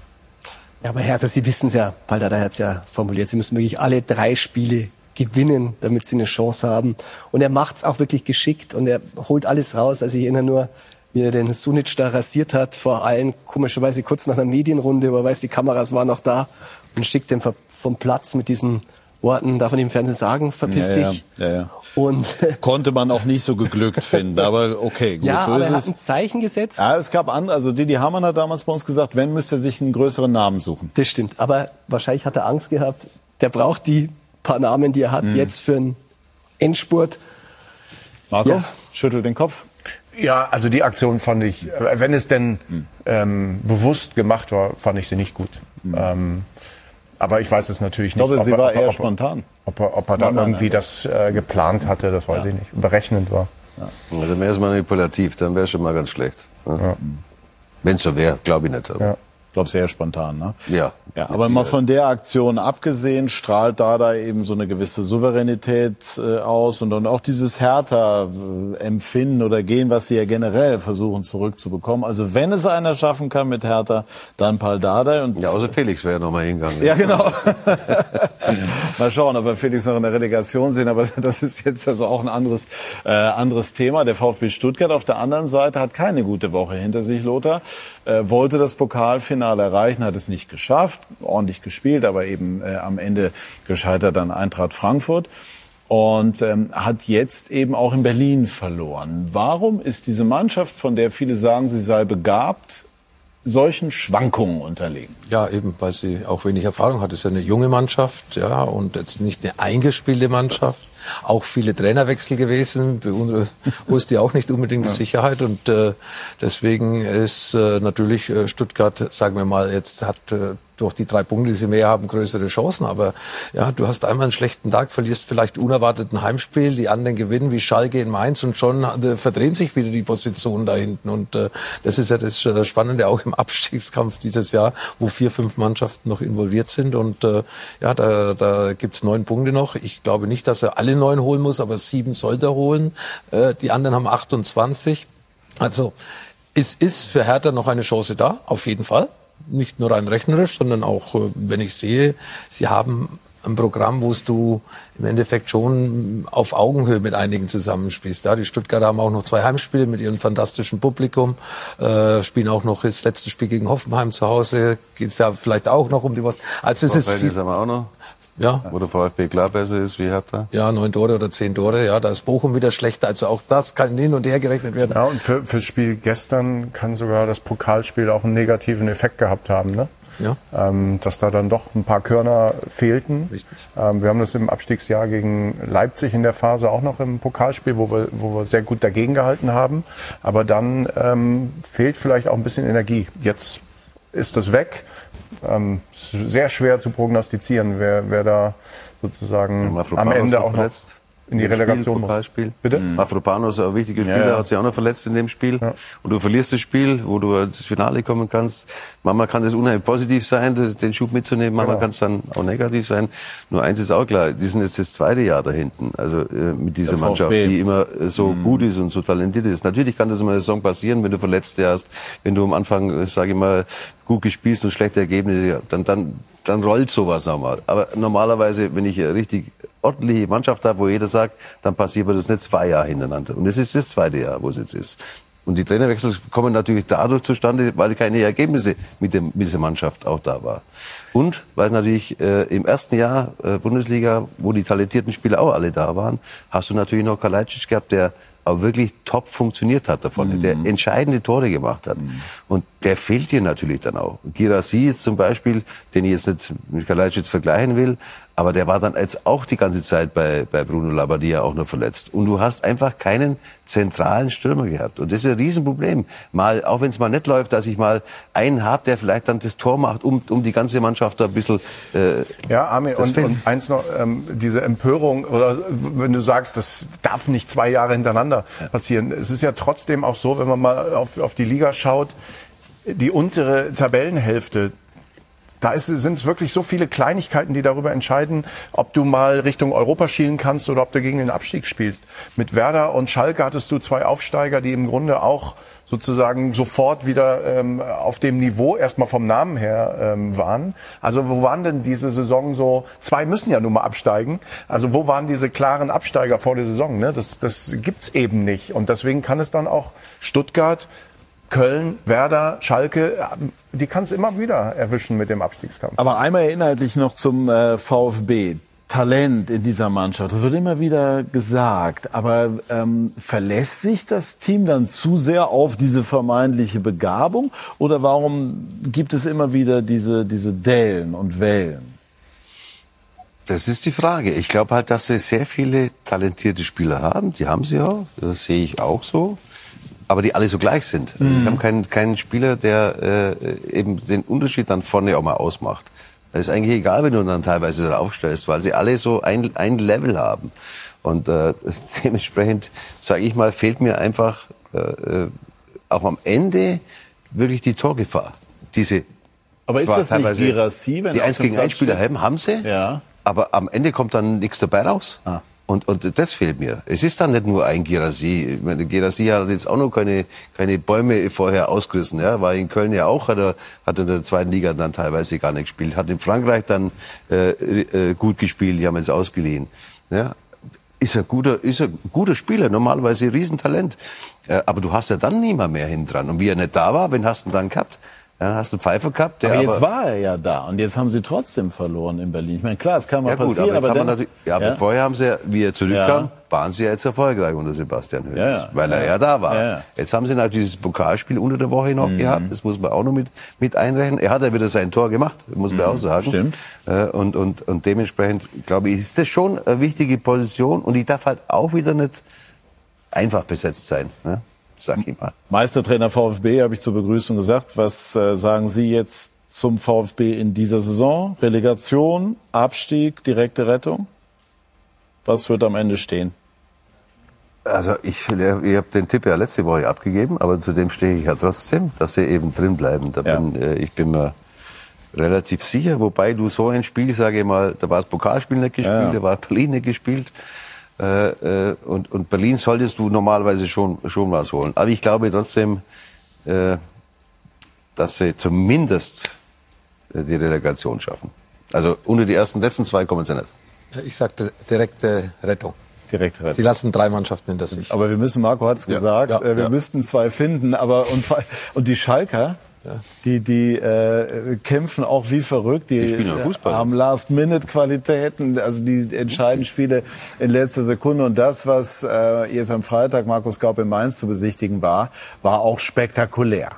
Ja, aber Hertha, Sie wissen es ja, Pal Dardai hat es ja formuliert. Sie müssen wirklich alle drei Spiele gewinnen, damit Sie eine Chance haben. Und er macht es auch wirklich geschickt. Und er holt alles raus. Also ich erinnere nur, wie er den Sunic da rasiert hat, vor allem komischerweise kurz nach einer Medienrunde, wo er weiß, die Kameras waren noch da und schickt den vom Platz mit diesen Worten, darf man im Fernsehen sagen, verpiss ja, dich. Ja, ja, ja. Und konnte man auch nicht so geglückt finden, aber okay, gut, ja, so aber ist er es. hat ein Zeichen gesetzt. Ja, es gab andere, also Didi Hamann hat damals bei uns gesagt, wenn, müsste er sich einen größeren Namen suchen. Das stimmt, aber wahrscheinlich hat er Angst gehabt, der braucht die paar Namen, die er hat, mhm. jetzt für einen Endspurt. Marco, ja. Schüttelt den Kopf. Ja, also die Aktion fand ich, wenn es denn ähm, bewusst gemacht war, fand ich sie nicht gut. Mhm. Ähm, aber ich weiß es natürlich nicht. Ich glaube, sie ob, war ob, eher ob, spontan. Ob er, ob er da nein, irgendwie nein. das äh, geplant hatte, das weiß ja. ich nicht. Berechnend war. Ja. Also mehr ist manipulativ, dann wäre schon mal ganz schlecht. Ja. Ja. Wenn es so wäre, glaube ich nicht. Aber. Ja. Ich glaube, sehr spontan, ne? Ja. Ja, aber mal von der Aktion abgesehen, strahlt Dardai eben so eine gewisse Souveränität äh, aus und, und auch dieses Hertha-Empfinden oder Gehen, was sie ja generell versuchen zurückzubekommen. Also wenn es einer schaffen kann mit Hertha, dann Pal Dardai. Und ja, außer Felix wäre noch mal hingegangen. Ja, genau. Mal schauen, ob wir Felix noch in der Relegation sehen, aber das ist jetzt also auch ein anderes, äh, anderes Thema. Der VfB Stuttgart auf der anderen Seite hat keine gute Woche hinter sich, Lothar. Äh, wollte das Pokalfinale erreichen, hat es nicht geschafft. Ordentlich gespielt, aber eben äh, am Ende gescheitert an Eintracht Frankfurt und ähm, hat jetzt eben auch in Berlin verloren. Warum ist diese Mannschaft, von der viele sagen, sie sei begabt, solchen Schwankungen unterlegen? Ja, eben, weil sie auch wenig Erfahrung hat. Es ist ja eine junge Mannschaft, ja, und jetzt nicht eine eingespielte Mannschaft. Auch viele Trainerwechsel gewesen, wusste ja auch nicht unbedingt die Sicherheit und äh, deswegen ist äh, natürlich äh, Stuttgart, sagen wir mal, jetzt hat äh, durch die drei Punkte, die sie mehr haben, größere Chancen. Aber ja, du hast einmal einen schlechten Tag, verlierst vielleicht unerwartet ein Heimspiel, die anderen gewinnen wie Schalke in Mainz und schon äh, verdrehen sich wieder die Positionen da hinten. Und äh, das ist ja das äh, Spannende auch im Abstiegskampf dieses Jahr, wo vier, fünf Mannschaften noch involviert sind. Und äh, ja, da, da gibt's neun Punkte noch. Ich glaube nicht, dass er alle neun holen muss, aber sieben sollte er holen. Äh, die anderen haben achtundzwanzig. Also es ist für Hertha noch eine Chance da, auf jeden Fall. Nicht nur rein rechnerisch, sondern auch, wenn ich sehe, sie haben ein Programm, wo du im Endeffekt schon auf Augenhöhe mit einigen zusammenspielst. Ja, die Stuttgarter haben auch noch zwei Heimspiele mit ihrem fantastischen Publikum, äh, spielen auch noch das letzte Spiel gegen Hoffenheim zu Hause, geht's ja vielleicht auch noch um die was. Also es ist viel, haben wir auch noch. Ja. Wo der VfB klar besser ist, wie Hertha. Ja, neun Tore oder zehn Tore, ja, da ist Bochum wieder schlechter, also auch das kann hin und her gerechnet werden. Ja, und für, fürs Spiel gestern kann sogar das Pokalspiel auch einen negativen Effekt gehabt haben, ne? Ja. Ähm, dass da dann doch ein paar Körner fehlten. Richtig. Ähm, wir haben das im Abstiegsjahr gegen Leipzig in der Phase auch noch im Pokalspiel, wo wir, wo wir sehr gut dagegen gehalten haben. Aber dann ähm, fehlt vielleicht auch ein bisschen Energie. Jetzt ist das weg. Ähm, sehr schwer zu prognostizieren, wer, wer da sozusagen ja, am Ende auch noch in die Relegation muss. Bitte? Mhm. Mafropanos ist auch ein wichtiger Spieler, ja, ja. hat sich auch noch verletzt in dem Spiel. Ja. Und du verlierst das Spiel, wo du ins Finale kommen kannst. Manchmal kann das unheimlich positiv sein, das, den Schub mitzunehmen. Manchmal genau. kann es dann auch negativ sein. Nur eins ist auch klar, die sind jetzt das zweite Jahr da hinten. Also äh, mit dieser Der Mannschaft, VfB. Die immer äh, so mhm. gut ist und so talentiert ist. Natürlich kann das immer eine Saison passieren, wenn du Verletzte hast, wenn du am Anfang, sage ich mal, gut gespielt und schlechte Ergebnisse, dann, dann, dann rollt sowas nochmal. Aber normalerweise, wenn ich eine richtig ordentliche Mannschaft habe, wo jeder sagt, dann passiert das nicht zwei Jahre hintereinander. Und es ist das zweite Jahr, wo es jetzt ist. Und die Trainerwechsel kommen natürlich dadurch zustande, weil keine Ergebnisse mit, dem, mit dieser Mannschaft auch da war. Und weil natürlich äh, im ersten Jahr äh, Bundesliga, wo die talentierten Spieler auch alle da waren, hast du natürlich noch Kalajdzic gehabt, der auch wirklich top funktioniert hat davon, mhm. der entscheidende Tore gemacht hat. Mhm. Und der fehlt dir natürlich dann auch. Guirassy ist zum Beispiel, den ich jetzt nicht mit Kalajdzic vergleichen will, aber der war dann jetzt auch die ganze Zeit bei, bei Bruno Labbadia auch noch verletzt. Und du hast einfach keinen zentralen Stürmer gehabt. Und das ist ein Riesenproblem. Mal, auch wenn es mal nicht läuft, dass ich mal einen habe, der vielleicht dann das Tor macht, um, um die ganze Mannschaft da ein bisschen... Äh, ja, Armin, und, und eins noch, ähm, diese Empörung, oder wenn du sagst, das darf nicht zwei Jahre hintereinander passieren. Es ist ja trotzdem auch so, wenn man mal auf, auf die Liga schaut, die untere Tabellenhälfte, da sind es wirklich so viele Kleinigkeiten, die darüber entscheiden, ob du mal Richtung Europa schielen kannst oder ob du gegen den Abstieg spielst. Mit Werder und Schalke hattest du zwei Aufsteiger, die im Grunde auch sozusagen sofort wieder ähm, auf dem Niveau erstmal vom Namen her ähm, waren. Also wo waren denn diese Saison so, zwei müssen ja nun mal absteigen, also wo waren diese klaren Absteiger vor der Saison? Ne? Das, das gibt's eben nicht. Und deswegen kann es dann auch Stuttgart, Köln, Werder, Schalke, die kann es immer wieder erwischen mit dem Abstiegskampf. Aber einmal inhaltlich noch zum äh, VfB. Talent in dieser Mannschaft, das wird immer wieder gesagt. Aber ähm, verlässt sich das Team dann zu sehr auf diese vermeintliche Begabung? Oder warum gibt es immer wieder diese, diese Dellen und Wellen? Das ist die Frage. Ich glaube halt, dass sie sehr viele talentierte Spieler haben. Die haben sie auch. Das sehe ich auch so. Aber die alle so gleich sind. Also ich habe keinen, keinen Spieler, der äh, eben den Unterschied dann vorne auch mal ausmacht. Das ist eigentlich egal, wenn du dann teilweise draufstellst, weil sie alle so ein, ein Level haben. Und äh, dementsprechend, sage ich mal, fehlt mir einfach äh, auch am Ende wirklich die Torgefahr. Diese aber ist das nicht Guirassy, wenn die eins gegen eins Spieler haben, haben sie, ja. aber am Ende kommt dann nichts dabei raus. Ah. Und, und das fehlt mir. Es ist dann nicht nur ein Guirassy. Ich meine, Guirassy hat jetzt auch noch keine, keine Bäume vorher ausgerissen. Ja, war in Köln ja auch, hat er, hat in der zweiten Liga dann teilweise gar nicht gespielt. Hat in Frankreich dann äh, äh, gut gespielt, die haben jetzt ausgeliehen. Ja, ist ein guter, ist ein guter Spieler, normalerweise ein Riesentalent. Äh, aber du hast ja dann niemand mehr hinten dran. Und wie er nicht da war, wen hast du dann gehabt? Dann hast du einen Pfeifer gehabt. Der aber jetzt aber war er ja da und jetzt haben sie trotzdem verloren in Berlin. Ich meine, klar, es kann mal ja, gut, passieren. Aber, aber, dann, ja, aber ja? vorher haben sie, wie er zurückkam, ja. waren sie ja jetzt erfolgreich unter Sebastian Hoeneß, ja, ja. weil er ja, ja da war. Ja. Jetzt haben sie natürlich dieses Pokalspiel unter der Woche noch mhm. gehabt. Das muss man auch noch mit, mit einrechnen. Er hat ja wieder sein Tor gemacht, muss man mhm. auch sagen. Stimmt. Und, und, und dementsprechend, glaube ich, ist das schon eine wichtige Position und die darf halt auch wieder nicht einfach besetzt sein. Ne? Sag ich mal. Meistertrainer VfB, habe ich zur Begrüßung gesagt. Was äh, sagen Sie jetzt zum VfB in dieser Saison? Relegation, Abstieg, direkte Rettung? Was wird am Ende stehen? Also ich, ich habe den Tipp ja letzte Woche abgegeben, aber zu dem stehe ich ja trotzdem, dass sie eben drin bleiben. Da ja. bin, äh, ich bin mir relativ sicher, wobei du so ein Spiel, sage ich mal, da war das Pokalspiel nicht gespielt, ja. da war Berlin nicht gespielt. Äh, und, und Berlin solltest du normalerweise schon, schon was holen. Aber ich glaube trotzdem, äh, dass sie zumindest die Relegation schaffen. Also unter die ersten letzten zwei kommen sie nicht. Ich sagte direkte Rettung. Direkte Rettung. Sie lassen drei Mannschaften hinter sich. Aber wir müssen, Marco hat es Ja. gesagt, Ja. äh, wir Ja. müssten zwei finden. Aber und, und die Schalker, Ja. die, die äh, kämpfen auch wie verrückt. Die, Die spielen ja Fußball. haben Last-Minute-Qualitäten, also die entscheiden Spiele in letzter Sekunde. Und das, was äh, jetzt am Freitag Markus Gaub in Mainz zu besichtigen war, war auch spektakulär.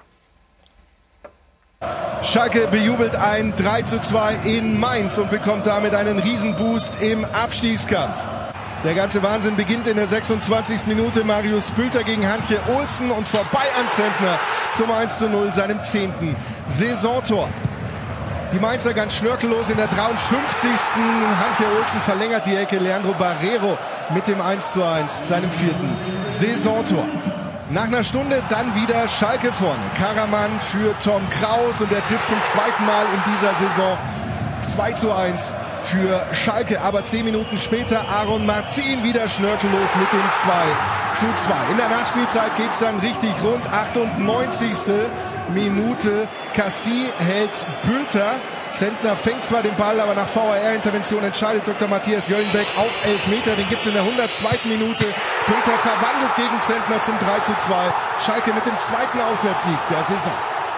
Schalke bejubelt ein drei zu zwei in Mainz und bekommt damit einen Riesenboost im Abstiegskampf. Der ganze Wahnsinn beginnt in der sechsundzwanzigsten Minute. Marius Bülter gegen Hantje Olsen und vorbei an Zentner zum eins zu null, seinem zehnten Saisontor. Die Mainzer ganz schnörkellos in der dreiundfünfzigsten Hantje Olsen verlängert die Ecke. Leandro Barreiro mit dem eins zu eins, seinem vierten Saisontor. Nach einer Stunde dann wieder Schalke vorne. Karaman für Tom Kraus und er trifft zum zweiten Mal in dieser Saison. zwei zu eins für Schalke. Aber zehn Minuten später Aaron Martin wieder schnörkellos mit dem zwei zu zwei. In der Nachspielzeit geht's dann richtig rund. achtundneunzigste Minute. Cassie hält Bülter. Zentner fängt zwar den Ball, aber nach V A R-Intervention entscheidet Doktor Matthias Jöllenbeck auf Elfmeter. Den gibt's in der hundertzweiten Minute. Bülter verwandelt gegen Zentner zum drei zu zwei. Schalke mit dem zweiten Auswärtssieg der Saison.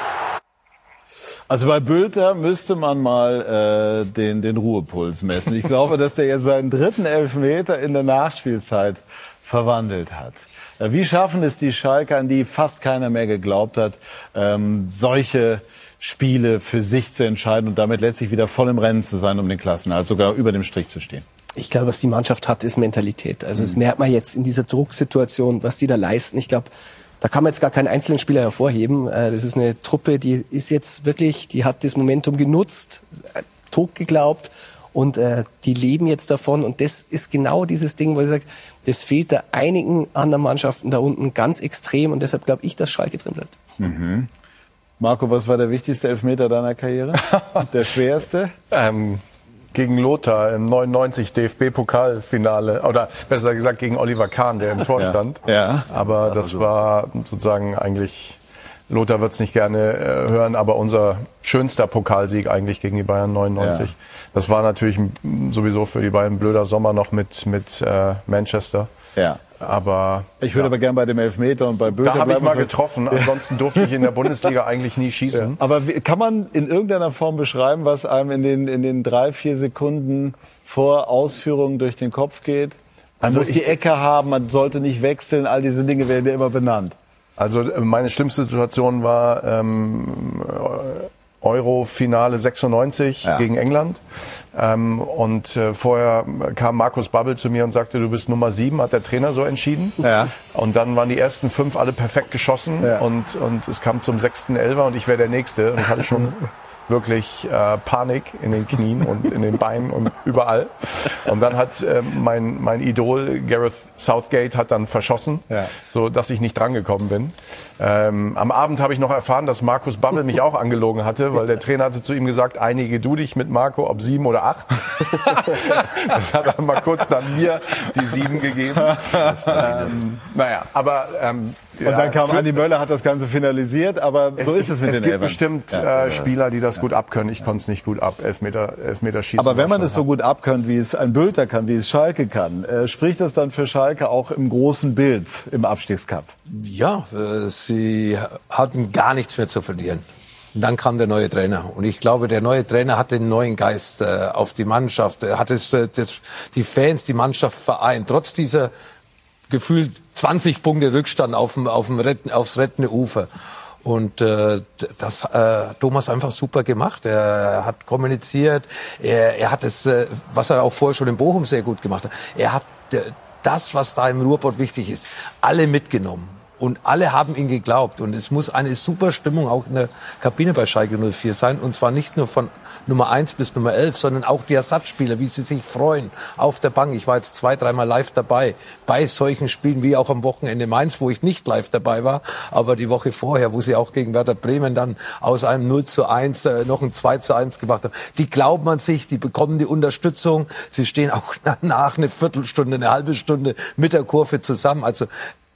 Also bei Bülter müsste man mal äh, den, den Ruhepuls messen. Ich glaube, dass der jetzt seinen dritten Elfmeter in der Nachspielzeit verwandelt hat. Äh, wie schaffen es die Schalker, an die fast keiner mehr geglaubt hat, ähm, solche Spiele für sich zu entscheiden und damit letztlich wieder voll im Rennen zu sein, um den Klassenerhalt, sogar über dem Strich zu stehen? Ich glaube, was die Mannschaft hat, ist Mentalität. Also das merkt man jetzt in dieser Drucksituation, was die da leisten. Ich glaube, da kann man jetzt gar keinen einzelnen Spieler hervorheben. Das ist eine Truppe, die ist jetzt wirklich, die hat das Momentum genutzt, tot geglaubt und äh, die leben jetzt davon. Und das ist genau dieses Ding, wo ich sage, das fehlt da einigen anderen Mannschaften da unten ganz extrem. Und deshalb glaube ich, dass Schalke drin bleibt. Mhm. Marco, was war der wichtigste Elfmeter deiner Karriere? Der schwerste? ähm, gegen Lothar im neunundneunzig D F B-Pokalfinale. Oder besser gesagt gegen Oliver Kahn, der im Tor Ja. stand. Ja. Aber das war sozusagen eigentlich, Lothar wird's nicht gerne äh, hören, aber unser schönster Pokalsieg eigentlich gegen die Bayern neunundneunzig. Ja. Das war natürlich m, sowieso für die Bayern ein blöder Sommer noch mit, mit äh, Manchester. Ja. Aber Ich würde ja. aber gern bei dem Elfmeter und bei Bülter Da habe ich bleiben. mal So- getroffen, ansonsten durfte ich in der Bundesliga eigentlich nie schießen. Ja. Aber wie, kann man in irgendeiner Form beschreiben, was einem in den, in den drei, vier Sekunden vor Ausführung durch den Kopf geht? Man Also muss die ich- Ecke haben, man sollte nicht wechseln, all diese Dinge werden ja immer benannt. Also äh, meine schlimmste Situation war ähm, Euro-Finale sechsundneunzig Ja. gegen England. Ähm, und äh, vorher kam Markus Babbel zu mir und sagte, du bist Nummer sieben, hat der Trainer so entschieden. Ja. Und dann waren die ersten fünf alle perfekt geschossen Ja. und, und es kam zum sechsten Elfer und ich wäre der Nächste. Und ich hatte schon wirklich äh, Panik in den Knien und in den Beinen und überall. Und dann hat äh, mein, mein Idol Gareth Southgate hat dann verschossen, Ja. so dass ich nicht drangekommen bin. Ähm, am Abend habe ich noch erfahren, dass Markus Babbel mich auch angelogen hatte, weil der Trainer hatte zu ihm gesagt, einige du dich mit Marco, ob sieben oder acht. Das hat er mal kurz dann mir die sieben gegeben. ähm, naja, aber ähm, Und dann kam Andi Möller, hat das Ganze finalisiert, aber so ist es mit es den gibt Elfern. bestimmt Ja. äh, Spieler, die das gut abkönnen. Ich konnte es nicht gut ab. Elfmeter, Elfmeter schießen. Aber wenn man war es schon so gut abkönnt, wie es ein Bülter kann, wie es Schalke kann, äh, spricht das dann für Schalke auch im großen Bild im Abstiegskampf? Ja, äh, sie hatten gar nichts mehr zu verlieren. Und dann kam der neue Trainer. Und ich glaube, der neue Trainer hat den neuen Geist äh, auf die Mannschaft. Er hat es, äh, das, die Fans, die Mannschaft vereint. Trotz dieser gefühlt zwanzig Punkte Rückstand auf dem, auf dem Retten, aufs rettende Ufer. Und äh, das äh, Thomas einfach super gemacht. Er hat kommuniziert. Er, er hat es, äh, was er auch vorher schon in Bochum sehr gut gemacht hat. Er hat äh, das, was da im Ruhrpott wichtig ist, alle mitgenommen. Und alle haben ihn geglaubt. Und es muss eine super Stimmung auch in der Kabine bei Schalke null vier sein. Und zwar nicht nur von Nummer eins bis Nummer elf, sondern auch die Ersatzspieler, wie sie sich freuen auf der Bank. Ich war jetzt zwei, dreimal live dabei bei solchen Spielen, wie auch am Wochenende Mainz, wo ich nicht live dabei war. Aber die Woche vorher, wo sie auch gegen Werder Bremen dann aus einem null zu eins äh, noch ein zwei zu eins gemacht haben. Die glauben an sich, die bekommen die Unterstützung. Sie stehen auch nach eine Viertelstunde, eine halbe Stunde mit der Kurve zusammen. Also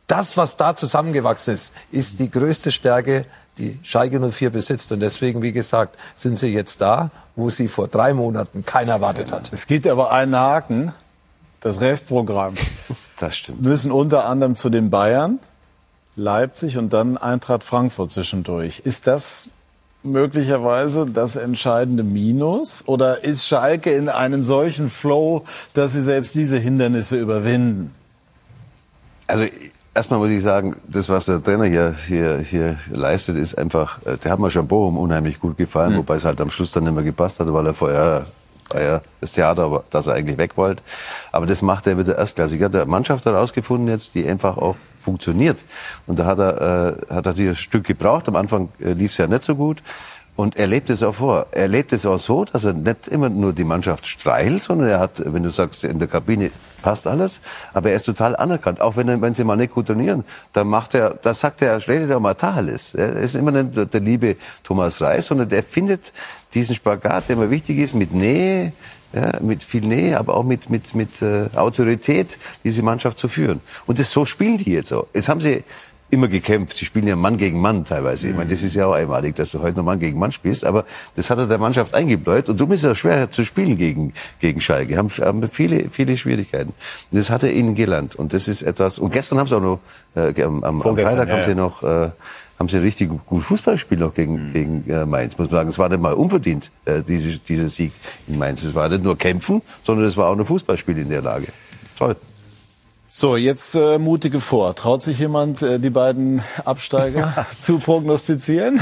das, was da zusammengewachsen ist, ist die größte Stärke, die Schalke null vier besitzt. Und deswegen, wie gesagt, sind sie jetzt da, wo sie vor drei Monaten keiner erwartet hat. Es gibt aber einen Haken, das Restprogramm. Das stimmt. Wir müssen unter anderem zu den Bayern, Leipzig und dann Eintracht Frankfurt zwischendurch. Ist das möglicherweise das entscheidende Minus? Oder ist Schalke in einem solchen Flow, dass sie selbst diese Hindernisse überwinden? Also erstmal muss ich sagen, das, was der Trainer hier, hier, hier leistet, ist einfach, der hat mir schon Bochum unheimlich gut gefallen, mhm. wobei es halt am Schluss dann nicht mehr gepasst hat, weil er vorher war ja das Theater, das er eigentlich weg wollte. Aber das macht er wieder erstklassig. Er hat eine Mannschaft herausgefunden jetzt, die einfach auch funktioniert. Und da hat er, äh, hat er natürlich ein Stück gebraucht. Am Anfang äh, lief es ja nicht so gut. Und er lebt es auch vor. Er lebt es auch so, dass er nicht immer nur die Mannschaft streichelt, sondern er hat, wenn du sagst, in der Kabine passt alles, aber er ist total anerkannt. Auch wenn, er, wenn sie mal nicht gut trainieren, dann macht er, da sagt er, redet er mal Tacheles. Er ist immer nicht der, der liebe Thomas Reis, sondern der findet diesen Spagat, der immer wichtig ist, mit Nähe, ja, mit viel Nähe, aber auch mit, mit, mit äh, Autorität, diese Mannschaft zu führen. Und das, so spielen die jetzt auch. Jetzt haben sie immer gekämpft. Sie spielen ja Mann gegen Mann teilweise. Ich meine, das ist ja auch einmalig, dass du heute noch Mann gegen Mann spielst. Aber das hat er der Mannschaft eingebläut. Und darum ist es auch schwer zu spielen gegen, gegen Schalke. Haben, haben viele, viele Schwierigkeiten. Und das hat er ihnen gelernt. Und das ist etwas, und gestern haben sie auch noch, äh, am, am Freitag ja, haben sie ja. noch, äh, haben sie richtig gut Fußball gespielt noch gegen, mhm. gegen äh, Mainz. Muss man sagen, es war nicht mal unverdient, äh, diese, dieser Sieg in Mainz. Es war nicht nur Kämpfen, sondern es war auch ein Fußballspiel in der Lage. Toll. So, jetzt äh, mutige vor. Traut sich jemand, äh, die beiden Absteiger zu prognostizieren?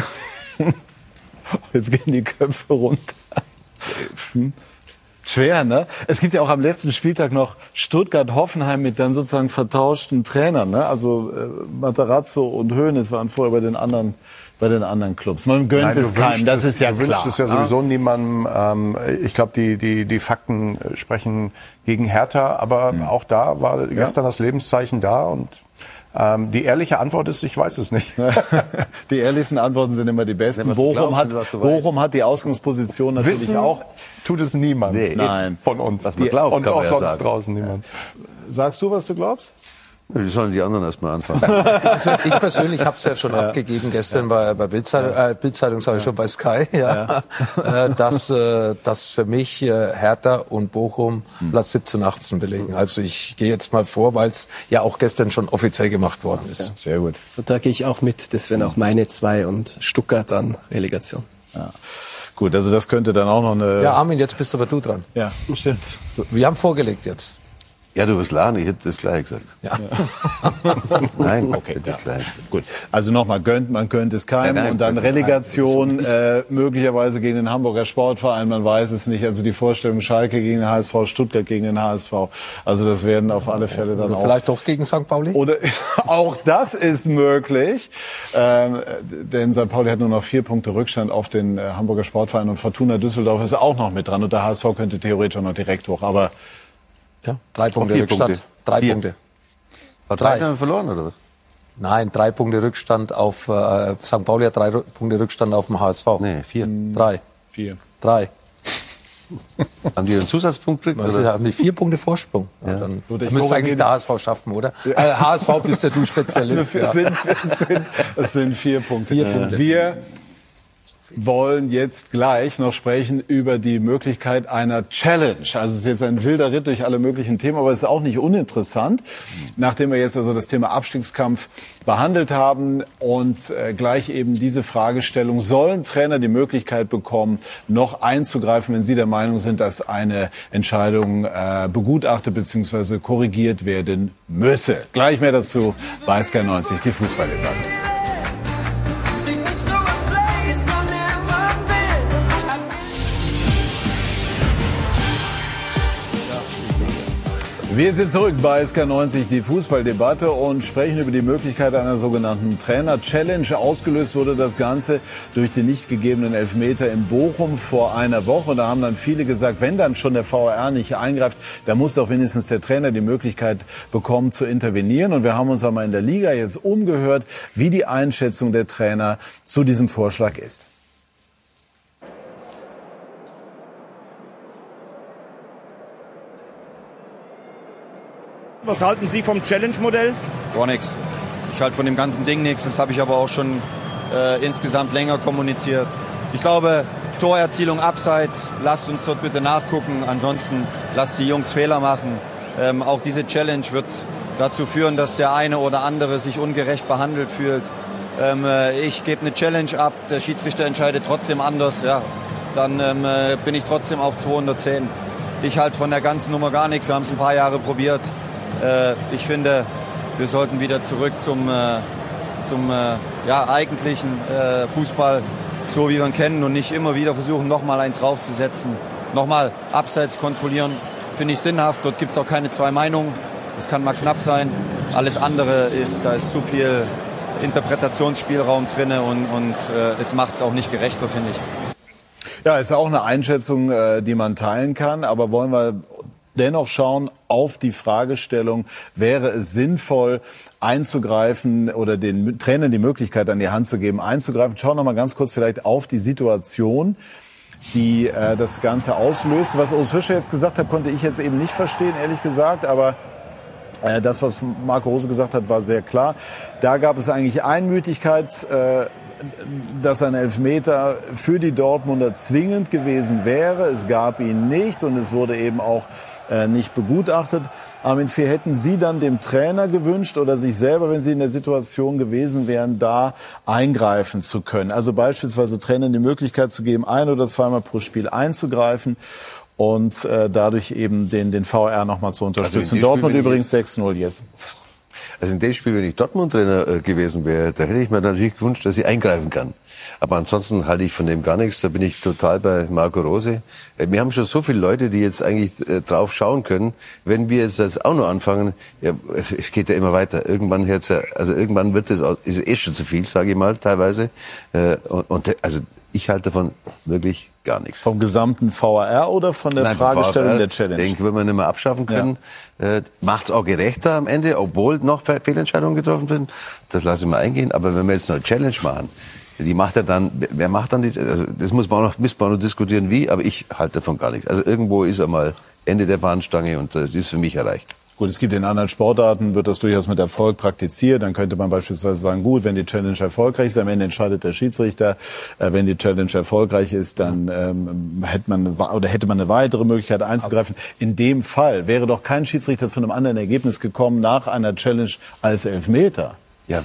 Jetzt gehen die Köpfe runter. Hm. Schwer, ne? Es gibt ja auch am letzten Spieltag noch Stuttgart-Hoffenheim mit dann sozusagen vertauschten Trainern, ne? Also äh, Materazzo und Hoeneß waren vorher bei den anderen bei den anderen Clubs. Man gönnt Nein, es keinem, das ist ja du klar. Du wünschst es ja sowieso ja? niemandem. Ähm, ich glaube, die, die, die Fakten sprechen gegen Hertha, aber mhm. auch da war gestern ja? das Lebenszeichen da und ähm, die ehrliche Antwort ist, ich weiß es nicht. Die ehrlichsten Antworten sind immer die besten. Bochum, hat, Bochum hat die Ausgangsposition natürlich Wissen auch. Tut es niemand nee, Nein. von uns. Was man glaubt, und auch ja sonst sagen. draußen niemand. Sagst du, was du glaubst? Wie sollen die anderen erst mal anfangen? Also ich persönlich habe es ja schon ja. abgegeben gestern ja. bei, bei Bildzeitung, äh, Bildzeitung sage ich ja. schon bei Sky, ja, ja. Äh, dass, äh, dass für mich äh, Hertha und Bochum hm. Platz siebzehn, achtzehn belegen. Also ich gehe jetzt mal vor, weil es ja auch gestern schon offiziell gemacht worden ist. Ja. Sehr gut. Und da gehe ich auch mit. Das wären auch meine zwei und Stuttgart dann Relegation. Ja. Gut, also das könnte dann auch noch eine... Ja, Armin, jetzt bist aber du dran. Ja, stimmt. Wir haben vorgelegt jetzt. Ja, du bist lachen, ich hätte das gleich gesagt. Ja. Nein, okay, das ja. gleich. Gut. Also nochmal gönnt, man gönnt es keinem. Nein, nein, und dann Relegation, äh, möglicherweise gegen den Hamburger Sportverein, man weiß es nicht. Also die Vorstellung Schalke gegen den H S V, Stuttgart gegen den H S V. Also das werden auf alle Fälle dann oder auch... Vielleicht doch gegen Sankt Pauli? Oder auch das ist möglich. Ähm, denn Sankt Pauli hat nur noch vier Punkte Rückstand auf den äh, Hamburger Sportverein und Fortuna Düsseldorf ist auch noch mit dran. Und der H S V könnte theoretisch auch noch direkt hoch. Aber ja, drei Punkte Rückstand. Punkte. Drei Vier. Punkte. Hat drei haben wir verloren, oder was? Nein, drei Punkte Rückstand auf äh, Sankt Pauli hat drei Punkte Rückstand auf dem H S V. Nee, vier. Drei. Vier. Drei. Haben die einen Zusatzpunkt gekriegt? Also, haben die vier Punkte Vorsprung. Ja. Ja, dann Gut, müsste eigentlich der H S V schaffen, oder? Ja. Äh, H S V bist ja du Spezialist. Also, es, sind, es, sind, es sind vier Punkte. Vier Punkte. Wir wollen jetzt gleich noch sprechen über die Möglichkeit einer Challenge. Also es ist jetzt ein wilder Ritt durch alle möglichen Themen, aber es ist auch nicht uninteressant, nachdem wir jetzt also das Thema Abstiegskampf behandelt haben und äh, gleich eben diese Fragestellung, sollen Trainer die Möglichkeit bekommen, noch einzugreifen, wenn sie der Meinung sind, dass eine Entscheidung äh, begutachtet bzw. korrigiert werden müsse. Gleich mehr dazu bei Sky neunzig, die Fußballdebatte. Wir sind zurück bei S K neunzig, die Fußballdebatte, und sprechen über die Möglichkeit einer sogenannten Trainer-Challenge. Ausgelöst wurde das Ganze durch den nicht gegebenen Elfmeter in Bochum vor einer Woche. Und da haben dann viele gesagt, wenn dann schon der V A R nicht eingreift, dann muss doch wenigstens der Trainer die Möglichkeit bekommen zu intervenieren. Und wir haben uns einmal in der Liga jetzt umgehört, wie die Einschätzung der Trainer zu diesem Vorschlag ist. Was halten Sie vom Challenge-Modell? gar nichts. Ich halte von dem ganzen Ding nichts. Das habe ich aber auch schon äh, insgesamt länger kommuniziert. Ich glaube, Torerzielung abseits, lasst uns dort bitte nachgucken. Ansonsten lasst die Jungs Fehler machen. Ähm, auch diese Challenge wird dazu führen, dass der eine oder andere sich ungerecht behandelt fühlt. Ähm, äh, ich gebe eine Challenge ab, der Schiedsrichter entscheidet trotzdem anders. Ja, dann ähm, äh, bin ich trotzdem auf zweihundertzehn. Ich halte von der ganzen Nummer gar nichts. Wir haben es ein paar Jahre probiert. Äh, ich finde, wir sollten wieder zurück zum, äh, zum äh, ja, eigentlichen äh, Fußball, so wie wir ihn kennen, und nicht immer wieder versuchen, nochmal einen draufzusetzen. Nochmal abseits kontrollieren, finde ich sinnhaft. Dort gibt es auch keine zwei Meinungen. Es kann mal knapp sein. Alles andere ist, da ist zu viel Interpretationsspielraum drin und, und äh, es macht es auch nicht gerechter, finde ich. Ja, ist auch eine Einschätzung, äh, die man teilen kann. Aber wollen wir dennoch schauen auf die Fragestellung, wäre es sinnvoll einzugreifen oder den Trainern die Möglichkeit an die Hand zu geben, einzugreifen. Schauen wir noch mal ganz kurz vielleicht auf die Situation, die äh, das Ganze auslöst. Was Urs Fischer jetzt gesagt hat, konnte ich jetzt eben nicht verstehen, ehrlich gesagt. Aber äh, das, was Marco Rose gesagt hat, war sehr klar. Da gab es eigentlich Einmütigkeit, äh, dass ein Elfmeter für die Dortmunder zwingend gewesen wäre. Es gab ihn nicht und es wurde eben auch äh, nicht begutachtet. Armin Fee, hätten Sie dann dem Trainer gewünscht oder sich selber, wenn Sie in der Situation gewesen wären, da eingreifen zu können? Also beispielsweise Trainern die Möglichkeit zu geben, ein- oder zweimal pro Spiel einzugreifen und äh, dadurch eben den, den V R nochmal zu unterstützen. Also Dortmund übrigens sechs null jetzt. Also in dem Spiel, wenn ich Dortmund-Trainer äh, gewesen wäre, da hätte ich mir natürlich gewünscht, dass ich eingreifen kann. Aber ansonsten halte ich von dem gar nichts. Da bin ich total bei Marco Rose. Äh, wir haben schon so viele Leute, die jetzt eigentlich äh, drauf schauen können. Wenn wir jetzt das auch noch anfangen, ja, es geht ja immer weiter. Irgendwann hört's ja, also irgendwann wird es ist eh schon zu viel, sage ich mal, teilweise. Äh, und, und also ich halte davon wirklich gar nichts. Vom gesamten V A R oder von der Nein, Fragestellung V A R, der Challenge? Ich denke, wenn wir nicht mehr abschaffen können, ja. äh, macht es auch gerechter am Ende, obwohl noch Fehlentscheidungen getroffen werden. Das lasse ich mal eingehen. Aber wenn wir jetzt noch eine Challenge machen, die macht ja dann, wer macht dann die, also das muss man auch noch, müssen wir auch noch diskutieren, wie, aber ich halte davon gar nichts. Also irgendwo ist einmal Ende der Fahnenstange und das ist für mich erreicht. Gut, es gibt in anderen Sportarten, wird das durchaus mit Erfolg praktiziert. Dann könnte man beispielsweise sagen, gut, wenn die Challenge erfolgreich ist, am Ende entscheidet der Schiedsrichter. Äh, wenn die Challenge erfolgreich ist, dann ähm, hätte man oder hätte man eine weitere Möglichkeit einzugreifen. In dem Fall wäre doch kein Schiedsrichter zu einem anderen Ergebnis gekommen nach einer Challenge als Elfmeter. Ja,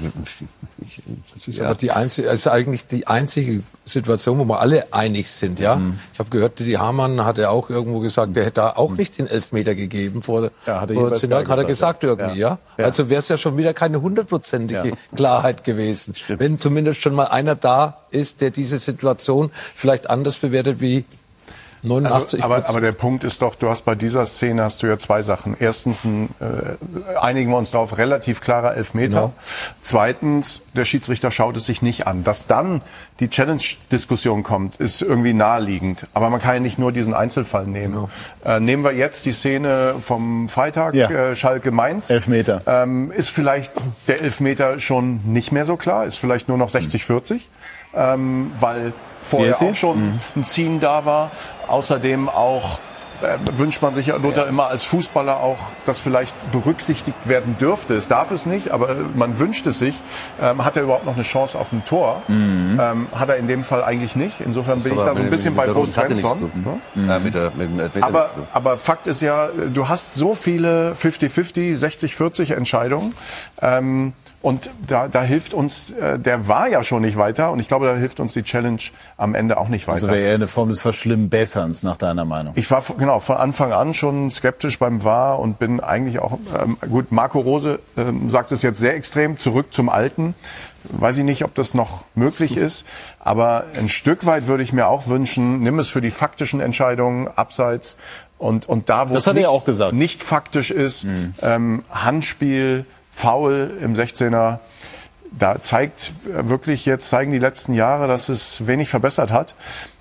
das ist ja. aber die einzige, ist eigentlich die einzige Situation, wo wir alle einig sind, ja. Mhm. Ich habe gehört, Didi Hamann hat ja auch irgendwo gesagt, der hätte da auch nicht den Elfmeter gegeben vor, ja, hat er, vor hat gesagt, er gesagt irgendwie, ja. ja. Also wäre es ja schon wieder keine hundertprozentige ja. Klarheit gewesen, Stimmt. wenn zumindest schon mal einer da ist, der diese Situation vielleicht anders bewertet wie neunundachtzig Also, aber, aber der Punkt ist doch, du hast bei dieser Szene hast du ja zwei Sachen. Erstens ein, äh, einigen wir uns darauf, relativ klarer Elfmeter. Genau. Zweitens, der Schiedsrichter schaut es sich nicht an. Dass dann die Challenge-Diskussion kommt, ist irgendwie naheliegend. Aber man kann ja nicht nur diesen Einzelfall nehmen. Genau. Äh, nehmen wir jetzt die Szene vom Freitag, ja. äh, Schalke-Mainz. Elfmeter. Ähm, ist vielleicht der Elfmeter schon nicht mehr so klar? Ist vielleicht nur noch sechzig vierzig? Ähm, weil vorher auch schon mhm. ein Ziehen da war. Außerdem auch äh, wünscht man sich ja Lothar, immer als Fußballer auch, dass vielleicht berücksichtigt werden dürfte. Es darf es nicht, aber man wünscht es sich. Ähm, hat er überhaupt noch eine Chance auf ein Tor? Mhm. Ähm, hat er in dem Fall eigentlich nicht. Insofern das bin ich da so ein bisschen bei Bo Svensson. Mhm. Ja, mit der, mit, mit, mit aber, aber Fakt ist ja, du hast so viele fünfzig fünfzig, sechzig vierzig Entscheidungen. Ähm, Und da, da hilft uns, äh, der war ja schon nicht weiter und ich glaube, da hilft uns die Challenge am Ende auch nicht weiter. Also wäre eher eine Form des Verschlimmbesserns nach deiner Meinung? Ich war genau von Anfang an schon skeptisch beim V A R und bin eigentlich auch, ähm, gut, Marco Rose ähm, sagt es jetzt sehr extrem, zurück zum Alten. Weiß ich nicht, ob das noch möglich ist, aber ein Stück weit würde ich mir auch wünschen, nimm es für die faktischen Entscheidungen abseits und, und da, wo das es nicht, auch gesagt. nicht faktisch ist, mhm. ähm, Handspiel, Foul im sechzehner, da zeigt wirklich jetzt, zeigen die letzten Jahre, dass es wenig verbessert hat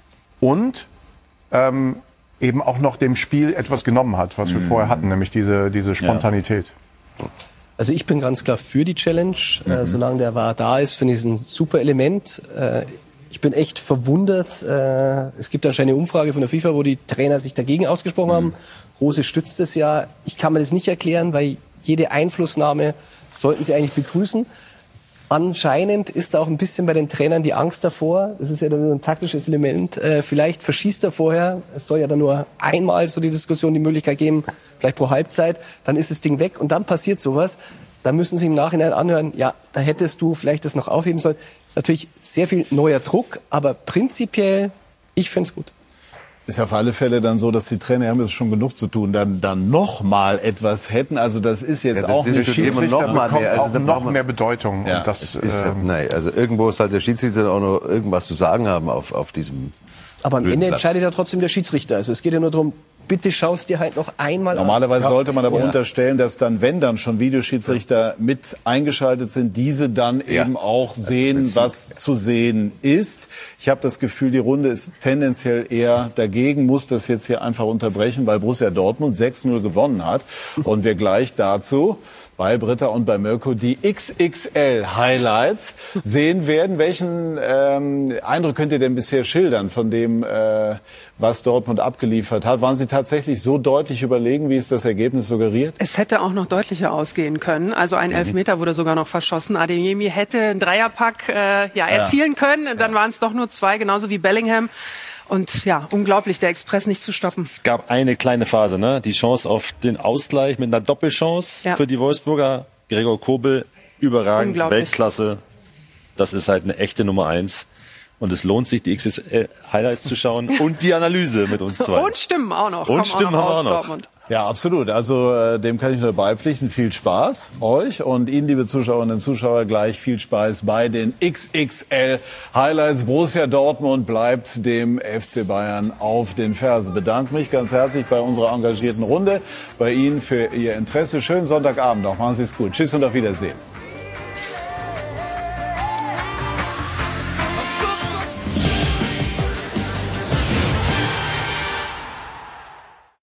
und ähm, eben auch noch dem Spiel etwas genommen hat, was wir mhm. vorher hatten, nämlich diese, diese Spontanität. Ja. Also ich bin ganz klar für die Challenge, mhm. äh, solange der V A R da ist, finde ich es ein super Element. Äh, ich bin echt verwundert, äh, es gibt anscheinend eine Umfrage von der FIFA, wo die Trainer sich dagegen ausgesprochen mhm. haben. Rose stützt es ja. Ich kann mir das nicht erklären, weil jede Einflussnahme sollten sie eigentlich begrüßen. Anscheinend ist da auch ein bisschen bei den Trainern die Angst davor. Das ist ja dann ein taktisches Element. Äh, vielleicht verschießt er vorher. Es soll ja dann nur einmal so die Diskussion die Möglichkeit geben, vielleicht pro Halbzeit. Dann ist das Ding weg und dann passiert sowas. Da müssen sie im Nachhinein anhören, ja, da hättest du vielleicht das noch aufheben sollen. Natürlich sehr viel neuer Druck, aber prinzipiell, ich find's gut. Ist ja auf alle Fälle dann so, dass die Trainer haben jetzt schon genug zu tun, dann dann noch mal etwas hätten. Also das ist jetzt ja, das auch nicht Schiedsrichter noch mal bekommt mehr, also auch noch mehr Bedeutung. Ja. Und das ist, äh, ähm, nein, also irgendwo sollte der Schiedsrichter auch noch irgendwas zu sagen haben auf auf diesem. Aber am Ende Platz. entscheidet ja trotzdem der Schiedsrichter. Also es geht ja nur darum, bitte schaust dir halt noch einmal Normalerweise an. sollte man aber ja. unterstellen, dass dann, wenn dann schon Videoschiedsrichter mit eingeschaltet sind, diese dann Ja. eben auch sehen, was zu sehen ist. Ich habe das Gefühl, die Runde ist tendenziell eher dagegen, muss das jetzt hier einfach unterbrechen, weil Borussia Dortmund sechs null gewonnen hat. Und wir gleich dazu bei Britta und bei Mirko die X X L-Highlights sehen werden. Welchen ähm, Eindruck könnt ihr denn bisher schildern von dem, äh, was Dortmund abgeliefert hat? Waren sie tatsächlich so deutlich überlegen, wie es das Ergebnis suggeriert? Es hätte auch noch deutlicher ausgehen können. Also ein Elfmeter wurde sogar noch verschossen. Adeyemi hätte einen Dreierpack äh, ja, erzielen ja. können. Dann waren es doch nur zwei, genauso wie Bellingham. Und ja, unglaublich, der Express nicht zu stoppen. Es gab eine kleine Phase, ne? Die Chance auf den Ausgleich mit einer Doppelchance ja. für die Wolfsburger. Gregor Kobel, überragend, Weltklasse. Das ist halt eine echte Nummer eins. Und es lohnt sich, die X X L-Highlights zu schauen und die Analyse mit uns zwei. Und Stimmen auch noch. Und Stimmen haben wir auch noch. Dortmund. Ja, absolut. Also äh, dem kann ich nur beipflichten. Viel Spaß euch und Ihnen, liebe Zuschauerinnen und Zuschauer, gleich viel Spaß bei den X X L-Highlights. Borussia Dortmund bleibt dem F C Bayern auf den Fersen. Bedanke mich ganz herzlich bei unserer engagierten Runde, bei Ihnen für Ihr Interesse. Schönen Sonntagabend noch. Machen Sie es gut. Tschüss und auf Wiedersehen.